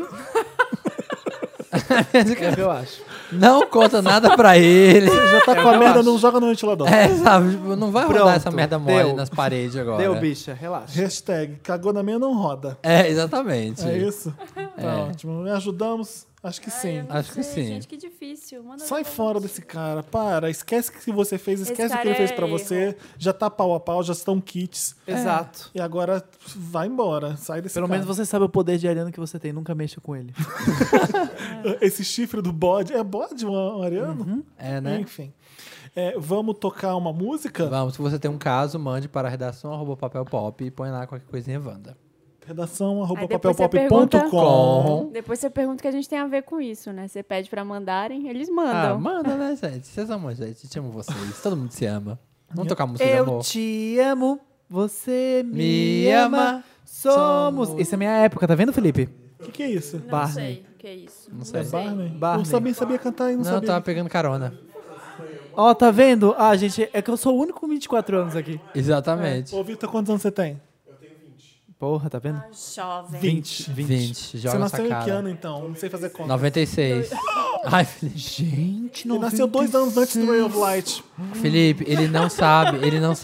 É o que eu acho. Não conta nada pra ele. Já tá com o a que eu merda, acho. não joga no ventilador. É, sabe? Tipo, não vai rodar Pronto, essa merda mole deu. nas paredes agora. Deu, bicha, relaxa. Hashtag cagou na meia, não roda. É, exatamente. É isso? Tá ótimo. Ajudamos? Acho que sim. Eu não Acho que sei, sim. Gente, que difícil. Manda Sai pra fora gente. desse cara, para. Esquece o que você fez, esquece o que cara ele fez é pra você. Já tá pau a pau, já estão kits. Exato. E agora vai embora, sai desse Pelo cara. menos você sabe o poder de ariano que você tem, nunca mexa com ele. Esse chifre do bode. É bode, um ariano? É, né? Enfim. Vamos tocar uma música? Vamos, se você tem um caso, mande para a redação@papelpop e põe lá qualquer coisinha Wanda. Redação Aí depois você pergunta- papelpop.com. Depois você pergunta o que a gente tem a ver com isso, né? Você pede pra mandarem, eles Ah, mandam. manda, né, gente? Vocês amam, gente. Te amo vocês. Todo mundo se ama. Vamos tocar música de Eu amor. te amo, você me Me ama, ama, somos. Isso é minha época, tá vendo, Felipe? O que é isso? Não Barney. sei o que é isso. Não sei. Barney? Barney. Eu sabia cantar e não Não, eu sabia. tava pegando carona. Ó, tá vendo? Ah, gente, é que eu sou o único com 24 anos aqui. Exatamente. Ô, Vitor, quantos anos você tem? Porra, tá vendo? Jovem. 20. 20. Joga Você essa nasceu em que cara. ano, então? Não sei fazer conta. 96. Ai, Felipe. Gente, Ele nasceu 2 anos antes do Ray of Light. Felipe, ele não sabe. Ele não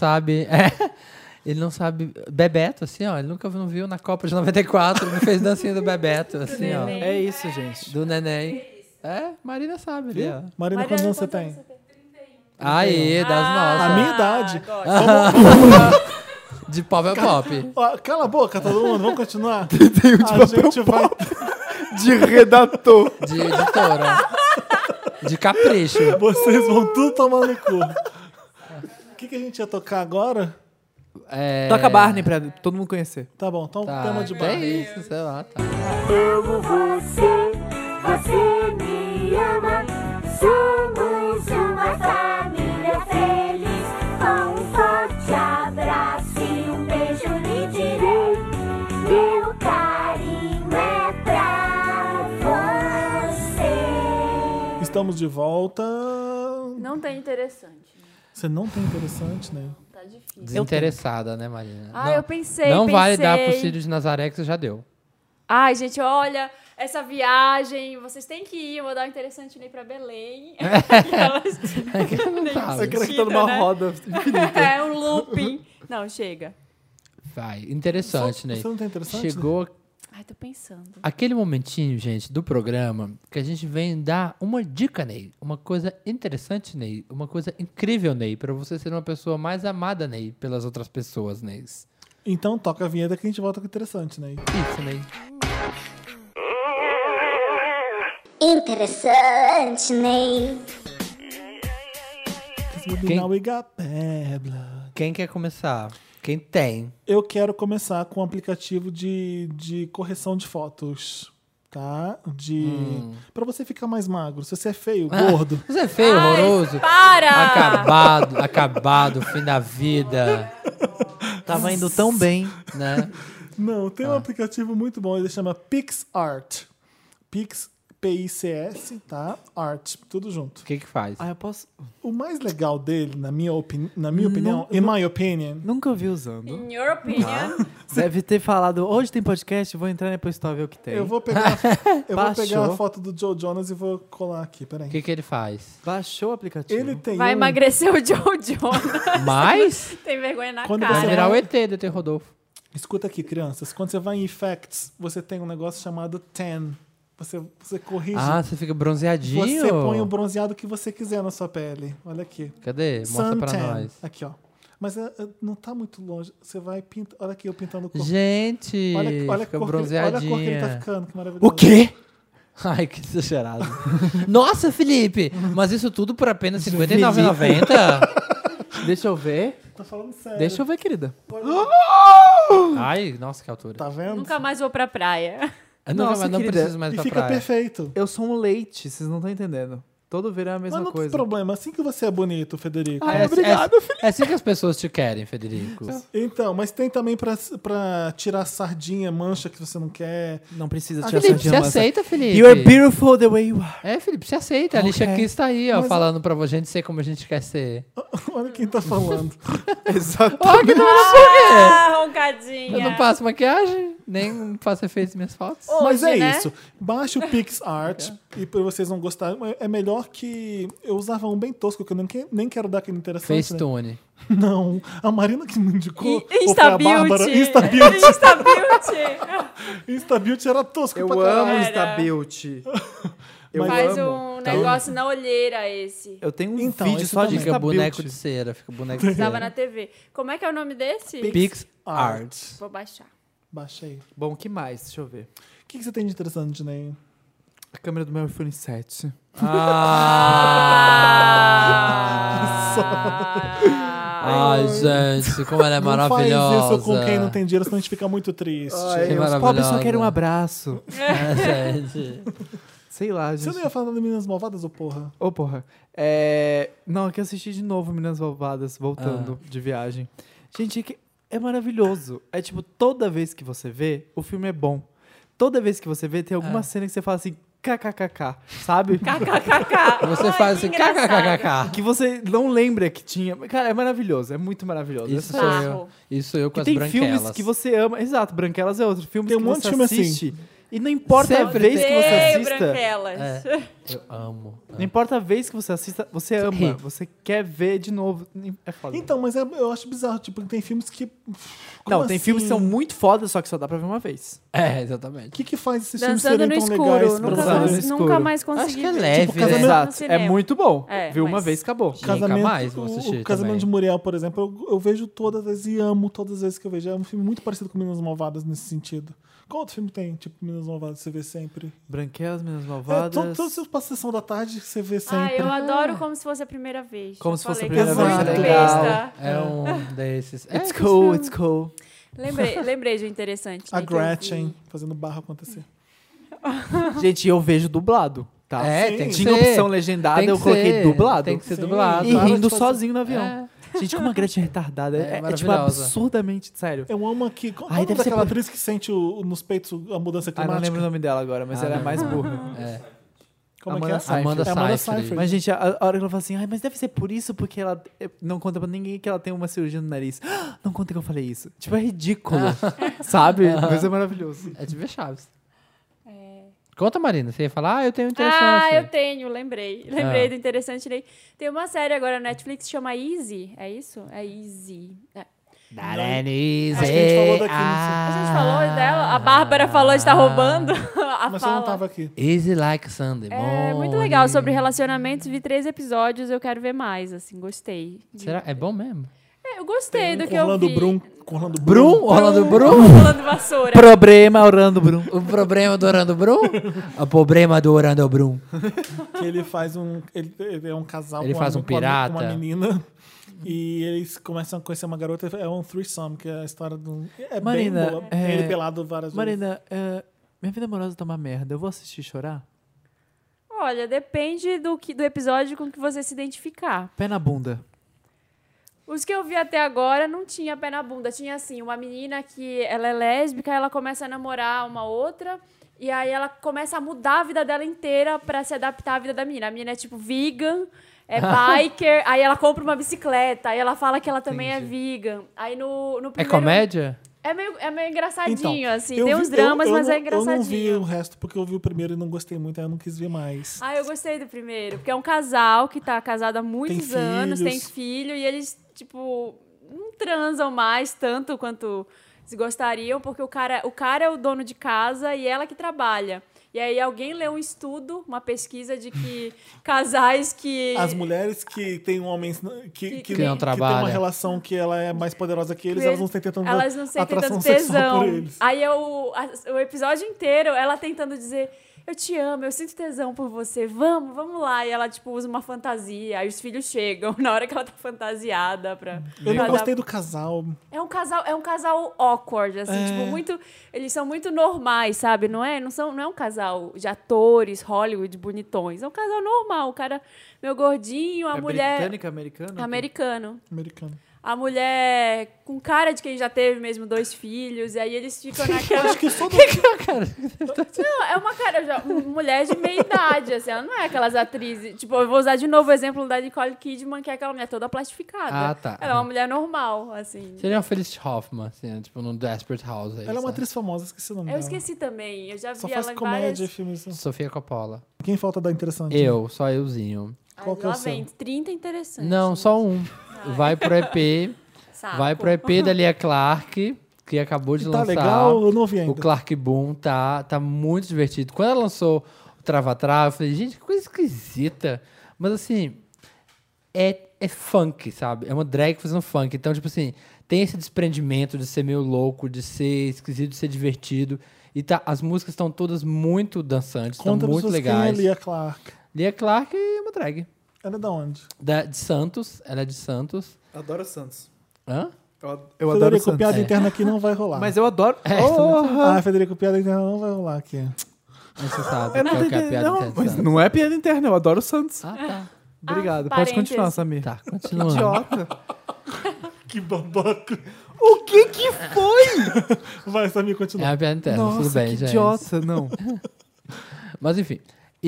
sabe Bebeto, assim, ó. Ele nunca não viu na Copa de 94. Ele não fez dancinha do Bebeto, assim, ó. neném. É isso, gente. Do neném. É, Marina sabe ali, ó. Marina, quantos anos você tem? Aí, das nossas. A minha idade. De pop é pop. Ó, cala a boca, todo mundo. Vamos continuar? A gente vai... De redator. De editora. De capricho. Vocês vão tudo tomar no cu. O que a gente ia tocar agora? É... Toca Barney pra todo mundo conhecer. Tá bom, então Tá, tema de é Barney. isso, sei lá, tá. Amo você, você me ama. Somos uma família feliz. Com um forte abraço e um beijo lhe direi. Meu carinho é pra você. Estamos de volta. Não tem interessante. Né? Você não tem interessante, né? Tá difícil. Desinteressada, né, Marina? Ah, não, eu pensei, Não vale pensei. dar pro Círio de Nazaré que você já deu. Ai, gente, olha, essa viagem, vocês têm que ir. Eu vou dar um interessante ali pra Belém. Não sabe. Eu quero que tá numa né? roda infinita. É um looping. Não, chega. Vai, interessante, né? Você não tem interessante? Chegou Ai, tô pensando. Aquele momentinho, gente, do programa que a gente vem dar uma dica, Ney. Uma coisa interessante, Ney. Uma coisa incrível, Ney. Pra você ser uma pessoa mais amada, Ney, pelas outras pessoas, Ney. Então toca a vinheta que a gente volta com o interessante, né? Isso, Ney. Interessante, Ney. Quem- Now we got bad blood. Quem quer começar? Quem tem? Eu quero começar com um aplicativo de correção de fotos, tá? Pra você ficar mais magro. Se você é feio, gordo. Você é feio, horroroso. Para! Acabado, fim da vida. Tava indo tão bem. Né? Não, tem um aplicativo muito bom, ele chama PixArt. Pix, P-I-C-S, tá? Art, tudo junto. O que faz? Ah, eu posso... O mais legal dele, na minha opinião, in my opinion, Nunca vi usando. In your opinion. Deve ter falado, hoje tem podcast, vou entrar na Apple Store ver o que tem. eu vou pegar Baixou. a foto do Joe Jonas e vou colar aqui, peraí. O que ele faz? Baixou o aplicativo. Ele tem Vai um... emagrecer o Joe Jonas. Mas Tem vergonha na Quando vai você cara. virar o ET do ET Rodolfo. Escuta aqui, crianças. Quando você vai em Effects, você tem um negócio chamado Tan. Você corrige. Ah, você fica bronzeadinho? Você põe o bronzeado que você quiser na sua pele. Olha aqui. Cadê? Mostra pra Suntan. nós. Aqui, ó. Mas não tá muito longe. Você vai pintar. Olha aqui eu pintando o corpo. Gente, Olha a fica cor que ele tá ficando, que maravilhoso. O quê? Ai, que exagerado. Nossa, Felipe! Mas isso tudo por apenas R$ 59,90? Deixa eu ver. Tô falando sério. Deixa eu ver, querida. Ai, nossa, que altura. Tá vendo? Nunca mais vou pra praia. Eu nunca Nossa, mais não querida, preciso mais E pra fica praia. perfeito. Eu sou um leite, vocês não estão entendendo. Todo verão é a Mas mesma não coisa. tem problema. Assim que você é bonito, Federico. É assim que as pessoas te querem, Federico. Então, mas tem também pra tirar sardinha, mancha que você não quer. Não precisa tirar Felipe, sardinha, você mas- aceita, Felipe? You are beautiful the way you are. É, Felipe, você aceita. A Alicia Keys tá aí, ó, falando pra gente ser como a gente quer ser. Olha quem tá falando. Exato. Ó, que não Ah, roncadinha. Eu não passo maquiagem, nem faço efeitos nas minhas fotos. Mas é né? isso. Baixa o PixArt e pra vocês não gostarem. É melhor que. Eu usava um bem tosco, que eu nem quero dar aquele interessante. Né? Facetune. Não. A Marina que me indicou. ou foi a Instabeauty. Bárbara? Instabeauty. Instabeauty. Instabeauty era tosco pra Eu caralho. amo Era. Instabeauty. Eu Faz amo. um negócio na olheira esse. Eu tenho um Então, vídeo esse só de também. Fica Instabeauty. boneco de cera, fica boneco de Tava cera. na TV. Como é que é o nome desse? PixArt. Vou baixar. Baixa aí. Bom, o que mais? Deixa eu ver. O que você tem de interessante, Ney? A câmera do meu iPhone 7. Ai, gente, como ela é maravilhosa. Não faz isso com quem não tem dinheiro, senão a gente fica muito triste. Que Os maravilhosa. pobres só querem um abraço. É, gente. Sei lá, Você gente. não ia falar de Meninas Malvadas, ou porra? Ô, porra. Não, é que eu assisti de novo Meninas Malvadas, voltando de viagem. Gente, é maravilhoso. É tipo, toda vez que você vê, o filme é bom. Toda vez que você vê, tem alguma cena que você fala assim, kkkk, sabe? KKKK. Você Ai, faz que assim, engraçado. kkkk. Que você não lembra que tinha. Cara, é maravilhoso, é muito maravilhoso. Isso Essa sou coisa. eu. Isso sou eu com Que as tem branquelas. filmes que você ama. Exato, Branquelas é outro. Filmes Tem um que monte de você filme assim. assiste. E não importa a Sempre vez que você Ei, assista. branquelas. É. Eu amo. Não importa a vez que você assista, você ama. ri. Você quer ver de novo. É foda. Então, mas eu acho bizarro. Tipo, tem filmes que. não, Como tem assim? filmes que são muito fodas, só que só dá pra ver uma vez. É, exatamente. O que faz esses filmes Dançando serem no tão legais escuro. pra Nunca, Dançando no você? mais, escuro. nunca mais consegui Acho que é ver. leve, Tipo, né? casamento- no Exato. É cinema. muito bom. É, Viu uma mas- vez, acabou. Nunca mais vou assistir o Casamento também. de Muriel, por exemplo, eu vejo todas as vezes e amo todas as vezes que eu vejo. É um filme muito parecido com Meninas Malvadas nesse sentido. Qual outro filme tem? Tipo, Meninas Malvadas, você vê sempre? Branquelas, Meninas É, Malvadas. todos os passos sessão da tarde você vê Ah, sempre. eu adoro como se fosse a primeira vez. Como Já se fosse a falei que primeira eu vez, sou muito legal. besta. É um desses. É, It's cool, it's cool. Lembrei de um interessante. A né, que eu vi. Gretchen fazendo barra acontecer. Gente, eu vejo dublado, tá? É, Sim. tem que Tinha ser. opção legendada, Tem que eu coloquei ser. dublado. Tem que ser Sim. dublado. E Para de rindo fazer- sozinho no avião. É. Gente, como a Gretchen é retardada. É É, tipo maravilhosa. absurdamente, sério. Eu amo aqui. Qual Ai, é deve ser daquela por- atriz que sente nos peitos a mudança Ah, climática? não lembro o nome dela agora, mas ela é não. mais burra. É. Como Amanda é que é? Amanda É Amanda Seyfried. Seyfried. Mas, gente, a hora que ela fala assim, ai, mas deve ser por isso, porque ela não conta pra ninguém que ela tem uma cirurgia no nariz. Não conta que eu falei isso. Tipo, é ridículo, sabe? Mas é maravilhoso. É de ver Chaves. Conta, Marina. Você ia falar, eu tenho um interessante. Ah, eu tenho, lembrei. Lembrei Ah. do interessante. Tem uma série agora na Netflix que chama Easy. É isso? É Easy. É. That ain't easy. Acho que a gente falou daqui, não sei. A gente falou dela, a Bárbara falou de estar roubando a Mas você não fala. tava aqui. Easy like Sunday morning. É muito legal sobre relacionamentos, vi 3 episódios, eu quero ver mais, assim, gostei. Será? É bom mesmo? Eu gostei do Com que eu Orlando vi. Brum. Com Orlando Brum? Orlando Brum? Rolando vassoura. Problema, Orlando Brum. O problema do Orlando Brum? O problema do Orlando Brum. Que ele faz um... Ele é um casal Ele com, faz um pirata. com uma menina. E eles começam a conhecer uma garota. É um threesome, que é a história de um... É Marina, bem boa. Ele pelado várias vezes. Marina, minha vida amorosa tá uma merda. Eu vou assistir e chorar? Olha, depende do episódio com que você se identificar. Pé na bunda. Os que eu vi até agora não tinha pé na bunda. Tinha, assim, uma menina que ela é lésbica, ela começa a namorar uma outra, e aí ela começa a mudar a vida dela inteira pra se adaptar à vida da menina. A menina é, tipo, vegan, é biker, aí ela compra uma bicicleta, aí ela fala que ela também é vegan. Aí no primeiro... É comédia? É meio engraçadinho, Então, assim. eu Tem vi- uns dramas, eu mas não, é engraçadinho. Eu não vi o resto, porque eu vi o primeiro e não gostei muito, aí eu não quis ver mais. Ah, eu gostei do primeiro, porque é um casal que tá casado há muitos Tem anos, tem filhos. filho, e eles, tipo, não transam mais tanto quanto se gostariam, porque o cara é o dono de casa e ela que trabalha. E aí alguém leu um estudo, uma pesquisa de que casais que... As mulheres que têm homens que não tem trabalham. uma relação que ela é mais poderosa que eles, que elas não sentem tanto elas não sentem atração tanto sexual por tesão. eles. Aí o episódio inteiro, ela tentando dizer, eu te amo, eu sinto tesão por você, vamos lá. E ela, tipo, usa uma fantasia, aí os filhos chegam na hora que ela tá fantasiada pra... Eu não pra gostei dar- do casal. É um casal awkward, assim, tipo, muito... Eles são muito normais, sabe? Não é um casal de atores, Hollywood, bonitões. É um casal normal, o cara meio gordinho, a mulher... Britânica, americana? Americano. Americano. A mulher com cara de quem já teve mesmo 2 filhos, e aí eles ficam naquela... Acho que só do... Não, é uma cara, mulher de meia idade, assim, ela não é aquelas atrizes... Tipo, eu vou usar de novo o exemplo da Nicole Kidman, que é aquela mulher toda plastificada. Ah, tá. Ela é uma mulher normal, assim. Seria uma Felicity Hoffman, assim, tipo, num Desperate House. Aí, Ela é uma sabe? atriz famosa, esqueci o nome Eu dela. esqueci também, eu já Só vi faz ela em comédia, várias... filmes. Sofia Coppola. Quem falta dar interessante? Só euzinho. Qual que é o lá seu? vem, 30 interessantes. Não, só um. Vai pro EP. Saco. Vai pro EP da Lia Clark, que acabou de Tá lançar. legal? Eu não vi ainda. O Clark Boom tá muito divertido. Quando ela lançou o Trava Trava, eu falei, gente, que coisa esquisita. Mas assim, é funk, sabe? É uma drag fazendo funk. Então, tipo assim, tem esse desprendimento de ser meio louco, de ser esquisito, de ser divertido. E as músicas estão todas muito dançantes, estão Conta pra muito pessoas quem é legais. Lia Clark. Lia Clark é uma drag. Ela é da onde? De Santos, ela é de Santos. Adoro Santos. Hã? Eu adoro Federico, Santos. piada interna aqui não vai rolar. Mas eu adoro... Ah, Federico, piada interna não vai rolar aqui. Mas você sabe Eu não qual tô que é a piada entendendo, interna de mas Santos. não é piada interna, eu adoro o Santos. Ah, tá. Obrigado. Pode parênteses. continuar, Samir. Tá, continuando. Idiota. Que babaca. O que foi? Vai, Samir, É continua. uma piada interna, Nossa, tudo bem, que gente. idiota, não. Mas enfim.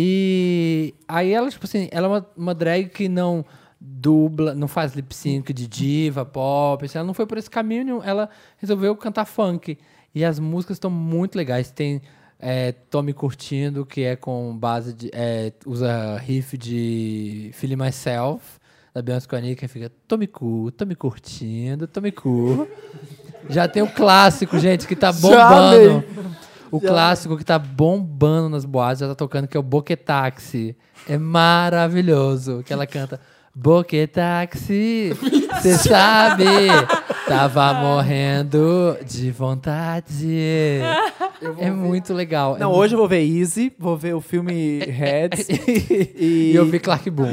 E aí ela, tipo assim, ela é uma drag que não dubla, não faz lip sync de diva, pop, assim, ela não foi por esse caminho nenhum, ela resolveu cantar funk. E as músicas estão muito legais. Tem Tô Me Curtindo, que é com base de... usa riff de Feeling Myself, da Beyoncé com a Anitta, que fica tô me curtindo, tô me cu. Já tem o clássico, gente, que tá bombando. O clássico que tá bombando nas boates, já tá tocando, que é o Boquetaxi. É maravilhoso. Que ela canta Boquetaxi, cê sabe, tava morrendo de vontade. É muito legal. Não, hoje eu vou ver Easy, vou ver o filme Heads E eu vi Clark Boom.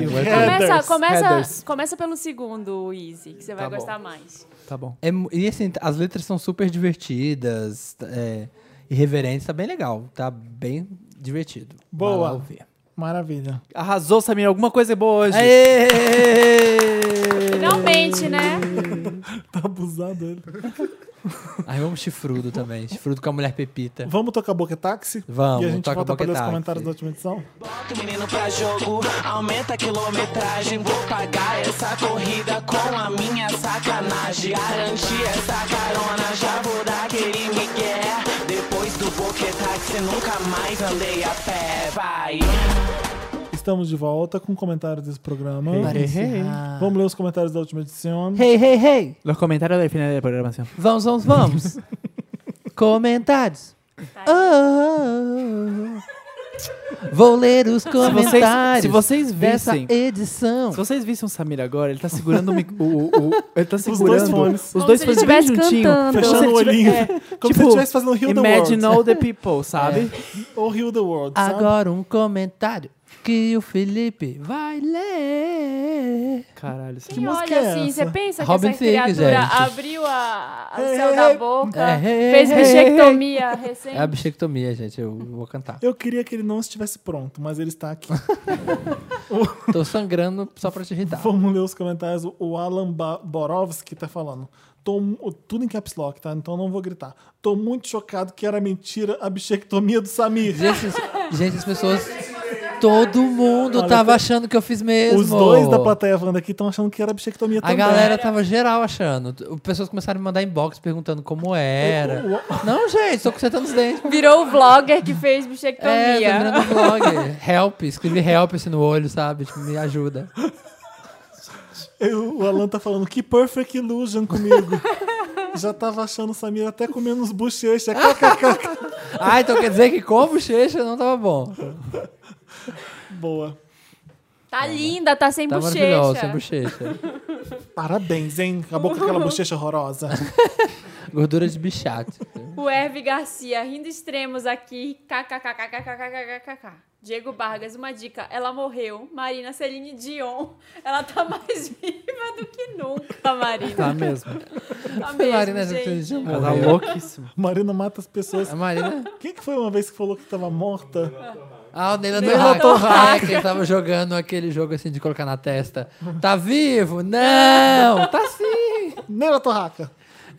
Começa pelo segundo, o Easy, que você vai Tá bom. gostar mais. Tá bom. E assim, as letras são super divertidas, irreverentes, tá bem legal. Tá bem divertido. Vai lá Boa. ouvir. Maravilha. Arrasou, Samir. Alguma coisa boa hoje. Aê! Finalmente, né? Tá abusado ele. Aí vamos chifrudo também. Chifrudo com a mulher Pepita. Vamos tocar Boquetaxi? Vamos, E a gente toca volta para ler os Boquetaxi. comentários da última edição? Bota o menino pra jogo, aumenta a quilometragem. Vou pagar essa corrida com a minha sacanagem. Garantir essa carona, já vou dar aquele migué. Depois do Boquetaxi, nunca mais andei a pé, vai. Estamos de volta com comentários desse programa. Hey. Vamos ler os comentários da última edição. Hey. Los comentarios del final de la programación. Vamos. Comentários. Vou ler os comentários Se vocês dessa vissem, edição. se vocês vissem o Samir agora, ele tá segurando ele tá dois segurando fones. os dois Como se ele fones bem estivesse juntinho. cantando. Fechando o olhinho. Como se ele estivesse fazendo Heal the Imagine all World. the people, sabe? Ou Heal the World, sabe? Agora um comentário que o Felipe vai ler. Caralho, isso Quem música olha é assim, essa? você pensa que Robin essa Thicke, criatura gente. abriu o céu da boca, É, fez bichectomia recente. É a bichectomia, gente. Eu vou cantar. Eu queria que ele não estivesse pronto, mas ele está aqui. Tô sangrando só pra te irritar. Vamos ler os comentários. O Alan Borovski tá falando. Tudo em caps lock, tá? Então não vou gritar. Tô muito chocado que era mentira a bichectomia do Samir. Gente, as pessoas... Todo mundo Olha, tava achando que eu fiz mesmo. Os dois da plateia Wanda aqui estão achando que era bichectomia A também. galera tava geral achando. Pessoas começaram a me mandar inbox perguntando como era. Não, gente, tô consertando os dentes. Virou o vlogger que fez É, bichectomia. tô virando vlog. Help, escrevi help assim no olho, sabe? Tipo, me ajuda. O Alan tá falando que perfect illusion comigo. Já tava achando o Samir até com menos bochecha. Ah, então quer dizer que com a bochecha não tava bom. Boa. Tá linda, tá sem Tá maravilhoso, bochecha. sem bochecha. Parabéns, hein? Acabou com aquela bochecha horrorosa. Gordura de bichate. O Herve Garcia, rindo extremos aqui. KKKKKKKKKK. Diego Vargas, uma dica. Ela morreu. Marina Celine Dion. Ela tá mais viva do que nunca, Marina. Tá mesmo. Tá mesmo, Marina gente. Ela tá louquíssima. Marina mata as pessoas. A Marina... Quem que foi uma vez que falou que tava morta? Ah, o Neila Neila Torraca. Que tava jogando aquele jogo assim de colocar na testa. Tá vivo? Não! Tá sim! Neila Torraca.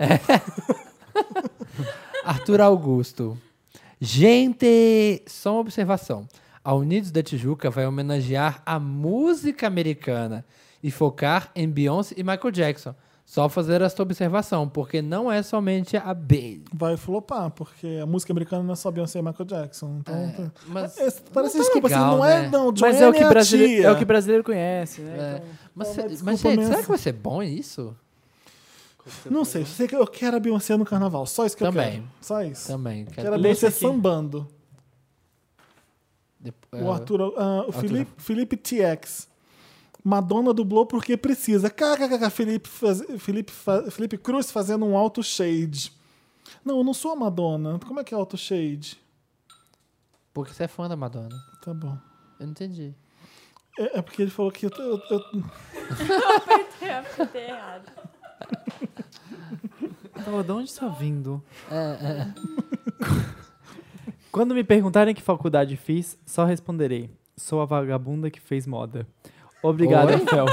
Arthur Augusto. Gente, só uma observação. A Unidos da Tijuca vai homenagear a música americana e focar em Beyoncé e Michael Jackson. Só fazer essa observação, porque não é somente a Baby. Vai flopar, porque a música americana não é só Beyoncé e Michael Jackson. Então, Mas parece não tá desculpa, legal, assim, não é, né? não. Mas Joanne é o que a brasileiro, tia. é o que brasileiro conhece, né? É. Então, Mas, É uma desculpa gente, mesmo. será que vai ser bom isso? Não sei, sei que eu quero a Beyoncé no carnaval. Só isso que eu Também. quero. Só isso. Também. Quero a Lê Beyoncé esse aqui. sambando. O Arthur, o Felipe TX. Madonna dublou porque precisa. KKK, Felipe Cruz fazendo um auto shade. Não, eu não sou a Madonna. Como é que é auto shade? Porque você é fã da Madonna. Tá bom. Eu não entendi. É porque ele falou que eu Apertei errado. Então, de onde está vindo? Quando me perguntarem que faculdade fiz, só responderei: sou a vagabunda que fez moda. Obrigado, Oi? Fel.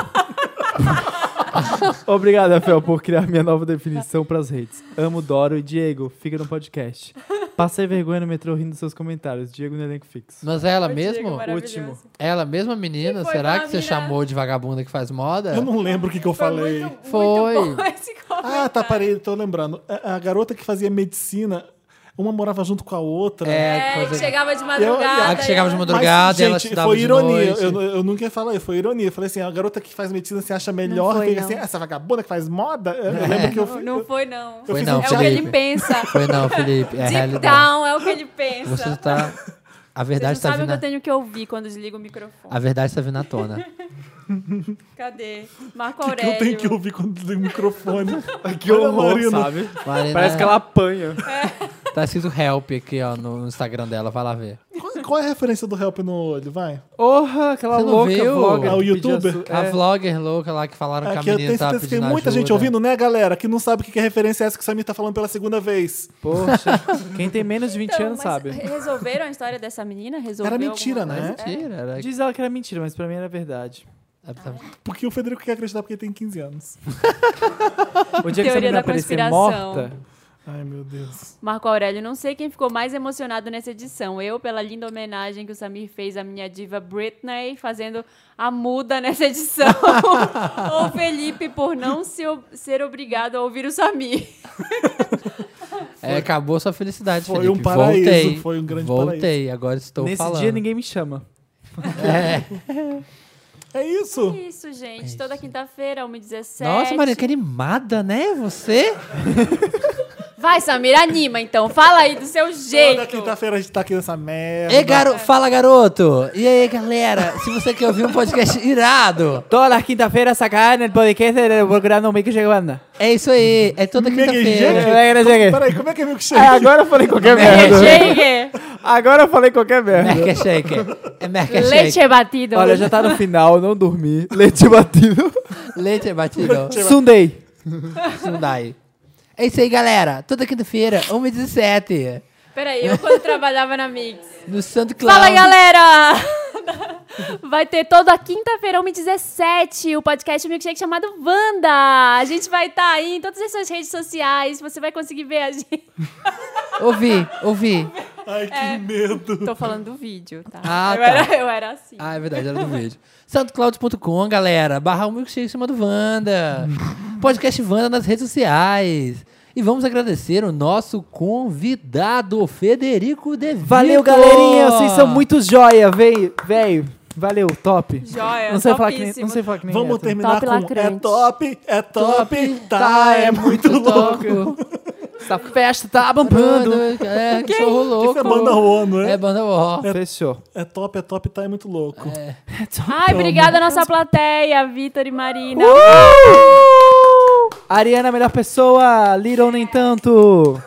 Obrigado, Fel, por criar minha nova definição pras redes. Amo, Doro e Diego, fica no podcast. Passei vergonha no metrô rindo dos seus comentários. Diego no elenco fixo. Mas é ela Ô, Diego, mesmo? maravilhoso. Último. Ela mesma menina? Que foi, Será que dona você Mina? chamou de vagabunda que faz moda? não lembro o que eu falei. Muito, Foi. muito bom esse comentário. Ah, tá, parei, tô lembrando. A garota que fazia medicina, uma morava junto com a outra. É, que chegava de madrugada. A que chegava de e ela- madrugada Mas, e ela gente, estudava foi de ironia. noite. Eu nunca ia falar isso, foi ironia. Eu falei assim, a garota que faz medicina se acha melhor, Não foi, fica não. assim, essa vagabunda que faz moda. Eu lembro que eu fui. Não foi, não. Foi fiz não, um É o que Felipe. ele pensa. Foi não, Felipe. É a Deep realidade. down é o que ele pensa. Você tá... A Vocês verdade não está sabem o vindo... que eu tenho que ouvir quando desligo o microfone. A verdade está vindo à tona. Cadê? Marco O que eu Aurélio. tenho que ouvir quando desliga o microfone? Que horror, Marina. sabe? Marina, Parece que ela apanha. Tá escrito help aqui, ó, no Instagram dela. Vai lá ver. Qual é a referência do Help no olho? Vai. Porra, aquela Você não louca viu? vlogger. Ah, o que pedia youtuber? A é. vlogger louca lá que falaram que a Aqui eu menina tenho tava certeza que tem pedindo muita gente ajuda. ouvindo, né, galera? Que não sabe o que é referência essa que o Samir tá falando pela segunda vez. Poxa, quem tem menos de 20 Então, anos mas sabe. resolveram a história dessa menina? Resolveu Era mentira, alguma né? coisa? Mentira, era... Diz ela que era mentira, mas pra mim era verdade. Porque o Federico quer acreditar porque ele tem 15 anos. O dia que essa Teoria menina da aparecer conspiração. morta, Ai, meu Deus. Marco Aurélio, não sei quem ficou mais emocionado nessa edição. Eu, pela linda homenagem que o Samir fez à minha diva Britney, fazendo a muda nessa edição. Ou Felipe, por não ser obrigado a ouvir o Samir. acabou sua felicidade, Foi Felipe. um paraíso, Voltei. foi um grande Voltei, agora estou nesse falando. dia ninguém me chama. É isso. É isso, gente. Toda quinta-feira, 1h17. Nossa, Maria, que animada, né? Você? Vai, Samir, anima então. Fala aí do seu jeito. Toda quinta-feira a gente tá aqui nessa merda. Ei, fala, garoto. E aí, galera? Se você quer ouvir um podcast irado. Todas as quinta-feiras acá no podcast do Procurando um Milkshake Banda. É isso aí. É toda quinta-feira. Peraí, como é que é milkshake? Agora eu falei qualquer merda. Milkshake. Agora eu falei qualquer merda. Merkshake. É Merkshake. Leite batido. Olha, já tá no final, não dormi. Leite batido. Leite batido. Sunday. Sunday. É isso aí, galera. Toda quinta-feira, 1h17. Peraí, eu quando trabalhava na Mix. No Santo Cloud. Fala, galera! Vai ter toda quinta-feira, 1h17, o podcast Milkshake chamado Wanda. A gente vai estar aí em todas as suas redes sociais. Você vai conseguir ver a gente. Ouvi. Ai, que medo. Tô falando do vídeo, tá? Ah, Eu era assim. Ah, é verdade, era do vídeo. santocloud.com, galera. / Milkshake chamado Wanda. Podcast Wanda nas redes sociais. E vamos agradecer o nosso convidado, Federico De Vito. Valeu, galerinha. Vocês são muito joia, velho. Valeu, top. Joia, não sei falar topíssimo. que nem Vamos terminar Top com lacrante. é top, tá, é muito louco. Essa festa tá bombando. É, que show louco. Isso é banda O, não é? É banda O. Fechou. É top, tá, é muito louco. Ai, obrigada, nossa plateia, Vitor e Marina. Ariana, melhor pessoa. Little, nem tanto.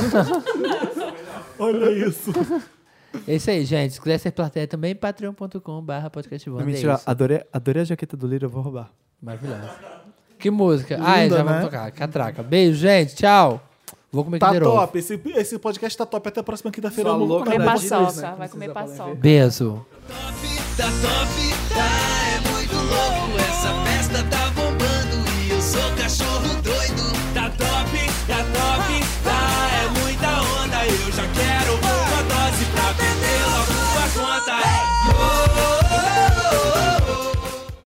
Olha isso. É isso aí, gente. Se quiser ser plateia também, patreon.com/podcastvanda. Mentira, adorei a jaqueta do Little, eu vou roubar. Maravilhosa. Que música. Linda, Já né? vamos tocar. Catraca. Beijo, gente. Tchau. Vou comer Tá Kinder Ovo. top. Esse podcast tá top. Até a próxima quinta-feira. Sua Eu vou louca comer Comer com vocês. paçoca, vai comer paçoca. Beijo. Tá top, tá